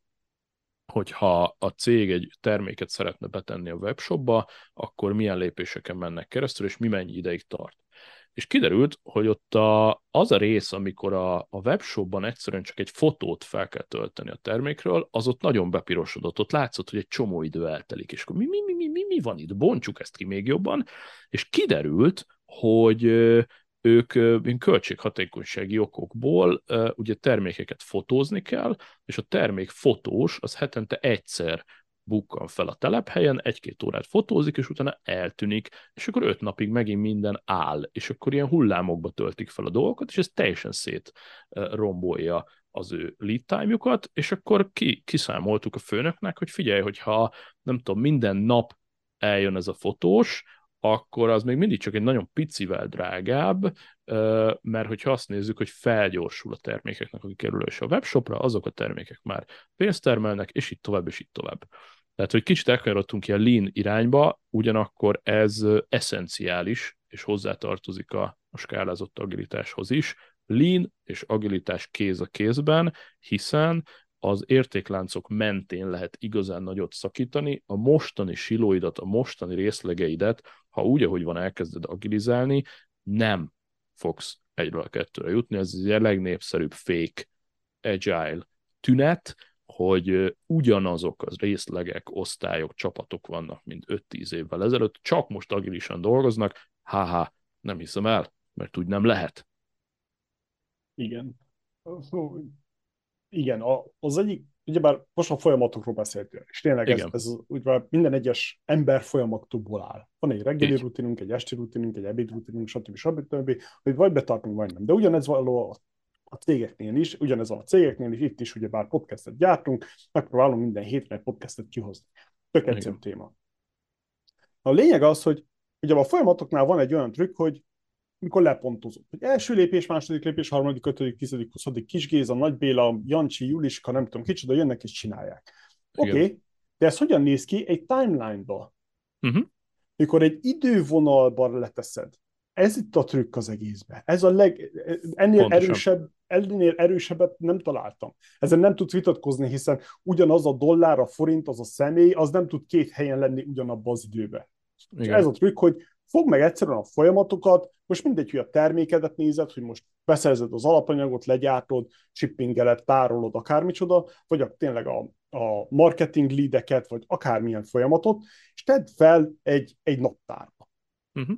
hogyha a cég egy terméket szeretne betenni a webshopba, akkor milyen lépéseken mennek keresztül, és mi mennyi ideig tart. És kiderült, hogy ott az a rész, amikor a webshopban egyszerűen csak egy fotót fel kell tölteni a termékről, az ott nagyon bepirosodott. Ott látszott, hogy egy csomó idő eltelik. És akkor mi van itt? Bontsuk ezt ki még jobban. És kiderült, hogy ők költséghatékonysági okokból ugye termékeket fotózni kell, és a termék fotós az hetente egyszer bukkan fel a telephelyen, 1-2 órát fotózik, és utána eltűnik, és akkor 5 napig megint minden áll, és akkor ilyen hullámokba töltik fel a dolgokat, és ez teljesen szét rombolja az ő lead time-jukat, és akkor kiszámoltuk a főnöknek, hogy figyelj, hogyha nem tudom, minden nap eljön ez a fotós, akkor az még mindig csak egy nagyon picivel drágább, mert hogyha azt nézzük, hogy felgyorsul a termékeknek a kikerülése a webshopra, azok a termékek már pénzt termelnek, és így tovább, és így tovább. Tehát, hogy kicsit elkanyarodtunk ilyen lean irányba, ugyanakkor ez eszenciális, és hozzátartozik a skálázott agilitáshoz is. Lean és agilitás kéz a kézben, hiszen az értékláncok mentén lehet igazán nagyot szakítani, a mostani silóidat, a mostani részlegeidet, ha úgy, ahogy van, elkezded agilizálni, nem fogsz egyről a kettőre jutni. Ez a legnépszerűbb fake agile tünet, hogy ugyanazok az részlegek, osztályok, csapatok vannak, mint 5-10 évvel ezelőtt, csak most agilisan dolgoznak, nem hiszem el, mert úgy nem lehet. Igen. Igen, az egyik, ugyebár most a folyamatokról beszéltél, és tényleg ez ugye minden egyes ember folyamatokból áll. Van egy reggeli rutinunk, egy esti rutinunk, egy ebéd rutinunk, stb. Hogy vagy betartunk, vagy nem. De ugyanez való a cégeknél is, itt is ugyebár podcastet gyártunk, megpróbálunk minden hétre egy podcastet kihozni. Tök egyszerű téma. A lényeg az, hogy ugye a folyamatoknál van egy olyan trükk, hogy mikor lepontozunk. Hogy első lépés, második lépés, harmadik, ötödik, tizedik, 20. Kis Géza, Nagy Béla, Jancsi, Juliska, nem tudom kicsoda, jönnek és csinálják. Oké, de ez hogyan néz ki egy timeline-ba? Mikor egy idővonalban leteszed. Ez itt a trükk az egészben. Ez a ennél erősebbet nem találtam. Ezen nem tudsz vitatkozni, hiszen ugyanaz a dollár, a forint, az a személy, az nem tud 2 helyen lenni ugyanabban az időben. Ez a trükk, hogy fogd meg egyszerűen a folyamatokat, most mindegy, hogy a termékedet nézed, hogy most beszerzed az alapanyagot, legyártod, shippingeled, tárolod, akármicsoda, vagy tényleg a marketing leadeket, vagy akármilyen folyamatot, és tedd fel egy naptárba.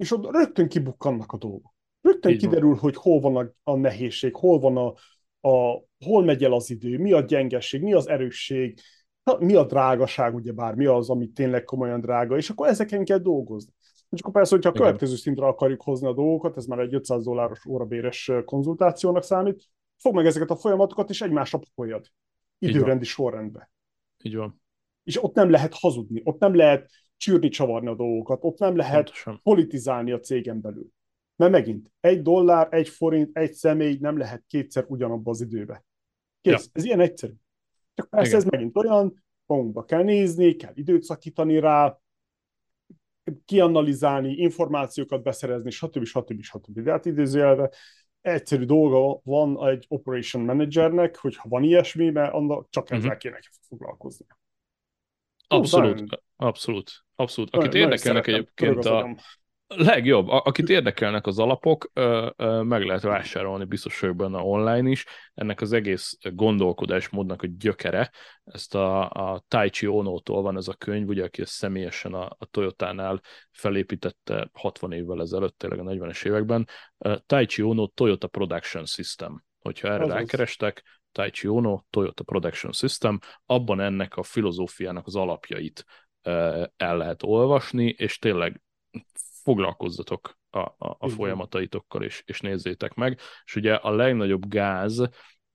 és ott rögtön kibukkannak a dolgok. Rögtön Így van. kiderül, hogy hol van a nehézség, hol megy el az idő, mi a gyengeség, mi az erősség, mi a drágaság, ugyebár, mi az, ami tényleg komolyan drága, és akkor ezeken kell dolgozni. És akkor persze, hogyha a Igen. következő szintre akarjuk hozni a dolgokat, ez már egy $500 órabéres konzultációnak számít, fog meg ezeket a folyamatokat, és egymásra pakoljad. Így van. Időrendi sorrendbe. Így van. És ott nem lehet hazudni, ott nem lehet csűrni, csavarni a dolgokat, ott nem lehet Pontosan. politizálni a cégen belül. Mert megint, $1, $1, egy személy nem lehet kétszer ugyanabban az időbe. Kész, ez ilyen egyszerű. Csak persze Igen. ez megint olyan, magunkba kell nézni, kell időt szakítani rá, kianalizálni, információkat beszerezni, stb. De hát idézőjelve egyszerű dolga van egy operation managernek, hogyha van ilyesmi, mert annak csak ezzel kéne foglalkozni. Abszolút, abszolút, abszolút. Akit Nagyon érdekelnek szeretem, pörög egyébként az agyam. legjobb, akit érdekelnek az alapok, meg lehet vásárolni, biztos vagyok benne online is. Ennek az egész gondolkodásmódnak a gyökere, ezt a Taichi Ono-tól van ez a könyv, ugye, aki ezt személyesen a Toyotánál felépítette 60 évvel ezelőtt, tényleg a 40-es években. Taichi Ono Toyota Production System. Hogyha erre rákerestek, Taichi Ono Toyota Production System, abban ennek a filozófiának az alapjait el lehet olvasni, és tényleg foglalkozzatok a folyamataitokkal, és nézzétek meg. És ugye a legnagyobb gáz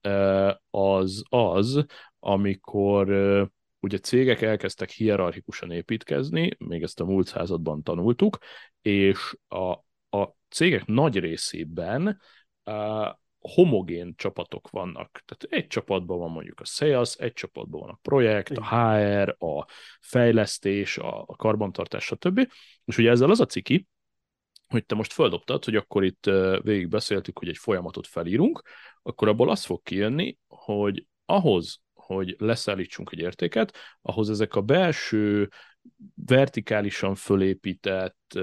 az, amikor ugye cégek elkezdtek hierarchikusan építkezni, még ezt a múlt században tanultuk, és a cégek nagy részében homogén csapatok vannak. Tehát egy csapatban van mondjuk a sales, egy csapatban van a projekt, a HR, a fejlesztés, a karbantartás, stb. És ugye ezzel az a ciki, hogy te most földobtad, hogy akkor itt végig beszéltük, hogy egy folyamatot felírunk, akkor abból az fog kijönni, hogy ahhoz, hogy leszállítsunk egy értéket, ahhoz ezek a belső, vertikálisan fölépített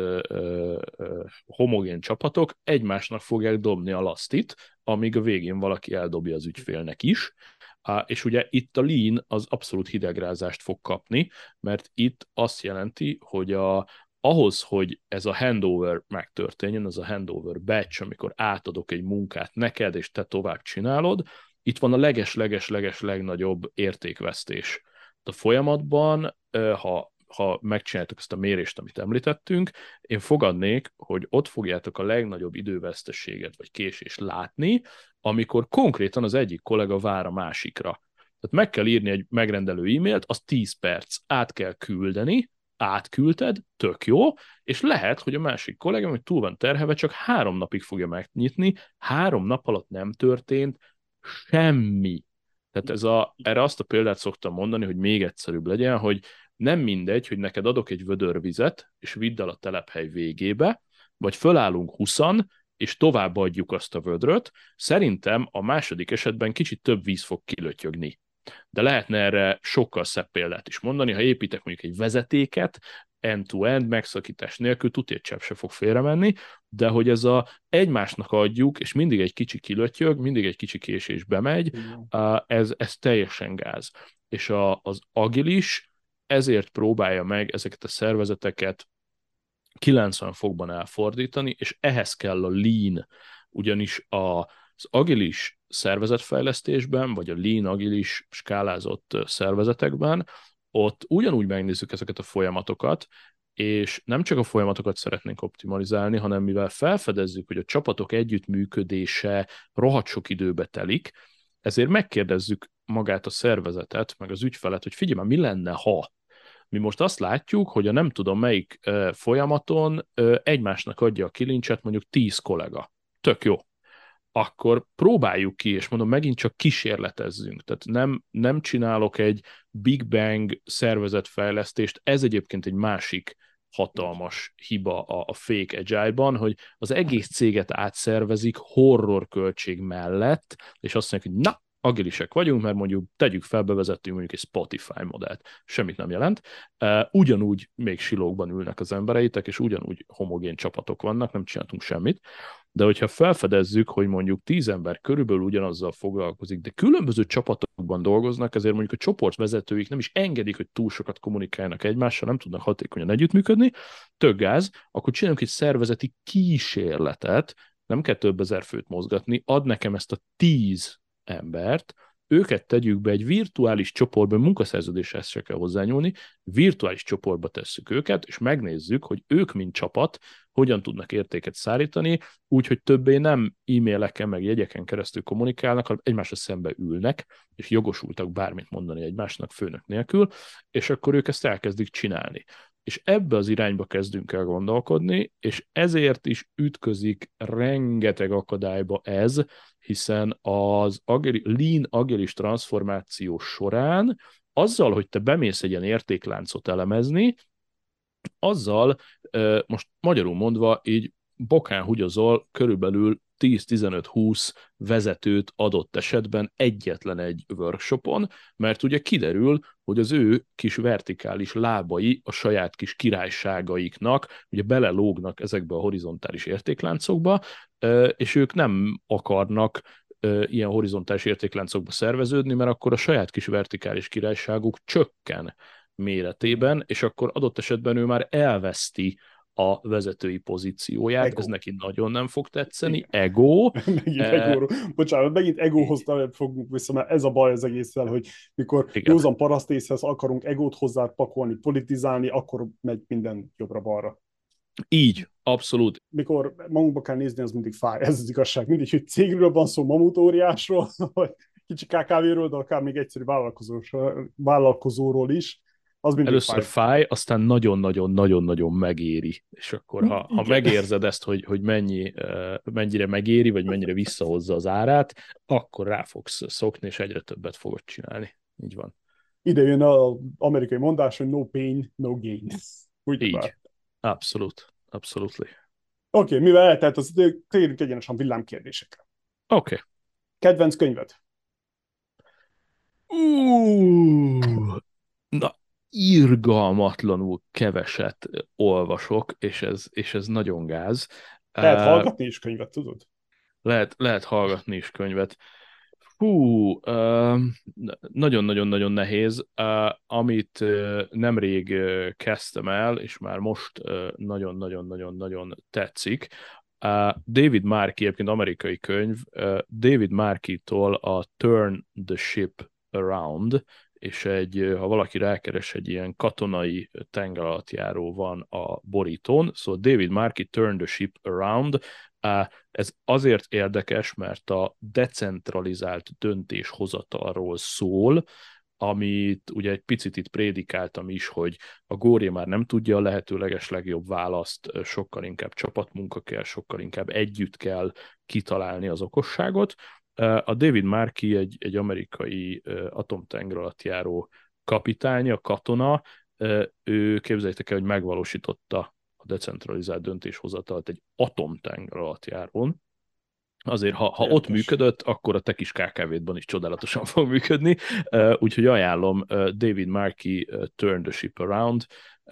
homogén csapatok egymásnak fogják dobni a lasztit, amíg a végén valaki eldobja az ügyfélnek is. És ugye itt a lean az abszolút hidegrázást fog kapni, mert itt azt jelenti, hogy ahhoz, hogy ez a handover megtörténjen, az a handover batch, amikor átadok egy munkát neked, és te tovább csinálod, itt van a leges legnagyobb értékvesztés. A folyamatban, ha megcsináltok ezt a mérést, amit említettünk, én fogadnék, hogy ott fogjátok a legnagyobb időveszteséget vagy késést látni, amikor konkrétan az egyik kollega vár a másikra. Tehát meg kell írni egy megrendelő e-mailt, az 10 perc, át kell küldeni, átküldted, tök jó, és lehet, hogy a másik kollega, hogy túl van terhelve, csak 3 napig fogja megnyitni, 3 nap alatt nem történt semmi. Tehát erre azt a példát szoktam mondani, hogy még egyszerűbb legyen, hogy nem mindegy, hogy neked adok egy vödör vizet, és vidd el a telephely végébe, vagy fölállunk 20-an, és továbbadjuk azt a vödröt, szerintem a második esetben kicsit több víz fog kilötyögni. De lehetne erre sokkal szebb példát is mondani, ha építek mondjuk egy vezetéket, end-to-end, megszakítás nélkül, tudja, egy csepp se fog félremenni, de hogy ez egymásnak adjuk, és mindig egy kicsi kilötyög, mindig egy kicsi késés bemegy, ez teljesen gáz. És az agilis ezért próbálja meg ezeket a szervezeteket 90 fokban elfordítani, és ehhez kell a lean, ugyanis az agilis szervezetfejlesztésben, vagy a lean agilis skálázott szervezetekben, ott ugyanúgy megnézzük ezeket a folyamatokat, és nem csak a folyamatokat szeretnénk optimalizálni, hanem mivel felfedezzük, hogy a csapatok együttműködése rohadt sok időbe telik, ezért megkérdezzük magát a szervezetet, meg az ügyfelet, hogy figyelj már, mi lenne, ha mi most azt látjuk, hogy a nem tudom melyik folyamaton egymásnak adja a kilincset mondjuk 10 kollega. Tök jó. Akkor próbáljuk ki, és mondom, megint csak kísérletezzünk. Tehát nem csinálok egy Big Bang szervezetfejlesztést, ez egyébként egy másik hatalmas hiba a fake agile-ban, hogy az egész céget átszervezik horror költség mellett, és azt mondják, hogy na, agilisek vagyunk, mert mondjuk tegyük fel, bevezettünk mondjuk egy Spotify modellt. Semmit nem jelent. Ugyanúgy még silókban ülnek az embereitek, és ugyanúgy homogén csapatok vannak, nem csináltunk semmit. De hogyha felfedezzük, hogy mondjuk 10 ember körülbelül ugyanazzal foglalkozik, de különböző csapatokban dolgoznak, ezért mondjuk a csoportvezetőik nem is engedik, hogy túl sokat kommunikálnak egymással, nem tudnak hatékonyan együttműködni, tök gáz, akkor csinálunk egy szervezeti kísérletet, nem kell több ezer főt mozgatni, ad nekem ezt a 10 embert, őket tegyük be egy virtuális csoportba, munkaszerződéshez se kell hozzányúlni, virtuális csoportba tesszük őket, és megnézzük, hogy ők, mint csapat, hogyan tudnak értéket szállítani, úgyhogy többé nem e-maileken, meg jegyeken keresztül kommunikálnak, hanem egymásra szembe ülnek, és jogosultak bármit mondani egymásnak főnök nélkül, és akkor ők ezt elkezdik csinálni. És ebbe az irányba kezdünk el gondolkodni, és ezért is ütközik rengeteg akadályba ez, hiszen az lean agilis transformáció során azzal, hogy te bemész egy ilyen értékláncot elemezni, azzal most magyarul mondva így bokán húgyozol körülbelül 10-15-20 vezetőt adott esetben egyetlen egy workshopon, mert ugye kiderül, hogy az ő kis vertikális lábai a saját kis királyságaiknak ugye belelógnak ezekbe a horizontális értékláncokba, és ők nem akarnak ilyen horizontális értékláncokba szerveződni, mert akkor a saját kis vertikális királyságuk csökken méretében, és akkor adott esetben ő már elveszti a vezetői pozícióját, Ego. ez neki nagyon nem fog tetszeni, Igen. ego. Megint egóról. Bocsánat, megint egóhoz fogunk vissza, mert ez a baj az egésszel, hogy mikor Igen. józan parasztészhez akarunk egót hozzá pakolni, politizálni, akkor megy minden jobbra-balra. Így, abszolút. Mikor magunkba kell nézni, az mindig fáj. Ez az igazság. Mindig, hogy cégről van szó, mamutóriásról, vagy kicsi KKV-ről, de akár még egyszerű vállalkozóról is, az mindig Először fáj, aztán nagyon-nagyon-nagyon-nagyon megéri. És akkor, ha megérzed ezt, hogy mennyire megéri, vagy mennyire visszahozza az árát, akkor rá fogsz szokni, és egyre többet fogod csinálni. Így van. Ide jön az amerikai mondás, hogy no pain, no gain. Így. Abszolút. Absolutely. Oké, mivel eltelt az idő, térjünk egyenesen villámkérdésekre. Oké. Kedvenc könyved? Na, irgalmatlanul keveset olvasok, és ez nagyon gáz. Lehet hallgatni is könyvet, tudod? Lehet hallgatni is könyvet. Nagyon-nagyon-nagyon nehéz. Amit nemrég kezdtem el, és már most nagyon-nagyon-nagyon-nagyon tetszik. David Markey, egyébként amerikai könyv, David Markey-tól a Turn the Ship Around, és ha valaki rákeres, egy ilyen katonai tengeralattjáró van a borítón, szóval David Markey Turn the Ship Around. Ez azért érdekes, mert a decentralizált döntéshozatalról szól, amit ugye egy picit itt prédikáltam is, hogy a Gória már nem tudja a lehetőleges legjobb választ, sokkal inkább csapatmunka kell, sokkal inkább együtt kell kitalálni az okosságot. A David Markey egy amerikai atomtengeralattjáró kapitánya, katona, ő képzeljétek el, hogy megvalósította a decentralizált döntéshozatalt egy atomtengeralattjárón. Azért, ha ott működött, akkor a te kis KKV-dban is csodálatosan fog működni. Úgyhogy ajánlom David Markey Turn the Ship Around.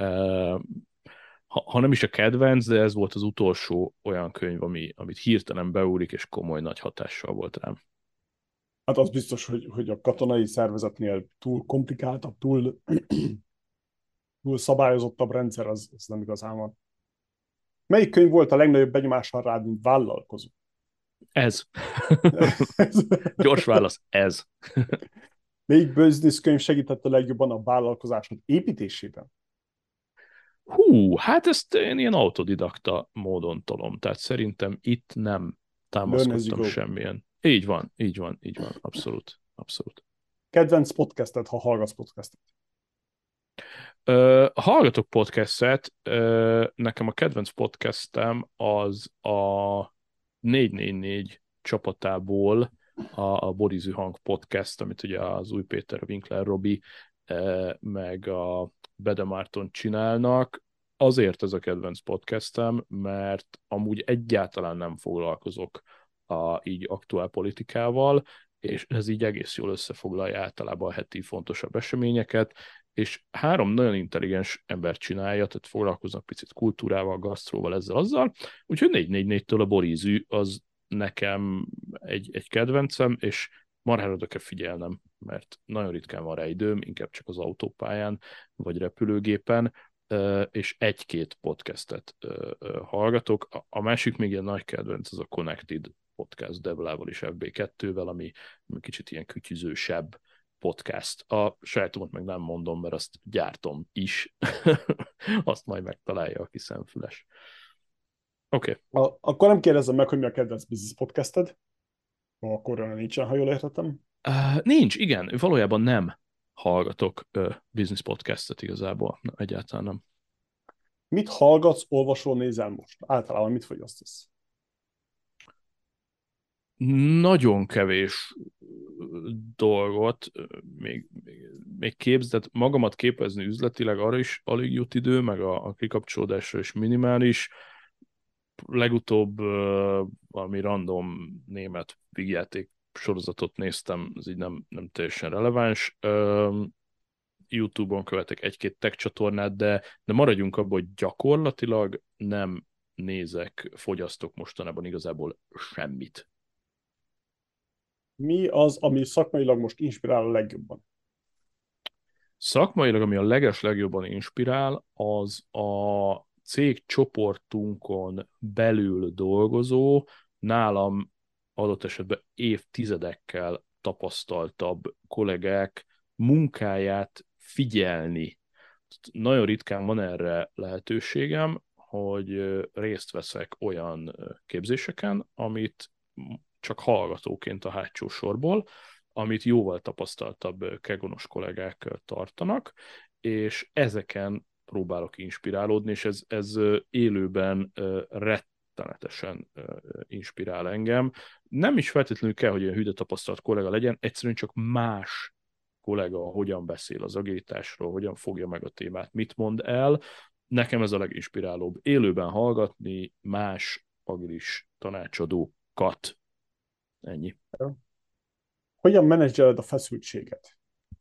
Ha nem is a kedvenc, de ez volt az utolsó olyan könyv, amit hirtelen beúrik, és komoly nagy hatással volt rám. Hát az biztos, hogy a katonai szervezetnél túl komplikáltabb, túl szabályozottabb rendszer, az nem igazán van. Melyik könyv volt a legnagyobb benyomással rád, mint vállalkozó? Ez. Gyors válasz, ez. Melyik business könyv segített a legjobban a vállalkozásod építésében? Hát ezt én ilyen autodidakta módon tolom, tehát szerintem itt nem támaszkodtam semmilyen. Így van, abszolút. Kedvenc podcastet, ha hallgatsz podcastet? Hallgatok podcastet, nekem a kedvenc podcastem az a 444 csapatából a Borizű Hang podcast, amit ugye az Új Péter, a Winkler Robi, meg a Bede Márton csinálnak. Azért ez a kedvenc podcastem, mert amúgy egyáltalán nem foglalkozok így aktuál politikával, és ez így egész jól összefoglalja általában a heti fontosabb eseményeket, és 3 nagyon intelligens ember csinálja, tehát foglalkoznak picit kultúrával, gasztróval, ezzel, azzal, úgyhogy 444-től a Borízű az nekem egy kedvencem, és marhára oda kell figyelnem, mert nagyon ritkán van rá időm, inkább csak az autópályán, vagy repülőgépen, és 1-2 podcastet hallgatok. A másik még ilyen nagy kedvenc, az a Connected podcast Deblával és FB2-vel, ami kicsit ilyen kütyüzősebb podcast. A sajátomat meg nem mondom, mert azt gyártom is. Azt majd megtalálja, aki szemfüles. Oké. Akkor nem kérdezem meg, hogy mi a kedvenc business podcasted. Akkor olyan nincsen, ha jól értettem. Nincs, igen. Valójában nem hallgatok business podcastet igazából. Egyáltalán nem. Mit hallgatsz, olvasol, nézel most? Általában mit fogyasztasz? Nagyon kevés dolgot, még képzett, magamat képezni üzletileg, arra is alig jut idő, meg a kikapcsolódásra is minimális. Legutóbb valami random német vígjáték sorozatot néztem, ez így nem teljesen releváns. YouTube-on követek 1-2 tech csatornát, de maradjunk abban, hogy gyakorlatilag nem nézek, fogyasztok mostanában igazából semmit. Mi az, ami szakmailag most inspirál a legjobban? Szakmailag, ami a legjobban inspirál, az a cégcsoportunkon belül dolgozó, nálam adott esetben évtizedekkel tapasztaltabb kollégák munkáját figyelni. Nagyon ritkán van erre lehetőségem, hogy részt veszek olyan képzéseken, amit csak hallgatóként a hátsó sorból, amit jóval tapasztaltabb kegonos kollégák tartanak, és ezeken próbálok inspirálódni, és ez élőben rettenetesen inspirál engem. Nem is feltétlenül kell, hogy ilyen hűde tapasztalt kollega legyen, egyszerűen csak más kollega hogyan beszél az agilitásról, hogyan fogja meg a témát, mit mond el. Nekem ez a leginspirálóbb. Élőben hallgatni más agilis tanácsadókat. Ennyi. Hogyan menedzseled a feszültséget?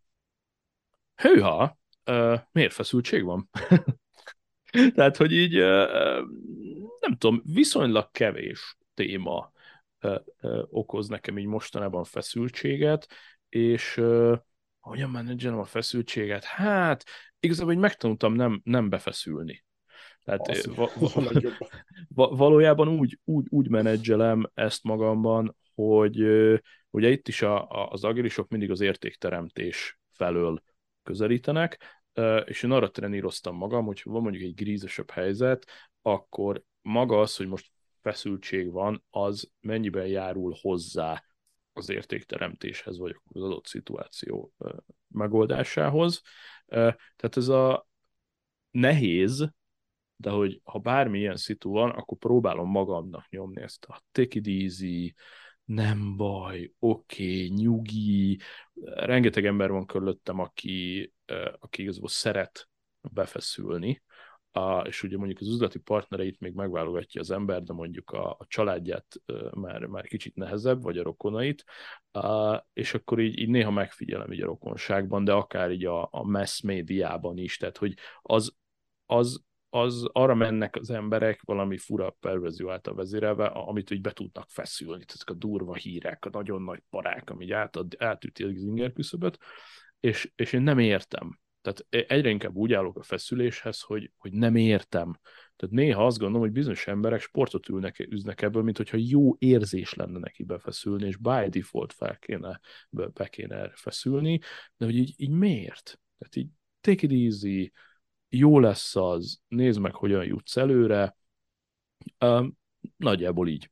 Hőha! Miért feszültség van? Tehát, hogy így nem tudom, viszonylag kevés téma okoz nekem így mostanában feszültséget, és hogyan menedzselem a feszültséget? Hát, igazából így megtanultam nem befeszülni. Tehát Az a legjobb. valójában úgy menedzselem ezt magamban, hogy ugye itt is az agilisok mindig az értékteremtés felől közelítenek, és én arra treníroztam magam, hogy van mondjuk egy grízesebb helyzet, akkor maga az, hogy most feszültség van, az mennyiben járul hozzá az értékteremtéshez, vagy az adott szituáció megoldásához. Tehát ez a nehéz, de hogy ha bármilyen szitu van, akkor próbálom magamnak nyomni ezt a take it easy, nem baj, oké, nyugi. Rengeteg ember van körülöttem, aki igazából szeret befeszülni, és ugye mondjuk az üzleti partnereit még megválogatja az ember, de mondjuk a családját már kicsit nehezebb, vagy a rokonait, és akkor így néha megfigyelem így a rokonságban, de akár így a mass médiában is, tehát hogy az az arra mennek az emberek valami fura perverzió által vezérelve, amit úgy be tudnak feszülni. Tehát ezek a durva hírek, a nagyon nagy parák, ami így átüti az inger küszöböt, és én nem értem. Tehát egyre inkább úgy állok a feszüléshez, hogy nem értem. Tehát néha azt gondolom, hogy bizonyos emberek sportot üznek ebből, mint hogyha jó érzés lenne neki befeszülni, és by default be kéne feszülni, de hogy így miért? Tehát így take it easy, jó lesz az, nézd meg, hogyan jutsz előre. Nagyjából így.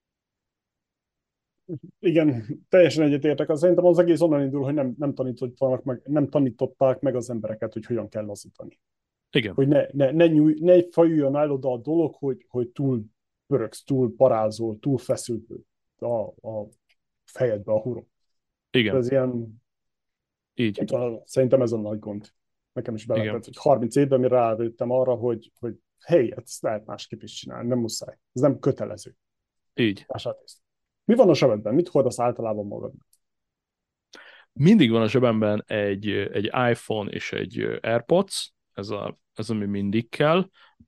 Igen, teljesen egyetértek. Szerintem az egész onnan indul, hogy nem tanították meg az embereket, hogy hogyan kell lazítani. Igen. Hogy ne fajuljon el oda a dolog, hogy túl pörögsz, túl parázol, túl feszült a fejedbe a hurok. Igen. Ez ilyen, Így. szerintem ez a nagy gond. Nekem is Igen. beletett, hogy 30 évben mi rájöttem arra, hogy hey, ezt lehet másképp is csinálni, nem muszáj. Ez nem kötelező. Így. Mi van a sebedben? Mit hordasz általában magadnak? mindig van a zsebemben egy iPhone és egy AirPods, ez ami mindig kell,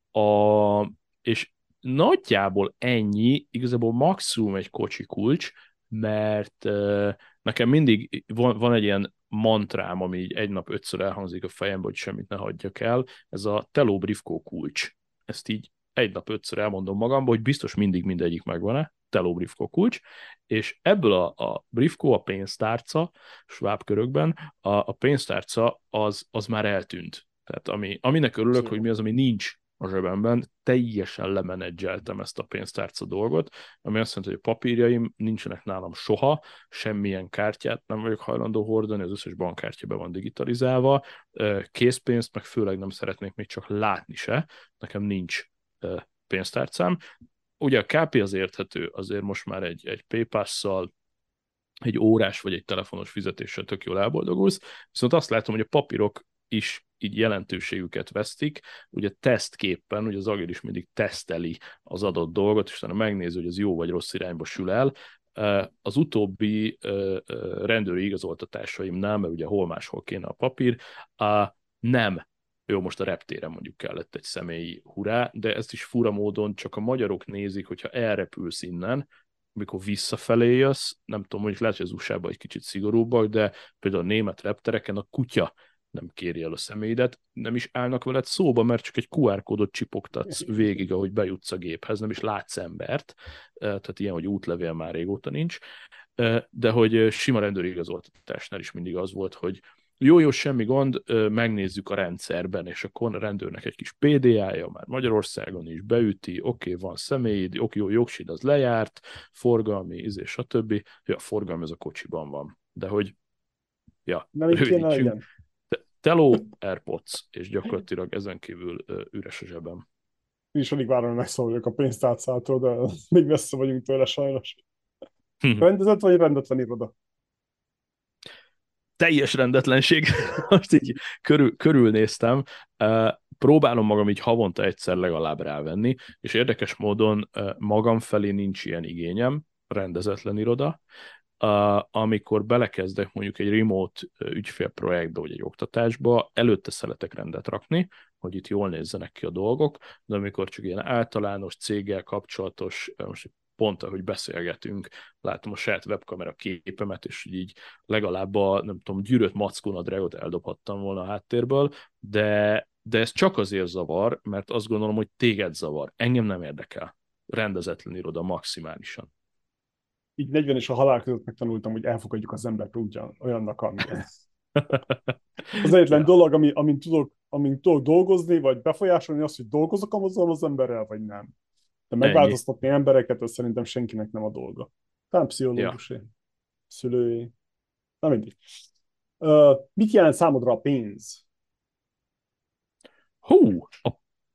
és nagyjából ennyi, igazából maximum egy kocsi kulcs, mert nekem mindig van egy ilyen mantrám, ami így egy nap 5-ször elhangzik a fejembe, hogy semmit ne hagyjak el, ez a Teló Briefco kulcs. Ezt így egy nap 5-ször elmondom magamba, hogy biztos mindig mindegyik megvan-e, Teló Briefco kulcs, és ebből a Briefco, a pénztárca, Schwab körökben, a pénztárca az már eltűnt. Tehát aminek örülök, hogy mi az, ami nincs a zsebemben, teljesen lemenedzseltem ezt a pénztárca dolgot, ami azt jelenti, hogy a papírjaim nincsenek nálam soha, semmilyen kártyát nem vagyok hajlandó hordani, az összes bankkártya be van digitalizálva, készpénzt meg főleg nem szeretnék még csak látni se, nekem nincs pénztárcám. Ugye a KP az érthető, azért most már egy PayPass-szal, egy órás vagy egy telefonos fizetéssel tök jól elboldogulsz, viszont azt látom, hogy a papírok is így jelentőségüket vesztik, ugye tesztképpen, ugye az Agil is mindig teszteli az adott dolgot, és utána megnézi, hogy ez jó vagy rossz irányba sül el. Az utóbbi rendőri igazoltatásaimnál, mert ugye hol máshol kéne a papír, nem jó, most a reptéren mondjuk kellett egy személyi hurrá, de ezt is fura módon csak a magyarok nézik, hogyha elrepülsz innen, amikor visszafelé jössz, nem tudom, mondjuk lehet, hogy az USA-ban egy kicsit szigorúbbak, de például a német reptereken a kutya nem kéri el a személyedet, nem is állnak veled szóba, mert csak egy QR kódot csipogtatsz végig, ahogy bejutsz a géphez, nem is látsz embert, tehát ilyen, hogy útlevél már régóta nincs, de hogy sima rendőri igazoltatásnál is mindig az volt, hogy jó, semmi gond, megnézzük a rendszerben, és akkor a rendőrnek egy kis PDA-ja, már Magyarországon is beüti, oké, van személyid, oké, jó, jogsid, az lejárt, forgalmi, stb. Ja, forgalmi az a kocsiban van. De hogy, ja, Nem így kéne rövidítsünk. legyen. Teló, AirPods, és gyakorlatilag ezen kívül üres a zsebem. Mi is alig várom, hogy megszóljak a pénztárcától, de még messze vagyunk tőle sajnos. Rendezett vagy rendetlen iroda? Teljes rendetlenség, most így körülnéztem, próbálom magam így havonta egyszer legalább rávenni, és érdekes módon magam felé nincs ilyen igényem, rendezetlen iroda, amikor belekezdek mondjuk egy remote ügyfélprojektbe, vagy egy oktatásba, előtte szeretek rendet rakni, hogy itt jól nézzenek ki a dolgok, de amikor csak ilyen általános céggel kapcsolatos, most pont ahogy beszélgetünk, látom a saját webkamera képemet, és így legalább a, nem tudom, gyűrött mackónadrágot eldobhattam volna a háttérből, de ez csak azért zavar, mert azt gondolom, hogy téged zavar. Engem nem érdekel. Rendezetlen iroda maximálisan. Így 40 és a halál között megtanultam, hogy elfogadjuk az embert olyannak, amilyen. Az egyetlen dolog, amin tudok dolgozni, vagy befolyásolni azt, hogy dolgozok azzal az emberrel, vagy nem. De Ennyi. megváltoztatni embereket, az szerintem senkinek nem a dolga. Talán Ja. pszichológusé, szülőé. Nem mindig. Mit jelent számodra a pénz? A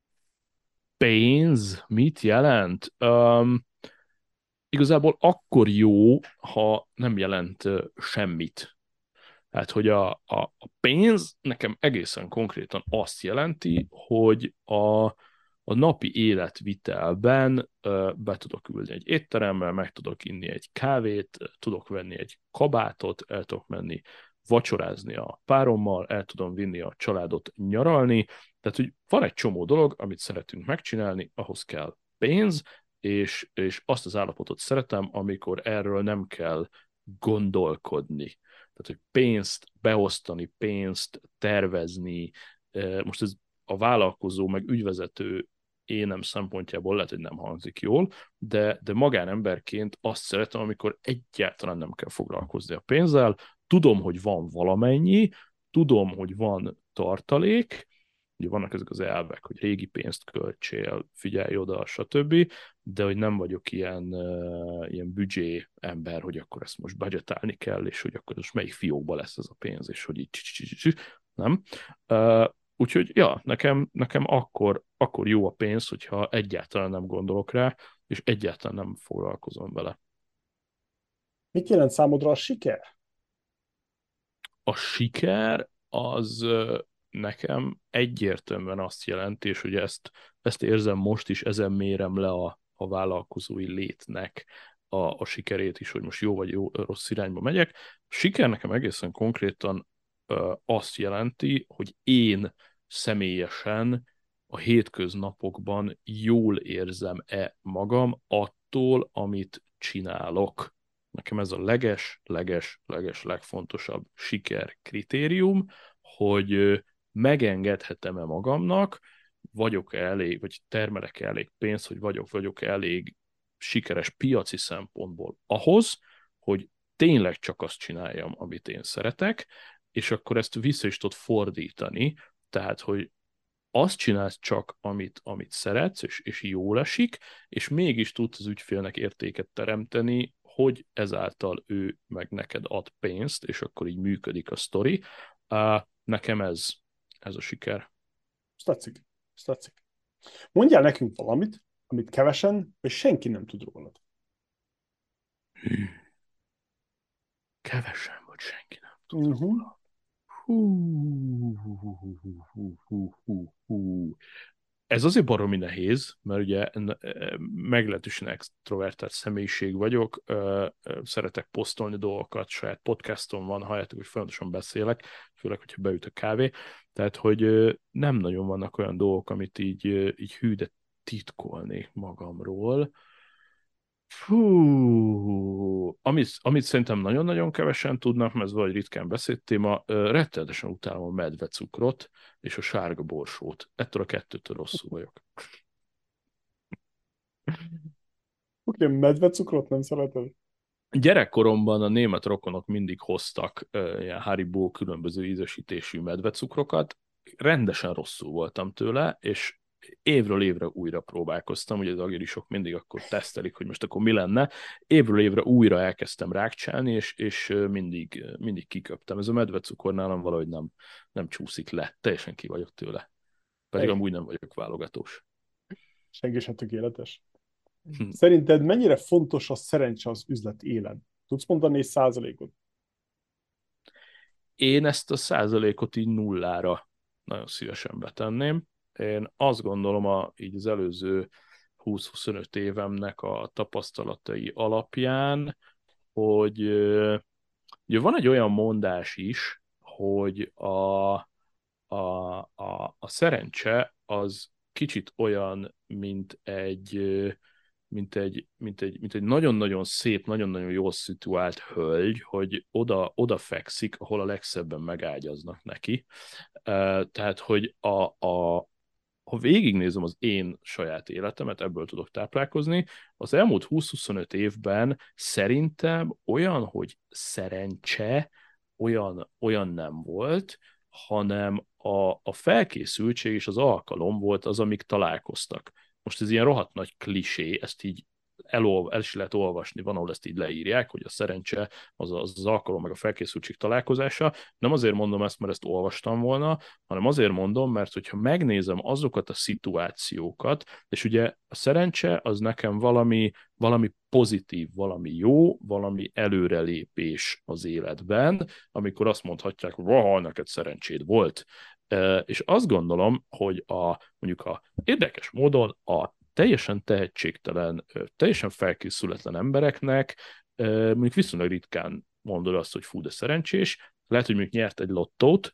pénz mit jelent? Igazából akkor jó, ha nem jelent semmit. Tehát, hogy a pénz nekem egészen konkrétan azt jelenti, hogy a napi életvitelben be tudok ülni egy étterembe, meg tudok inni egy kávét, tudok venni egy kabátot, el tudok menni vacsorázni a párommal, el tudom vinni a családot nyaralni. Tehát, hogy van egy csomó dolog, amit szeretünk megcsinálni, ahhoz kell pénz, és azt az állapotot szeretem, amikor erről nem kell gondolkodni. Tehát, hogy pénzt beosztani, pénzt tervezni, most ez a vállalkozó, meg ügyvezető énem szempontjából lehet, hogy nem hangzik jól, de magánemberként azt szeretem, amikor egyáltalán nem kell foglalkozni a pénzzel, tudom, hogy van valamennyi, tudom, hogy van tartalék, ugye vannak ezek az elvek, hogy régi pénzt költsél, figyelj oda, stb., de hogy nem vagyok ilyen büdzsé ember, hogy akkor ezt most budgetálni kell, és hogy akkor most melyik fiókba lesz ez a pénz, és hogy így nem. Úgyhogy, ja, nekem akkor jó a pénz, hogyha egyáltalán nem gondolok rá, és egyáltalán nem foglalkozom vele. Mit jelent számodra a siker? A siker az nekem egyértelműen azt jelenti, és ugye ezt érzem most is, ezen mérem le a vállalkozói létnek a sikerét is, hogy most jó vagy rossz irányba megyek. A siker nekem egészen konkrétan azt jelenti, hogy én személyesen a hétköznapokban jól érzem-e magam attól, amit csinálok. Nekem ez a legfontosabb siker kritérium, hogy megengedhetem-e magamnak, vagyok-e elég, vagy termelek-e elég pénzt, hogy vagyok-e elég sikeres piaci szempontból ahhoz, hogy tényleg csak azt csináljam, amit én szeretek, és akkor ezt vissza is tudod fordítani, tehát, hogy azt csinálsz csak, amit szeretsz, és jól esik, és mégis tudsz az ügyfélnek értéket teremteni, hogy ezáltal ő meg neked ad pénzt, és akkor így működik a sztori. Nekem ez a siker. Ezt tetszik. Ezt tetszik. Mondjál nekünk valamit, amit kevesen, vagy senki nem tud rólad. Kevesen, vagy senki nem tud Uh-huh. róla. Hú. Ez azért baromi nehéz, mert ugye meglehetősen extrovertált személyiség vagyok, szeretek posztolni dolgokat, saját podcastom van, halljátok, hogy folyamatosan beszélek, főleg, hogyha beüt a kávé, tehát, hogy nem nagyon vannak olyan dolgok, amit így hű, de titkolnék magamról. Fú, amit szerintem nagyon-nagyon kevesen tudnak, mert ez vagy ritkán beszélt téma, rettenetesen utálom a medvecukrot és a sárga borsót. Ettől a kettőtől rosszul vagyok. Oké, medvecukrot nem szereted? Gyerekkoromban a német rokonok mindig hoztak ilyen Haribo különböző ízesítésű medvecukrokat. Rendesen rosszul voltam tőle, és évről évre újra próbálkoztam, ugye az agirisok mindig akkor tesztelik, hogy most akkor mi lenne. Évről évre újra elkezdtem rákcsálni, és mindig kiköptem. Ez a medvecukor nálam valahogy nem csúszik le. Teljesen ki vagyok tőle. Pedig amúgy nem vagyok válogatós. Senki sem tökéletes. Hm. Szerinted mennyire fontos a szerencse az üzlet élen? Tudsz mondani egy százalékot? Én ezt a százalékot így nullára nagyon szívesen betenném. Én azt gondolom, így az előző 20-25 évemnek a tapasztalatai alapján, hogy ugye van egy olyan mondás is, hogy a szerencse az kicsit olyan, mint egy nagyon-nagyon szép, nagyon-nagyon jól szituált hölgy, hogy oda fekszik, ahol a legszebben megágyaznak neki. Tehát, hogy ha végignézem az én saját életemet, ebből tudok táplálkozni, az elmúlt 20-25 évben szerintem olyan, hogy szerencse, olyan nem volt, hanem a felkészültség és az alkalom volt az, amik találkoztak. Most ez ilyen rohadt nagy klisé, ezt így el is lehet olvasni, van, ahol ezt így leírják, hogy a szerencse az alkalom meg a felkészültség találkozása. Nem azért mondom ezt, mert ezt olvastam volna, hanem azért mondom, mert hogyha megnézem azokat a szituációkat, és ugye a szerencse az nekem valami pozitív, valami jó, valami előrelépés az életben, amikor azt mondhatják, hogy vaha, neked szerencséd volt. És azt gondolom, hogy mondjuk érdekes módon a teljesen tehetségtelen, teljesen felkészületlen embereknek mondjuk viszonylag ritkán mondod azt, hogy fú, de szerencsés. Lehet, hogy mondjuk nyert egy lottót,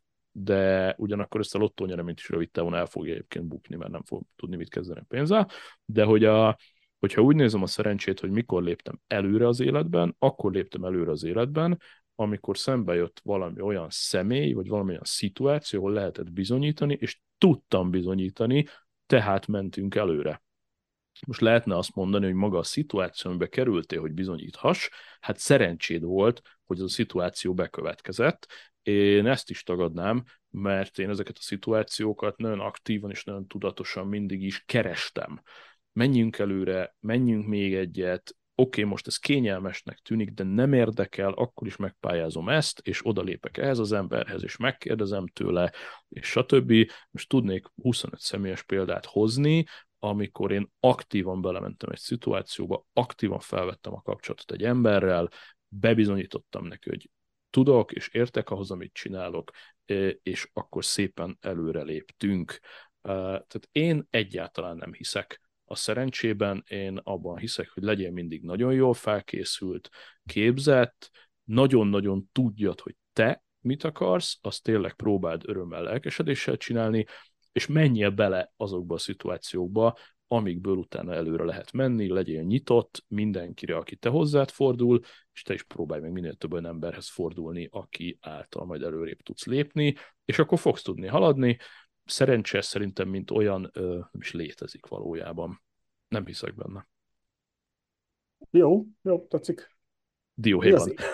de ugyanakkor ezt a lottónyereményt is rövid távon el fogja egyébként bukni, mert nem fog tudni mit kezdeni a pénzzel. De hogyha úgy nézem a szerencsét, hogy mikor léptem előre az életben, akkor léptem előre az életben, amikor szembe jött valami olyan személy, vagy valami olyan szituáció, ahol lehetett bizonyítani, és tudtam bizonyítani, tehát mentünk előre. Most lehetne azt mondani, hogy maga a szituáció, amiben kerültél, hogy bizonyíthass, hát szerencséd volt, hogy az a szituáció bekövetkezett. Én ezt is tagadnám, mert én ezeket a szituációkat nagyon aktívan és nagyon tudatosan mindig is kerestem. Menjünk előre, menjünk még egyet, oké, most ez kényelmesnek tűnik, de nem érdekel, akkor is megpályázom ezt, és odalépek ehhez az emberhez, és megkérdezem tőle, és stb. Most tudnék 25 személyes példát hozni, amikor én aktívan belementem egy szituációba, aktívan felvettem a kapcsolatot egy emberrel, bebizonyítottam neki, hogy tudok és értek ahhoz, amit csinálok, és akkor szépen előre léptünk. Tehát én egyáltalán nem hiszek A szerencsében én abban hiszek, hogy legyél mindig nagyon jól felkészült, képzett, nagyon-nagyon tudjad, hogy te mit akarsz, azt tényleg próbáld örömmel, lelkesedéssel csinálni, és menjél bele azokba a szituációkba, amikből utána előre lehet menni, legyél nyitott mindenkire, aki te hozzád fordul, és te is próbálj meg minél több olyan emberhez fordulni, aki által majd előrébb tudsz lépni, és akkor fogsz tudni haladni. Szerencse szerintem, mint olyan, nem is létezik valójában. Nem hiszek benne. Jó, tetszik. Mi az Dióhéjban.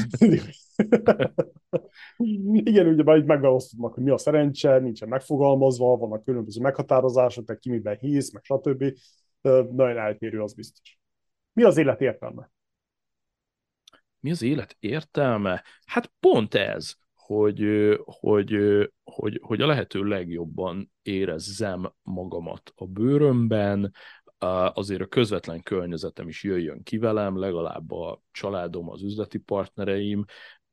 Igen, ugye már így megállapodnak, hogy mi a szerencse, nincsen megfogalmazva, vannak különböző meghatározások, tehát ki miben hisz, meg stb. Nagyon eltérő, az biztos. Mi az élet értelme? Mi az élet értelme? Hát pont ez, hogy a lehető legjobban érezzem magamat a bőrömben, azért a közvetlen környezetem is jöjjön ki velem, legalább a családom, az üzleti partnereim,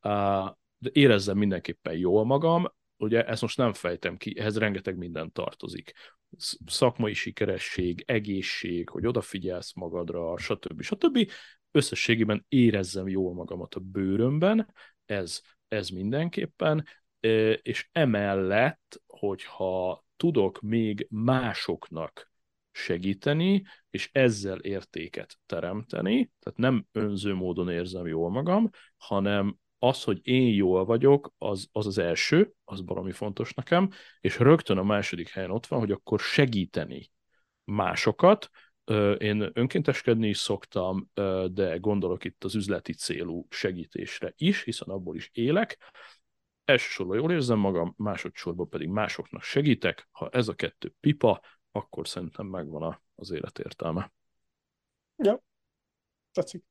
de érezzem mindenképpen jól magam. Ugye ezt most nem fejtem ki, ehhez rengeteg minden tartozik. Szakmai sikeresség, egészség, hogy odafigyelsz magadra, stb. Összességében érezzem jól magamat a bőrömben, ez mindenképpen, és emellett, hogyha tudok még másoknak segíteni, és ezzel értéket teremteni, tehát nem önző módon érzem jól magam, hanem az, hogy én jól vagyok, az első, az valami fontos nekem, és rögtön a második helyen ott van, hogy akkor segíteni másokat. Én önkénteskedni is szoktam, de gondolok itt az üzleti célú segítésre is, hiszen abból is élek. Elsősorban jól érzem magam, másodszorban pedig másoknak segítek. Ha ez a kettő pipa, akkor szerintem megvan az élet értelme. Ja, tetszik.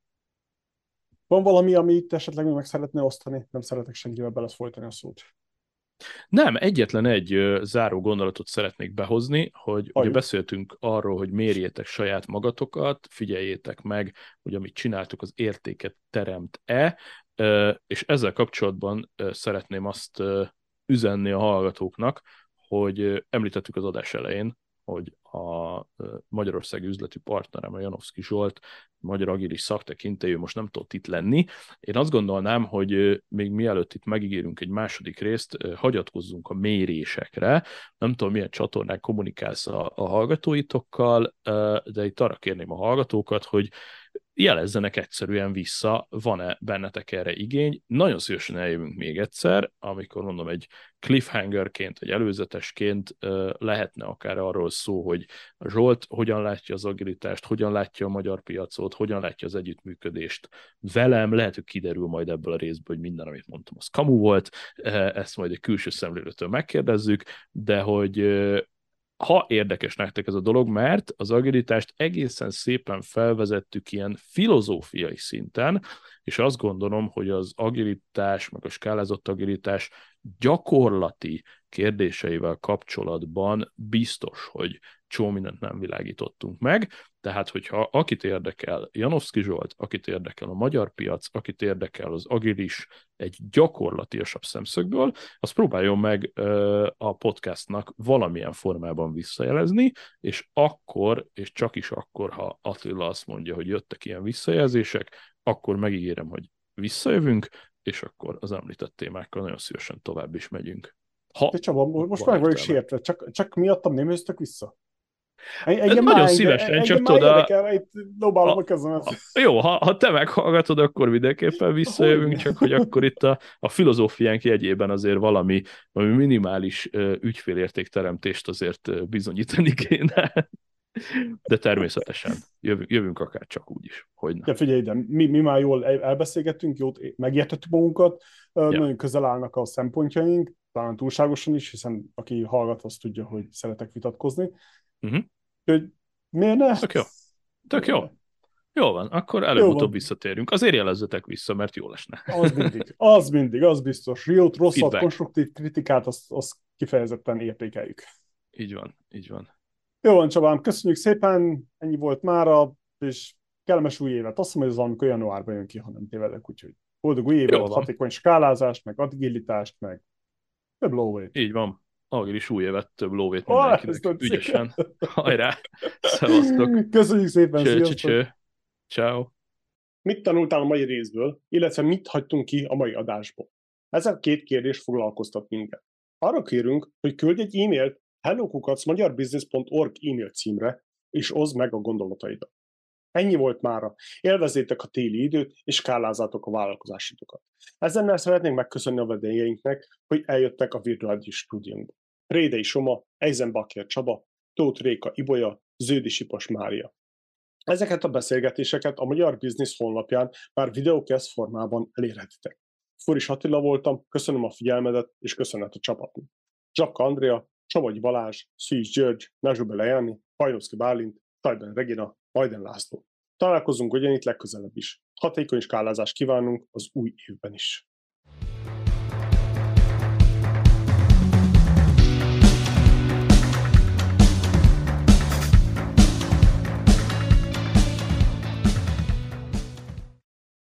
Van valami, amit esetleg meg szeretne osztani? Nem szeretek senkivel belefolytani a szót. Nem, egyetlen egy záró gondolatot szeretnék behozni, hogy ugye Halljuk. beszéltünk arról, hogy mérjétek saját magatokat, figyeljétek meg, hogy amit csináltok, az értéket teremt-e, és ezzel kapcsolatban szeretném azt üzenni a hallgatóknak, hogy említettük az adás elején, hogy a magyarországi üzleti partnerem, a Janowski Zsolt, magyar agilis szaktekintélyű, most nem tudott itt lenni. Én azt gondolnám, hogy még mielőtt itt megígérünk egy második részt, hagyatkozzunk a mérésekre. Nem tudom, milyen csatornán kommunikálsz a hallgatóitokkal, de itt arra kérném a hallgatókat, hogy jelezzenek egyszerűen vissza, van-e bennetek erre igény. Nagyon szívesen eljövünk még egyszer, amikor mondom, egy cliffhangerként, egy előzetesként lehetne akár arról szó, hogy Zsolt hogyan látja az agilitást, hogyan látja a magyar piacot, hogyan látja az együttműködést velem, lehet, hogy kiderül majd ebből a részből, hogy minden, amit mondtam, az kamu volt, ezt majd egy külső szemlélőtől megkérdezzük, de hogy ha érdekes nektek ez a dolog, mert az agilitást egészen szépen felvezettük ilyen filozófiai szinten, és azt gondolom, hogy az agilitás, meg a skálázott agilitás gyakorlati kérdéseivel kapcsolatban biztos, hogy csomó mindent nem világítottunk meg, tehát hogyha akit érdekel Janowski Zsolt, akit érdekel a magyar piac, akit érdekel az agilis egy gyakorlatiasabb szemszögből, az próbáljon meg a podcastnak valamilyen formában visszajelezni, és akkor, és csak is akkor, ha Attila azt mondja, hogy jöttek ilyen visszajelzések, akkor megígérem, hogy visszajövünk, és akkor az említett témákkal nagyon szívesen tovább is megyünk. De Csaba, most meg vagyok sértve, csak miattam nem jöttek vissza? Nagyon szívesen, csak már tudod, érdekel, itt dobálom a kezemet. jó, ha te meghallgatod, akkor mindenképpen visszajövünk, csak hogy akkor itt a filozófiánk jegyében azért valami minimális ügyfélértékteremtést azért bizonyítani kéne. De természetesen jövünk akár csak úgy is, hogy nem. Ja, figyelj ide, mi már jól elbeszélgettünk, jót megértettük magunkat, nagyon közel állnak a szempontjaink, talán túlságosan is, hiszen aki hallgat, az tudja, hogy szeretek vitatkozni. Úgyhogy miért ne? Tök jó. Jó van, akkor előbb-utóbb visszatérünk. Azért jelezzetek vissza, mert jól esne. Az biztos. Jót, rosszat, feedback. Konstruktív kritikát, azt kifejezetten értékeljük. Így van. Jó van, Csabám, köszönjük szépen, ennyi volt mára, és kellemes új évet. Azt hiszem, hogy ez valamikor januárban jön ki, ha nem tévedek, úgyhogy boldog új évet, hatékony skálázást, meg agilitást, meg több lóvét. Így van. Agilis új évet, több lóvét Ezt mindenkinek. tetszik. Ügyesen. Hajrá! Szevasztok! Köszönjük szépen, Cső, cső, sziasztok! cső. Ciao. Mit tanultál a mai részből, illetve mit hagytunk ki a mai adásból? Ezek a két kérdés foglalkoztat minket. Arra kérünk, hogy küldj egy e-mailt hello@magyarbusiness.org e-mail címre, és oszd meg a gondolataidat. Ennyi volt mára. Élvezzétek a téli időt, és skálázzátok a vállalkozásitokat. Ezennel szeretnénk megköszönni a vendégeinknek, hogy eljöttek a virtuális stúdiónkba. Rédei Soma, Eisenbacher Csaba, Tóth Réka Ibolya, Zödi Sipos Mária. Ezeket a beszélgetéseket a Magyar Business honlapján már videókesz formában elérhetitek. Foris Attila voltam, köszönöm a figyelmedet, és köszönet a csapatnak. Zsakka Andrea, Csavagyi Balázs, Szűcs György, Nazsubele Jani, Hajnowski Bálint, Tajben Regina, Majden László. Találkozunk ugyanitt legközelebb is. Hatékony skálázást kívánunk az új évben is.